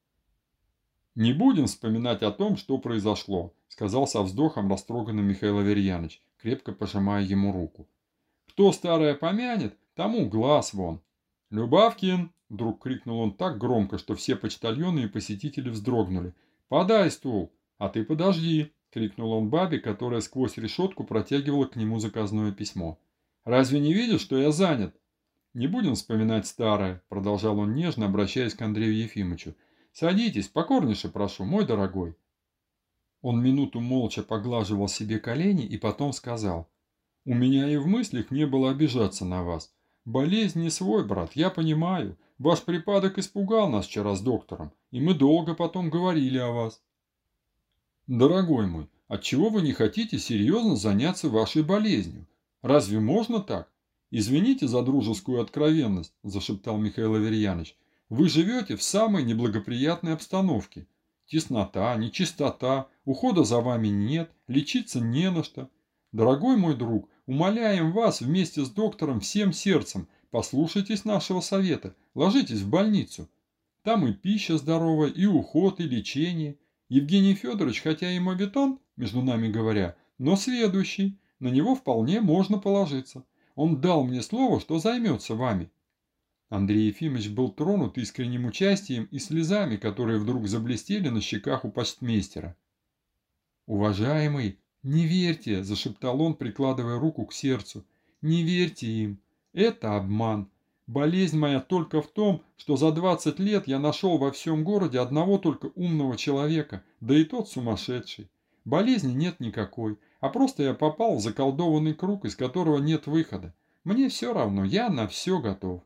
[SPEAKER 1] «Не будем вспоминать о том, что произошло», — сказал со вздохом растроганный Михаил Аверьяныч, крепко пожимая ему руку. «Кто старое помянет, тому глаз вон». «Любавкин!» — вдруг крикнул он так громко, что все почтальоны и посетители вздрогнули. «Подай стул!» «А ты подожди!» — крикнул он бабе, которая сквозь решетку протягивала к нему заказное письмо. «Разве не видишь, что я занят?» «Не будем вспоминать старое», — продолжал он нежно, обращаясь к Андрею Ефимовичу. «Садитесь, покорнейше прошу, мой дорогой». Он минуту молча поглаживал себе колени и потом сказал. «У меня и в мыслях не было обижаться на вас. Болезнь не свой, брат, я понимаю. Ваш припадок испугал нас вчера с доктором, и мы долго потом говорили о вас». «Дорогой мой, отчего вы не хотите серьезно заняться вашей болезнью? Разве можно так? Извините за дружескую откровенность», – зашептал Михаил Аверьяныч. «Вы живете в самой неблагоприятной обстановке. Теснота, нечистота, ухода за вами нет, лечиться не на что. Дорогой мой друг, умоляем вас вместе с доктором всем сердцем, послушайтесь нашего совета, ложитесь в больницу. Там и пища здоровая, и уход, и лечение. Евгений Федорович, хотя и моветон, между нами говоря, но сведущий, на него вполне можно положиться. Он дал мне слово, что займется вами». Андрей Ефимович был тронут искренним участием и слезами, которые вдруг заблестели на щеках у почтмейстера. «Уважаемый, не верьте», – зашептал он, прикладывая руку к сердцу. «Не верьте им. Это обман. Болезнь моя только в том, что за 20 лет я нашел во всем городе одного только умного человека, да и тот сумасшедший. Болезни нет никакой, а просто я попал в заколдованный круг, из которого нет выхода. Мне все равно, я на все готов».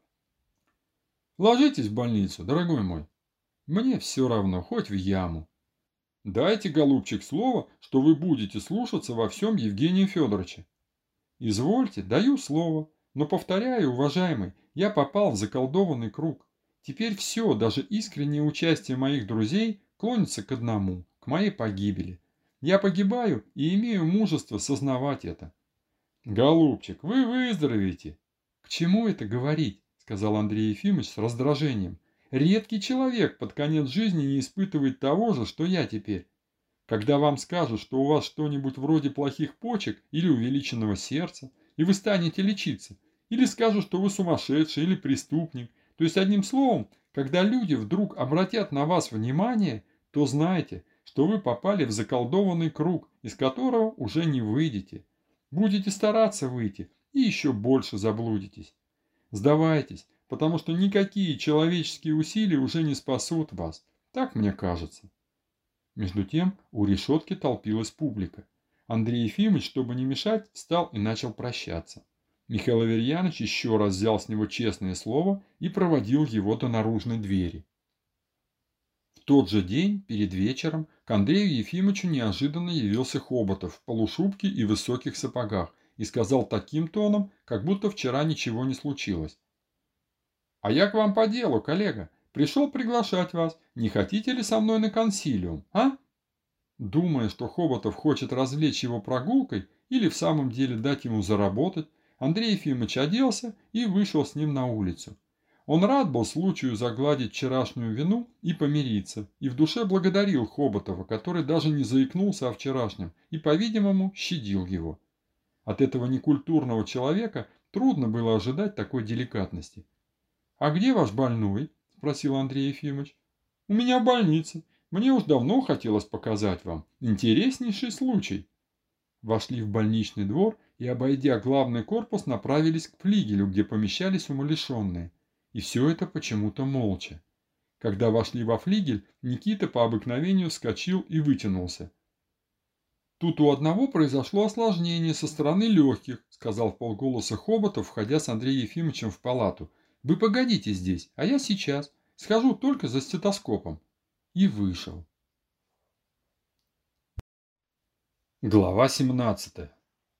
[SPEAKER 1] «Ложитесь в больницу, дорогой мой. Мне все равно, хоть в яму. Дайте, голубчик, слово, что вы будете слушаться во всем Евгения Федоровича». «Извольте, даю слово. Но, повторяю, уважаемый, я попал в заколдованный круг. Теперь все, даже искреннее участие моих друзей, клонится к одному, к моей погибели. Я погибаю и имею мужество сознавать это». «Голубчик, вы выздоровеете». «К чему это говорить?» – сказал Андрей Ефимович с раздражением. «Редкий человек под конец жизни не испытывает того же, что я теперь. Когда вам скажут, что у вас что-нибудь вроде плохих почек или увеличенного сердца, и вы станете лечиться, или скажут, что вы сумасшедший или преступник, то есть одним словом, когда люди вдруг обратят на вас внимание, то знайте, что вы попали в заколдованный круг, из которого уже не выйдете. Будете стараться выйти и еще больше заблудитесь. Сдавайтесь, потому что никакие человеческие усилия уже не спасут вас. Так мне кажется». Между тем у решетки толпилась публика. Андрей Ефимович, чтобы не мешать, встал и начал прощаться. Михаил Аверьянович еще раз взял с него честное слово и проводил его до наружной двери. В тот же день, перед вечером, к Андрею Ефимовичу неожиданно явился Хоботов в полушубке и высоких сапогах и сказал таким тоном, как будто вчера ничего не случилось. «А я к вам по делу, коллега. Пришел приглашать вас. Не хотите ли со мной на консилиум, а?» Думая, что Хоботов хочет развлечь его прогулкой или в самом деле дать ему заработать, Андрей Ефимович оделся и вышел с ним на улицу. Он рад был случаю загладить вчерашнюю вину и помириться, и в душе благодарил Хоботова, который даже не заикнулся о вчерашнем и, по-видимому, щадил его. От этого некультурного человека трудно было ожидать такой деликатности. «А где ваш больной?» – спросил Андрей Ефимович. «У меня в больнице. Мне уж давно хотелось показать вам. Интереснейший случай». Вошли в больничный двор и, обойдя главный корпус, направились к флигелю, где помещались умалишенные. И все это почему-то молча. Когда вошли во флигель, Никита по обыкновению вскочил и вытянулся. «Тут у одного произошло осложнение со стороны легких», сказал вполголоса Хоботов, входя с Андреем Ефимовичем в палату. «Вы погодите здесь, а я сейчас. Схожу только за стетоскопом». И вышел. Глава 17.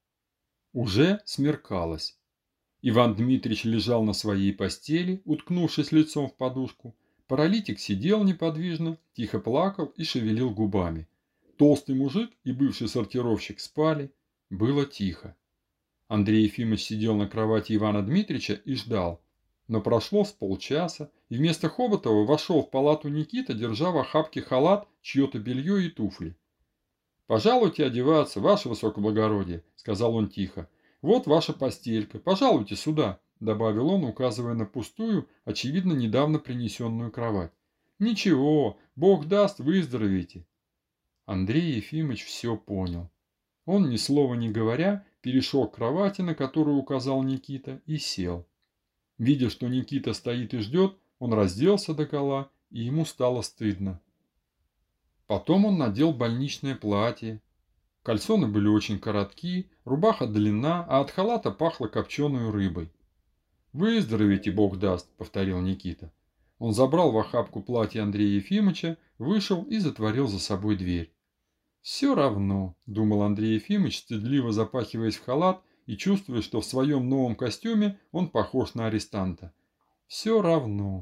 [SPEAKER 1] Уже смеркалось. Иван Дмитрич лежал на своей постели, уткнувшись лицом в подушку. Паралитик сидел неподвижно, тихо плакал и шевелил губами. Толстый мужик и бывший сортировщик спали. Было тихо. Андрей Ефимович сидел на кровати Ивана Дмитрича и ждал. Но прошло с полчаса, и вместо Хоботова вошел в палату Никита, держа в охапке халат, чье-то белье и туфли. «Пожалуйте одеваться, ваше высокоблагородие», — сказал он тихо. «Вот ваша постелька, пожалуйте сюда», — добавил он, указывая на пустую, очевидно, недавно принесенную кровать. «Ничего, Бог даст, выздоровеете». Андрей Ефимович все понял. Он, ни слова не говоря, перешел к кровати, на которую указал Никита, и сел. Видя, что Никита стоит и ждет, он разделся догола, и ему стало стыдно. Потом он надел больничное платье. Кальсоны были очень коротки, рубаха длинна, а от халата пахло копченой рыбой. «Выздоровите, Бог даст», — повторил Никита. Он забрал в охапку платье Андрея Ефимовича, вышел и затворил за собой дверь. «Все равно», — думал Андрей Ефимович, стыдливо запахиваясь в халат и чувствуя, что в своем новом костюме он похож на арестанта. «Все равно,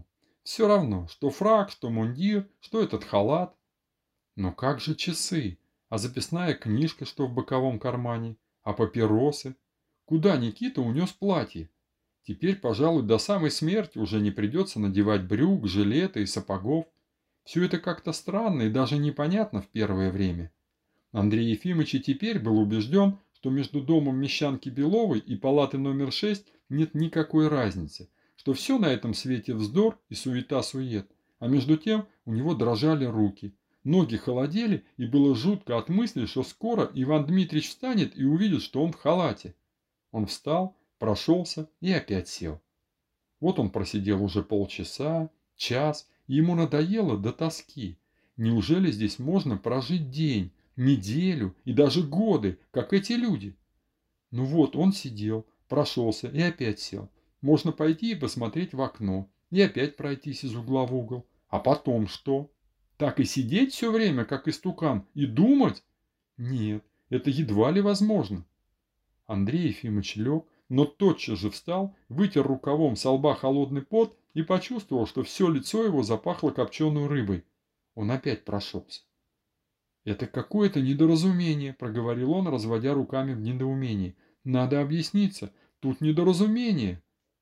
[SPEAKER 1] что фрак, что мундир, что этот халат. Но как же часы? А записная книжка, что в боковом кармане? А папиросы? Куда Никита унес платье? Теперь, пожалуй, до самой смерти уже не придется надевать брюк, жилета и сапогов. Все это как-то странно и даже непонятно в первое время. Андрей Ефимович и теперь был убежден, что между домом Мещанки Беловой и палатой номер 6 нет никакой разницы, что все на этом свете вздор и суета-сует, а между тем у него дрожали руки. Ноги холодели, и было жутко от мысли, что скоро Иван Дмитрич встанет и увидит, что он в халате. Он встал, прошелся и опять сел. Вот он просидел уже полчаса, час, и ему надоело до тоски. Неужели здесь можно прожить день, неделю и даже годы, как эти люди? Ну вот, он сидел, прошелся и опять сел. Можно пойти и посмотреть в окно, и опять пройтись из угла в угол. А потом что? Так и сидеть все время, как истукан, и думать? Нет, это едва ли возможно. Андрей Ефимович лег, но тотчас же встал, вытер рукавом со лба холодный пот и почувствовал, что все лицо его запахло копченой рыбой. Он опять прошелся. «Это какое-то недоразумение», – проговорил он, разводя руками в недоумении. «Надо объясниться. Тут недоразумение».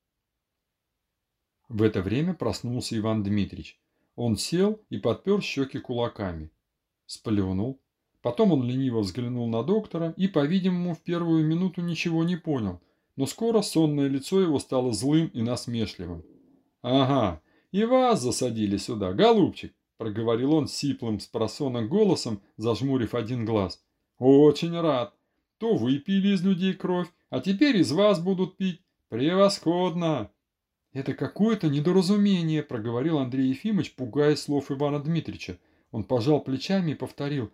[SPEAKER 1] В это время проснулся Иван Дмитрич. Он сел и подпер щеки кулаками. Сплюнул. Потом он лениво взглянул на доктора и, по-видимому, в первую минуту ничего не понял, но скоро сонное лицо его стало злым и насмешливым. «Ага, и вас засадили сюда, голубчик», – проговорил он сиплым спросонок голосом, зажмурив один глаз. «Очень рад. То вы пили из людей кровь, а теперь из вас будут пить. Превосходно!» «Это какое-то недоразумение», – проговорил Андрей Ефимович, пугаясь слов Ивана Дмитрича. Он пожал плечами и повторил.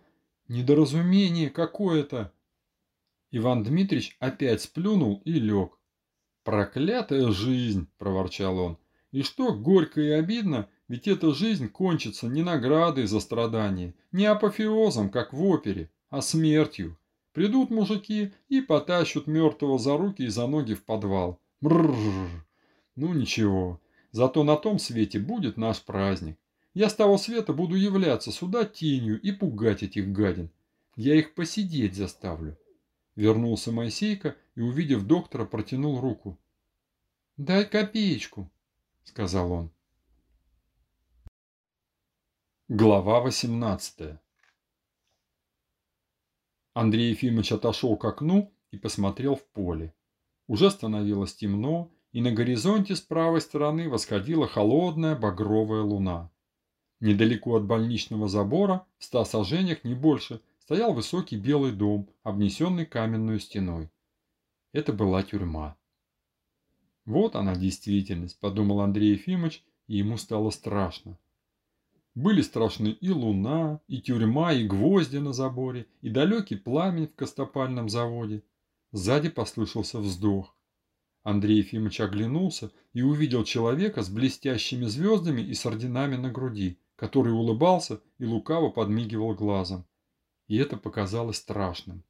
[SPEAKER 1] «Недоразумение какое-то». Иван Дмитрич опять сплюнул и лег. «Проклятая жизнь!» – проворчал он. «И что горько и обидно, ведь эта жизнь кончится не наградой за страдания, не апофеозом, как в опере, а смертью. Придут мужики и потащут мертвого за руки и за ноги в подвал. Брррр! Ну ничего, зато на том свете будет наш праздник. Я с того света буду являться сюда тенью и пугать этих гадин. Я их посидеть заставлю». Вернулся Моисейка и, увидев доктора, протянул руку. «Дай копеечку», — сказал он. Глава 18. Андрей Ефимович отошел к окну и посмотрел в поле. Уже становилось темно, и на горизонте с правой стороны восходила холодная багровая луна. Недалеко от больничного забора, в 100 саженях, не больше, стоял высокий белый дом, обнесенный каменной стеной. Это была тюрьма. «Вот она действительность», – подумал Андрей Ефимович, и ему стало страшно. Были страшны и луна, и тюрьма, и гвозди на заборе, и далекий пламень в костопальном заводе. Сзади послышался вздох. Андрей Ефимович оглянулся и увидел человека с блестящими звездами и с орденами на груди, который улыбался и лукаво подмигивал глазом. И это показалось страшным.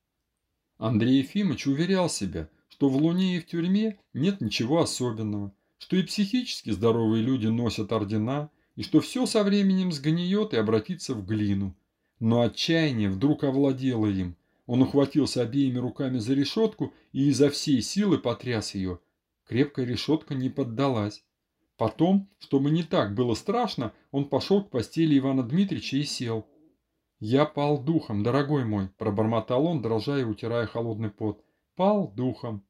[SPEAKER 1] Андрей Ефимович уверял себя, что в Луне и в тюрьме нет ничего особенного, что и психически здоровые люди носят ордена, и что все со временем сгниет и обратится в глину. Но отчаяние вдруг овладело им. Он ухватился обеими руками за решетку и изо всей силы потряс ее. Крепкая решетка не поддалась. Потом, чтобы не так было страшно, он пошел к постели Ивана Дмитрича и сел. «Я пал духом, дорогой мой», – пробормотал он, дрожа и утирая холодный пот. «Пал духом».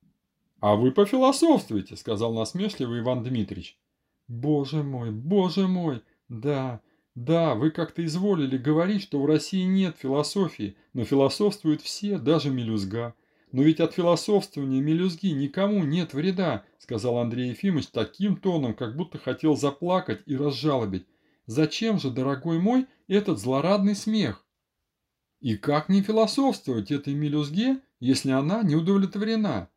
[SPEAKER 1] «А вы пофилософствуете», – сказал насмешливый Иван Дмитрич. Боже мой, да, да, вы как-то изволили говорить, что в России нет философии, но философствуют все, даже мелюзга. Но ведь от философствования мелюзги никому нет вреда, сказал Андрей Ефимович таким тоном, как будто хотел заплакать и разжалобить. Зачем же, дорогой мой, этот злорадный смех? И как не философствовать этой мелюзге, если она не удовлетворена?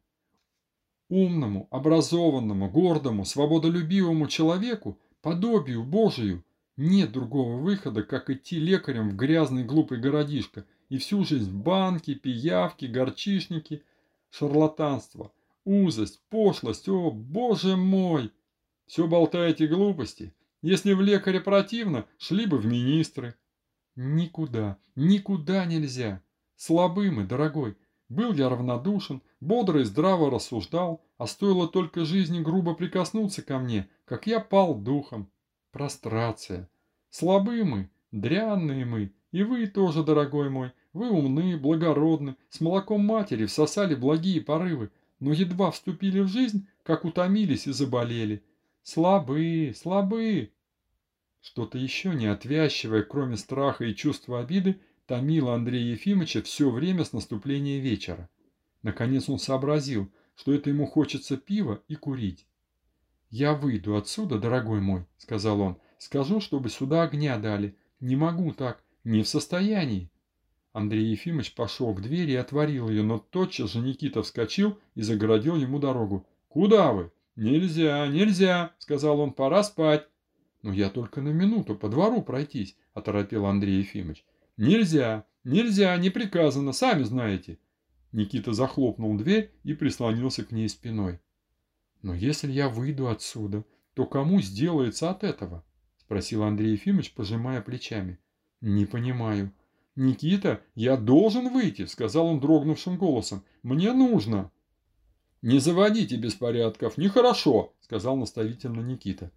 [SPEAKER 1] Умному, образованному, гордому, свободолюбивому человеку, подобию Божию, нет другого выхода, как идти лекарем в грязный глупый городишко и всю жизнь банки, пиявки, горчишники, шарлатанство, узость, пошлость, о, Боже мой! Все болтаете глупости. Если в лекаре противно, шли бы в министры. Никуда, никуда нельзя. Слабы мы, дорогой. Был я равнодушен, бодро и здраво рассуждал, а стоило только жизни грубо прикоснуться ко мне, как я пал духом. Прострация. Слабы мы, дрянные мы, и вы тоже, дорогой мой. Вы умны, благородны, с молоком матери всосали благие порывы, но едва вступили в жизнь, как утомились и заболели. Слабы, слабы. Что-то еще неотвязчивое, кроме страха и чувства обиды, томило Андрея Ефимовича все время с наступления вечера. Наконец он сообразил, что это ему хочется пива и курить. «Я выйду отсюда, дорогой мой», — сказал он, — «скажу, чтобы сюда огня дали. Не могу так, не в состоянии». Андрей Ефимович пошел к двери и отворил ее, но тотчас же Никита вскочил и загородил ему дорогу. «Куда вы?» «Нельзя, нельзя», — сказал он, — «пора спать». «Но я только на минуту по двору пройтись», — оторопел Андрей Ефимович. «Нельзя, нельзя, не приказано, сами знаете». Никита захлопнул дверь и прислонился к ней спиной. «Но если я выйду отсюда, то кому сделается от этого?» — спросил Андрей Ефимович, пожимая плечами. «Не понимаю». «Никита, я должен выйти», — сказал он дрогнувшим голосом. «Мне нужно». «Не заводите беспорядков, нехорошо», — сказал наставительно Никита.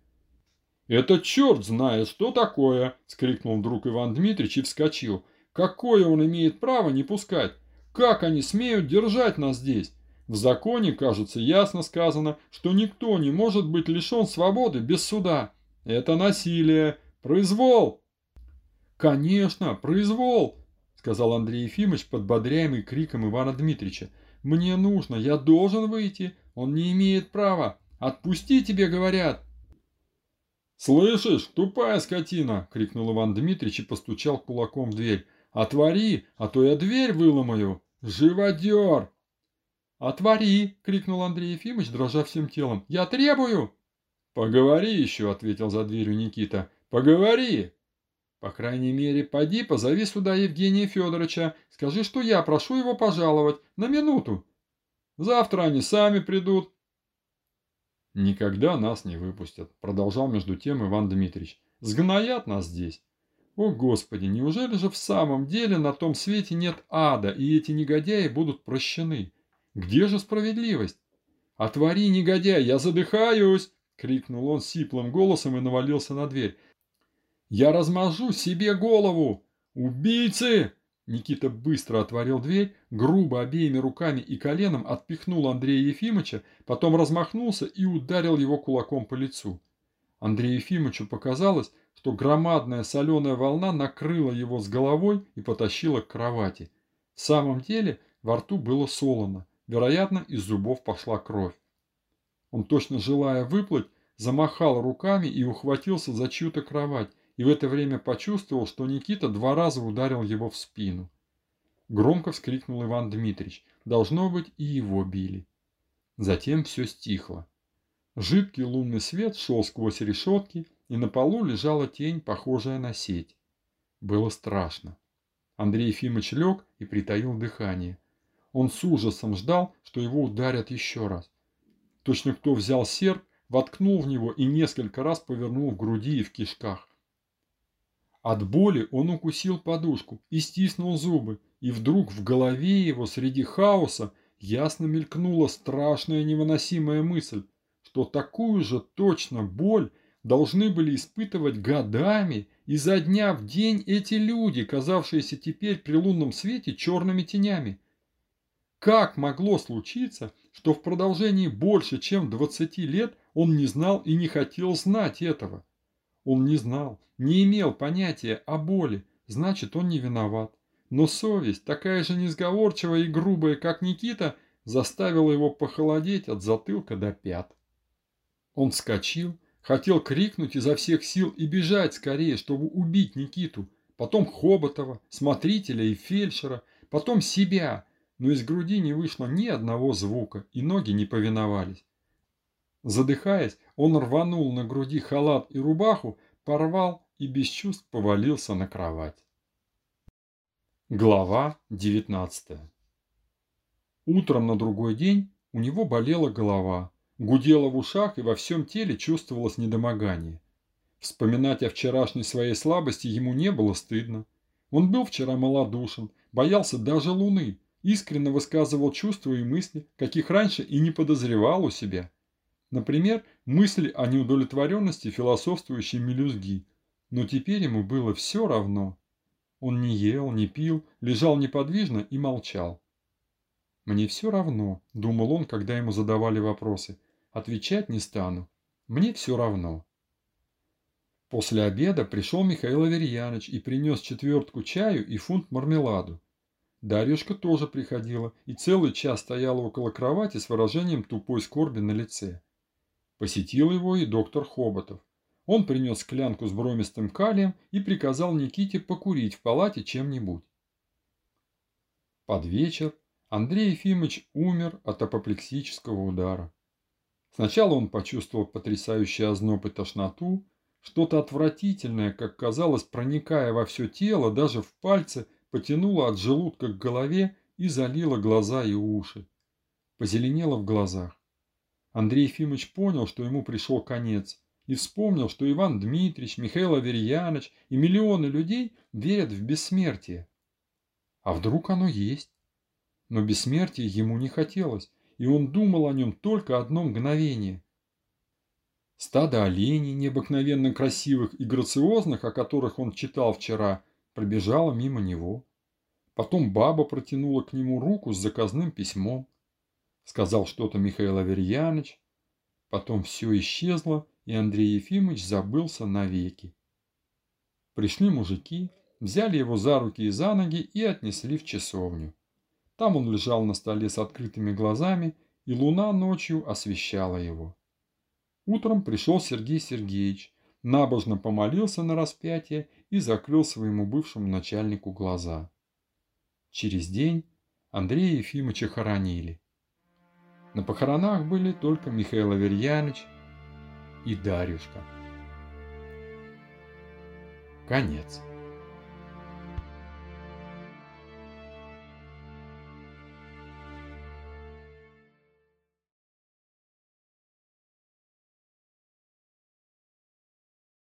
[SPEAKER 1] «Это черт знает, что такое!» – скрикнул вдруг Иван Дмитрич и вскочил. «Какое он имеет право не пускать? Как они смеют держать нас здесь? В законе, кажется, ясно сказано, что никто не может быть лишен свободы без суда. Это насилие, произвол!» «Конечно, произвол!» – сказал Андрей Ефимович, подбодряемый криком Ивана Дмитрича. «Мне нужно, я должен выйти, он не имеет права. Отпусти, тебе говорят!» «Слышишь, тупая скотина!» – крикнул Иван Дмитрич и постучал кулаком в дверь. «Отвори, а то я дверь выломаю! Живодер!» «Отвори!» – крикнул Андрей Ефимович, дрожа всем телом. «Я требую!» «Поговори еще!» – ответил за дверью Никита. «Поговори!» «По крайней мере, поди, позови сюда Евгения Федоровича. Скажи, что я прошу его пожаловать. На минуту. Завтра они сами придут». «Никогда нас не выпустят», – продолжал между тем Иван Дмитриевич. «Сгноят нас здесь. О, Господи, неужели же в самом деле на том свете нет ада, и эти негодяи будут прощены? Где же справедливость? Отвори, негодяй, я задыхаюсь!» – крикнул он сиплым голосом и навалился на дверь. «Я размажу себе голову! Убийцы!» Никита быстро отворил дверь, грубо обеими руками и коленом отпихнул Андрея Ефимовича, потом размахнулся и ударил его кулаком по лицу. Андрею Ефимовичу показалось, что громадная соленая волна накрыла его с головой и потащила к кровати. В самом деле во рту было солоно, вероятно, из зубов пошла кровь. Он, точно желая выплыть, замахал руками и ухватился за чью-то кровать, и в это время почувствовал, что Никита 2 раза ударил его в спину. Громко вскрикнул Иван Дмитриевич. Должно быть, и его били. Затем все стихло. Жидкий лунный свет шел сквозь решетки, и на полу лежала тень, похожая на сеть. Было страшно. Андрей Ефимович лег и притаил дыхание. Он с ужасом ждал, что его ударят еще раз. Точно кто взял серп, воткнул в него и несколько раз повернул в груди и в кишках. От боли он укусил подушку и стиснул зубы, и вдруг в голове его среди хаоса ясно мелькнула страшная невыносимая мысль, что такую же точно боль должны были испытывать годами изо дня в день эти люди, казавшиеся теперь при лунном свете черными тенями. Как могло случиться, что в продолжении больше чем 20 лет он не знал и не хотел знать этого? Он не знал, не имел понятия о боли, значит, он не виноват. Но совесть, такая же несговорчивая и грубая, как Никита, заставила его похолодеть от затылка до пят. Он вскочил, хотел крикнуть изо всех сил и бежать скорее, чтобы убить Никиту, потом Хоботова, смотрителя и фельдшера, потом себя, но из груди не вышло ни одного звука, и ноги не повиновались. Задыхаясь, он рванул на груди халат и рубаху, порвал и без чувств повалился на кровать. Глава 19. Утром на другой день у него болела голова, гудела в ушах и во всем теле чувствовалось недомогание. Вспоминать о вчерашней своей слабости ему не было стыдно. Он был вчера малодушен, боялся даже луны, искренне высказывал чувства и мысли, каких раньше и не подозревал у себя. Например, мысли о неудовлетворенности философствующей мелюзги. Но теперь ему было все равно. Он не ел, не пил, лежал неподвижно и молчал. «Мне все равно», – думал он, когда ему задавали вопросы. «Отвечать не стану. Мне все равно». После обеда пришел Михаил Аверьяныч и принес 4 чаю и фунт мармеладу. Дарьюшка тоже приходила и целый час стояла около кровати с выражением тупой скорби на лице. Посетил его и доктор Хоботов. Он принес склянку с бромистым калием и приказал Никите покурить в палате чем-нибудь. Под вечер Андрей Ефимович умер от апоплексического удара. Сначала он почувствовал потрясающий озноб и тошноту, что-то отвратительное, как казалось, проникая во все тело, даже в пальцы, потянуло от желудка к голове и залило глаза и уши. Позеленело в глазах. Андрей Ефимович понял, что ему пришел конец, и вспомнил, что Иван Дмитриевич, Михаил Аверьяныч и миллионы людей верят в бессмертие. А вдруг оно есть? Но бессмертия ему не хотелось, и он думал о нем только одно мгновение. Стадо оленей, необыкновенно красивых и грациозных, о которых он читал вчера, пробежало мимо него. Потом баба протянула к нему руку с заказным письмом. Сказал что-то Михаил Аверьяныч. Потом все исчезло, и Андрей Ефимович забылся навеки. Пришли мужики, взяли его за руки и за ноги и отнесли в часовню. Там он лежал на столе с открытыми глазами, и луна ночью освещала его. Утром пришел Сергей Сергеевич, набожно помолился на распятие и закрыл своему бывшему начальнику глаза. Через день Андрея Ефимовича хоронили. На похоронах были только Михаил Аверьяныч и Дарюшка. Конец.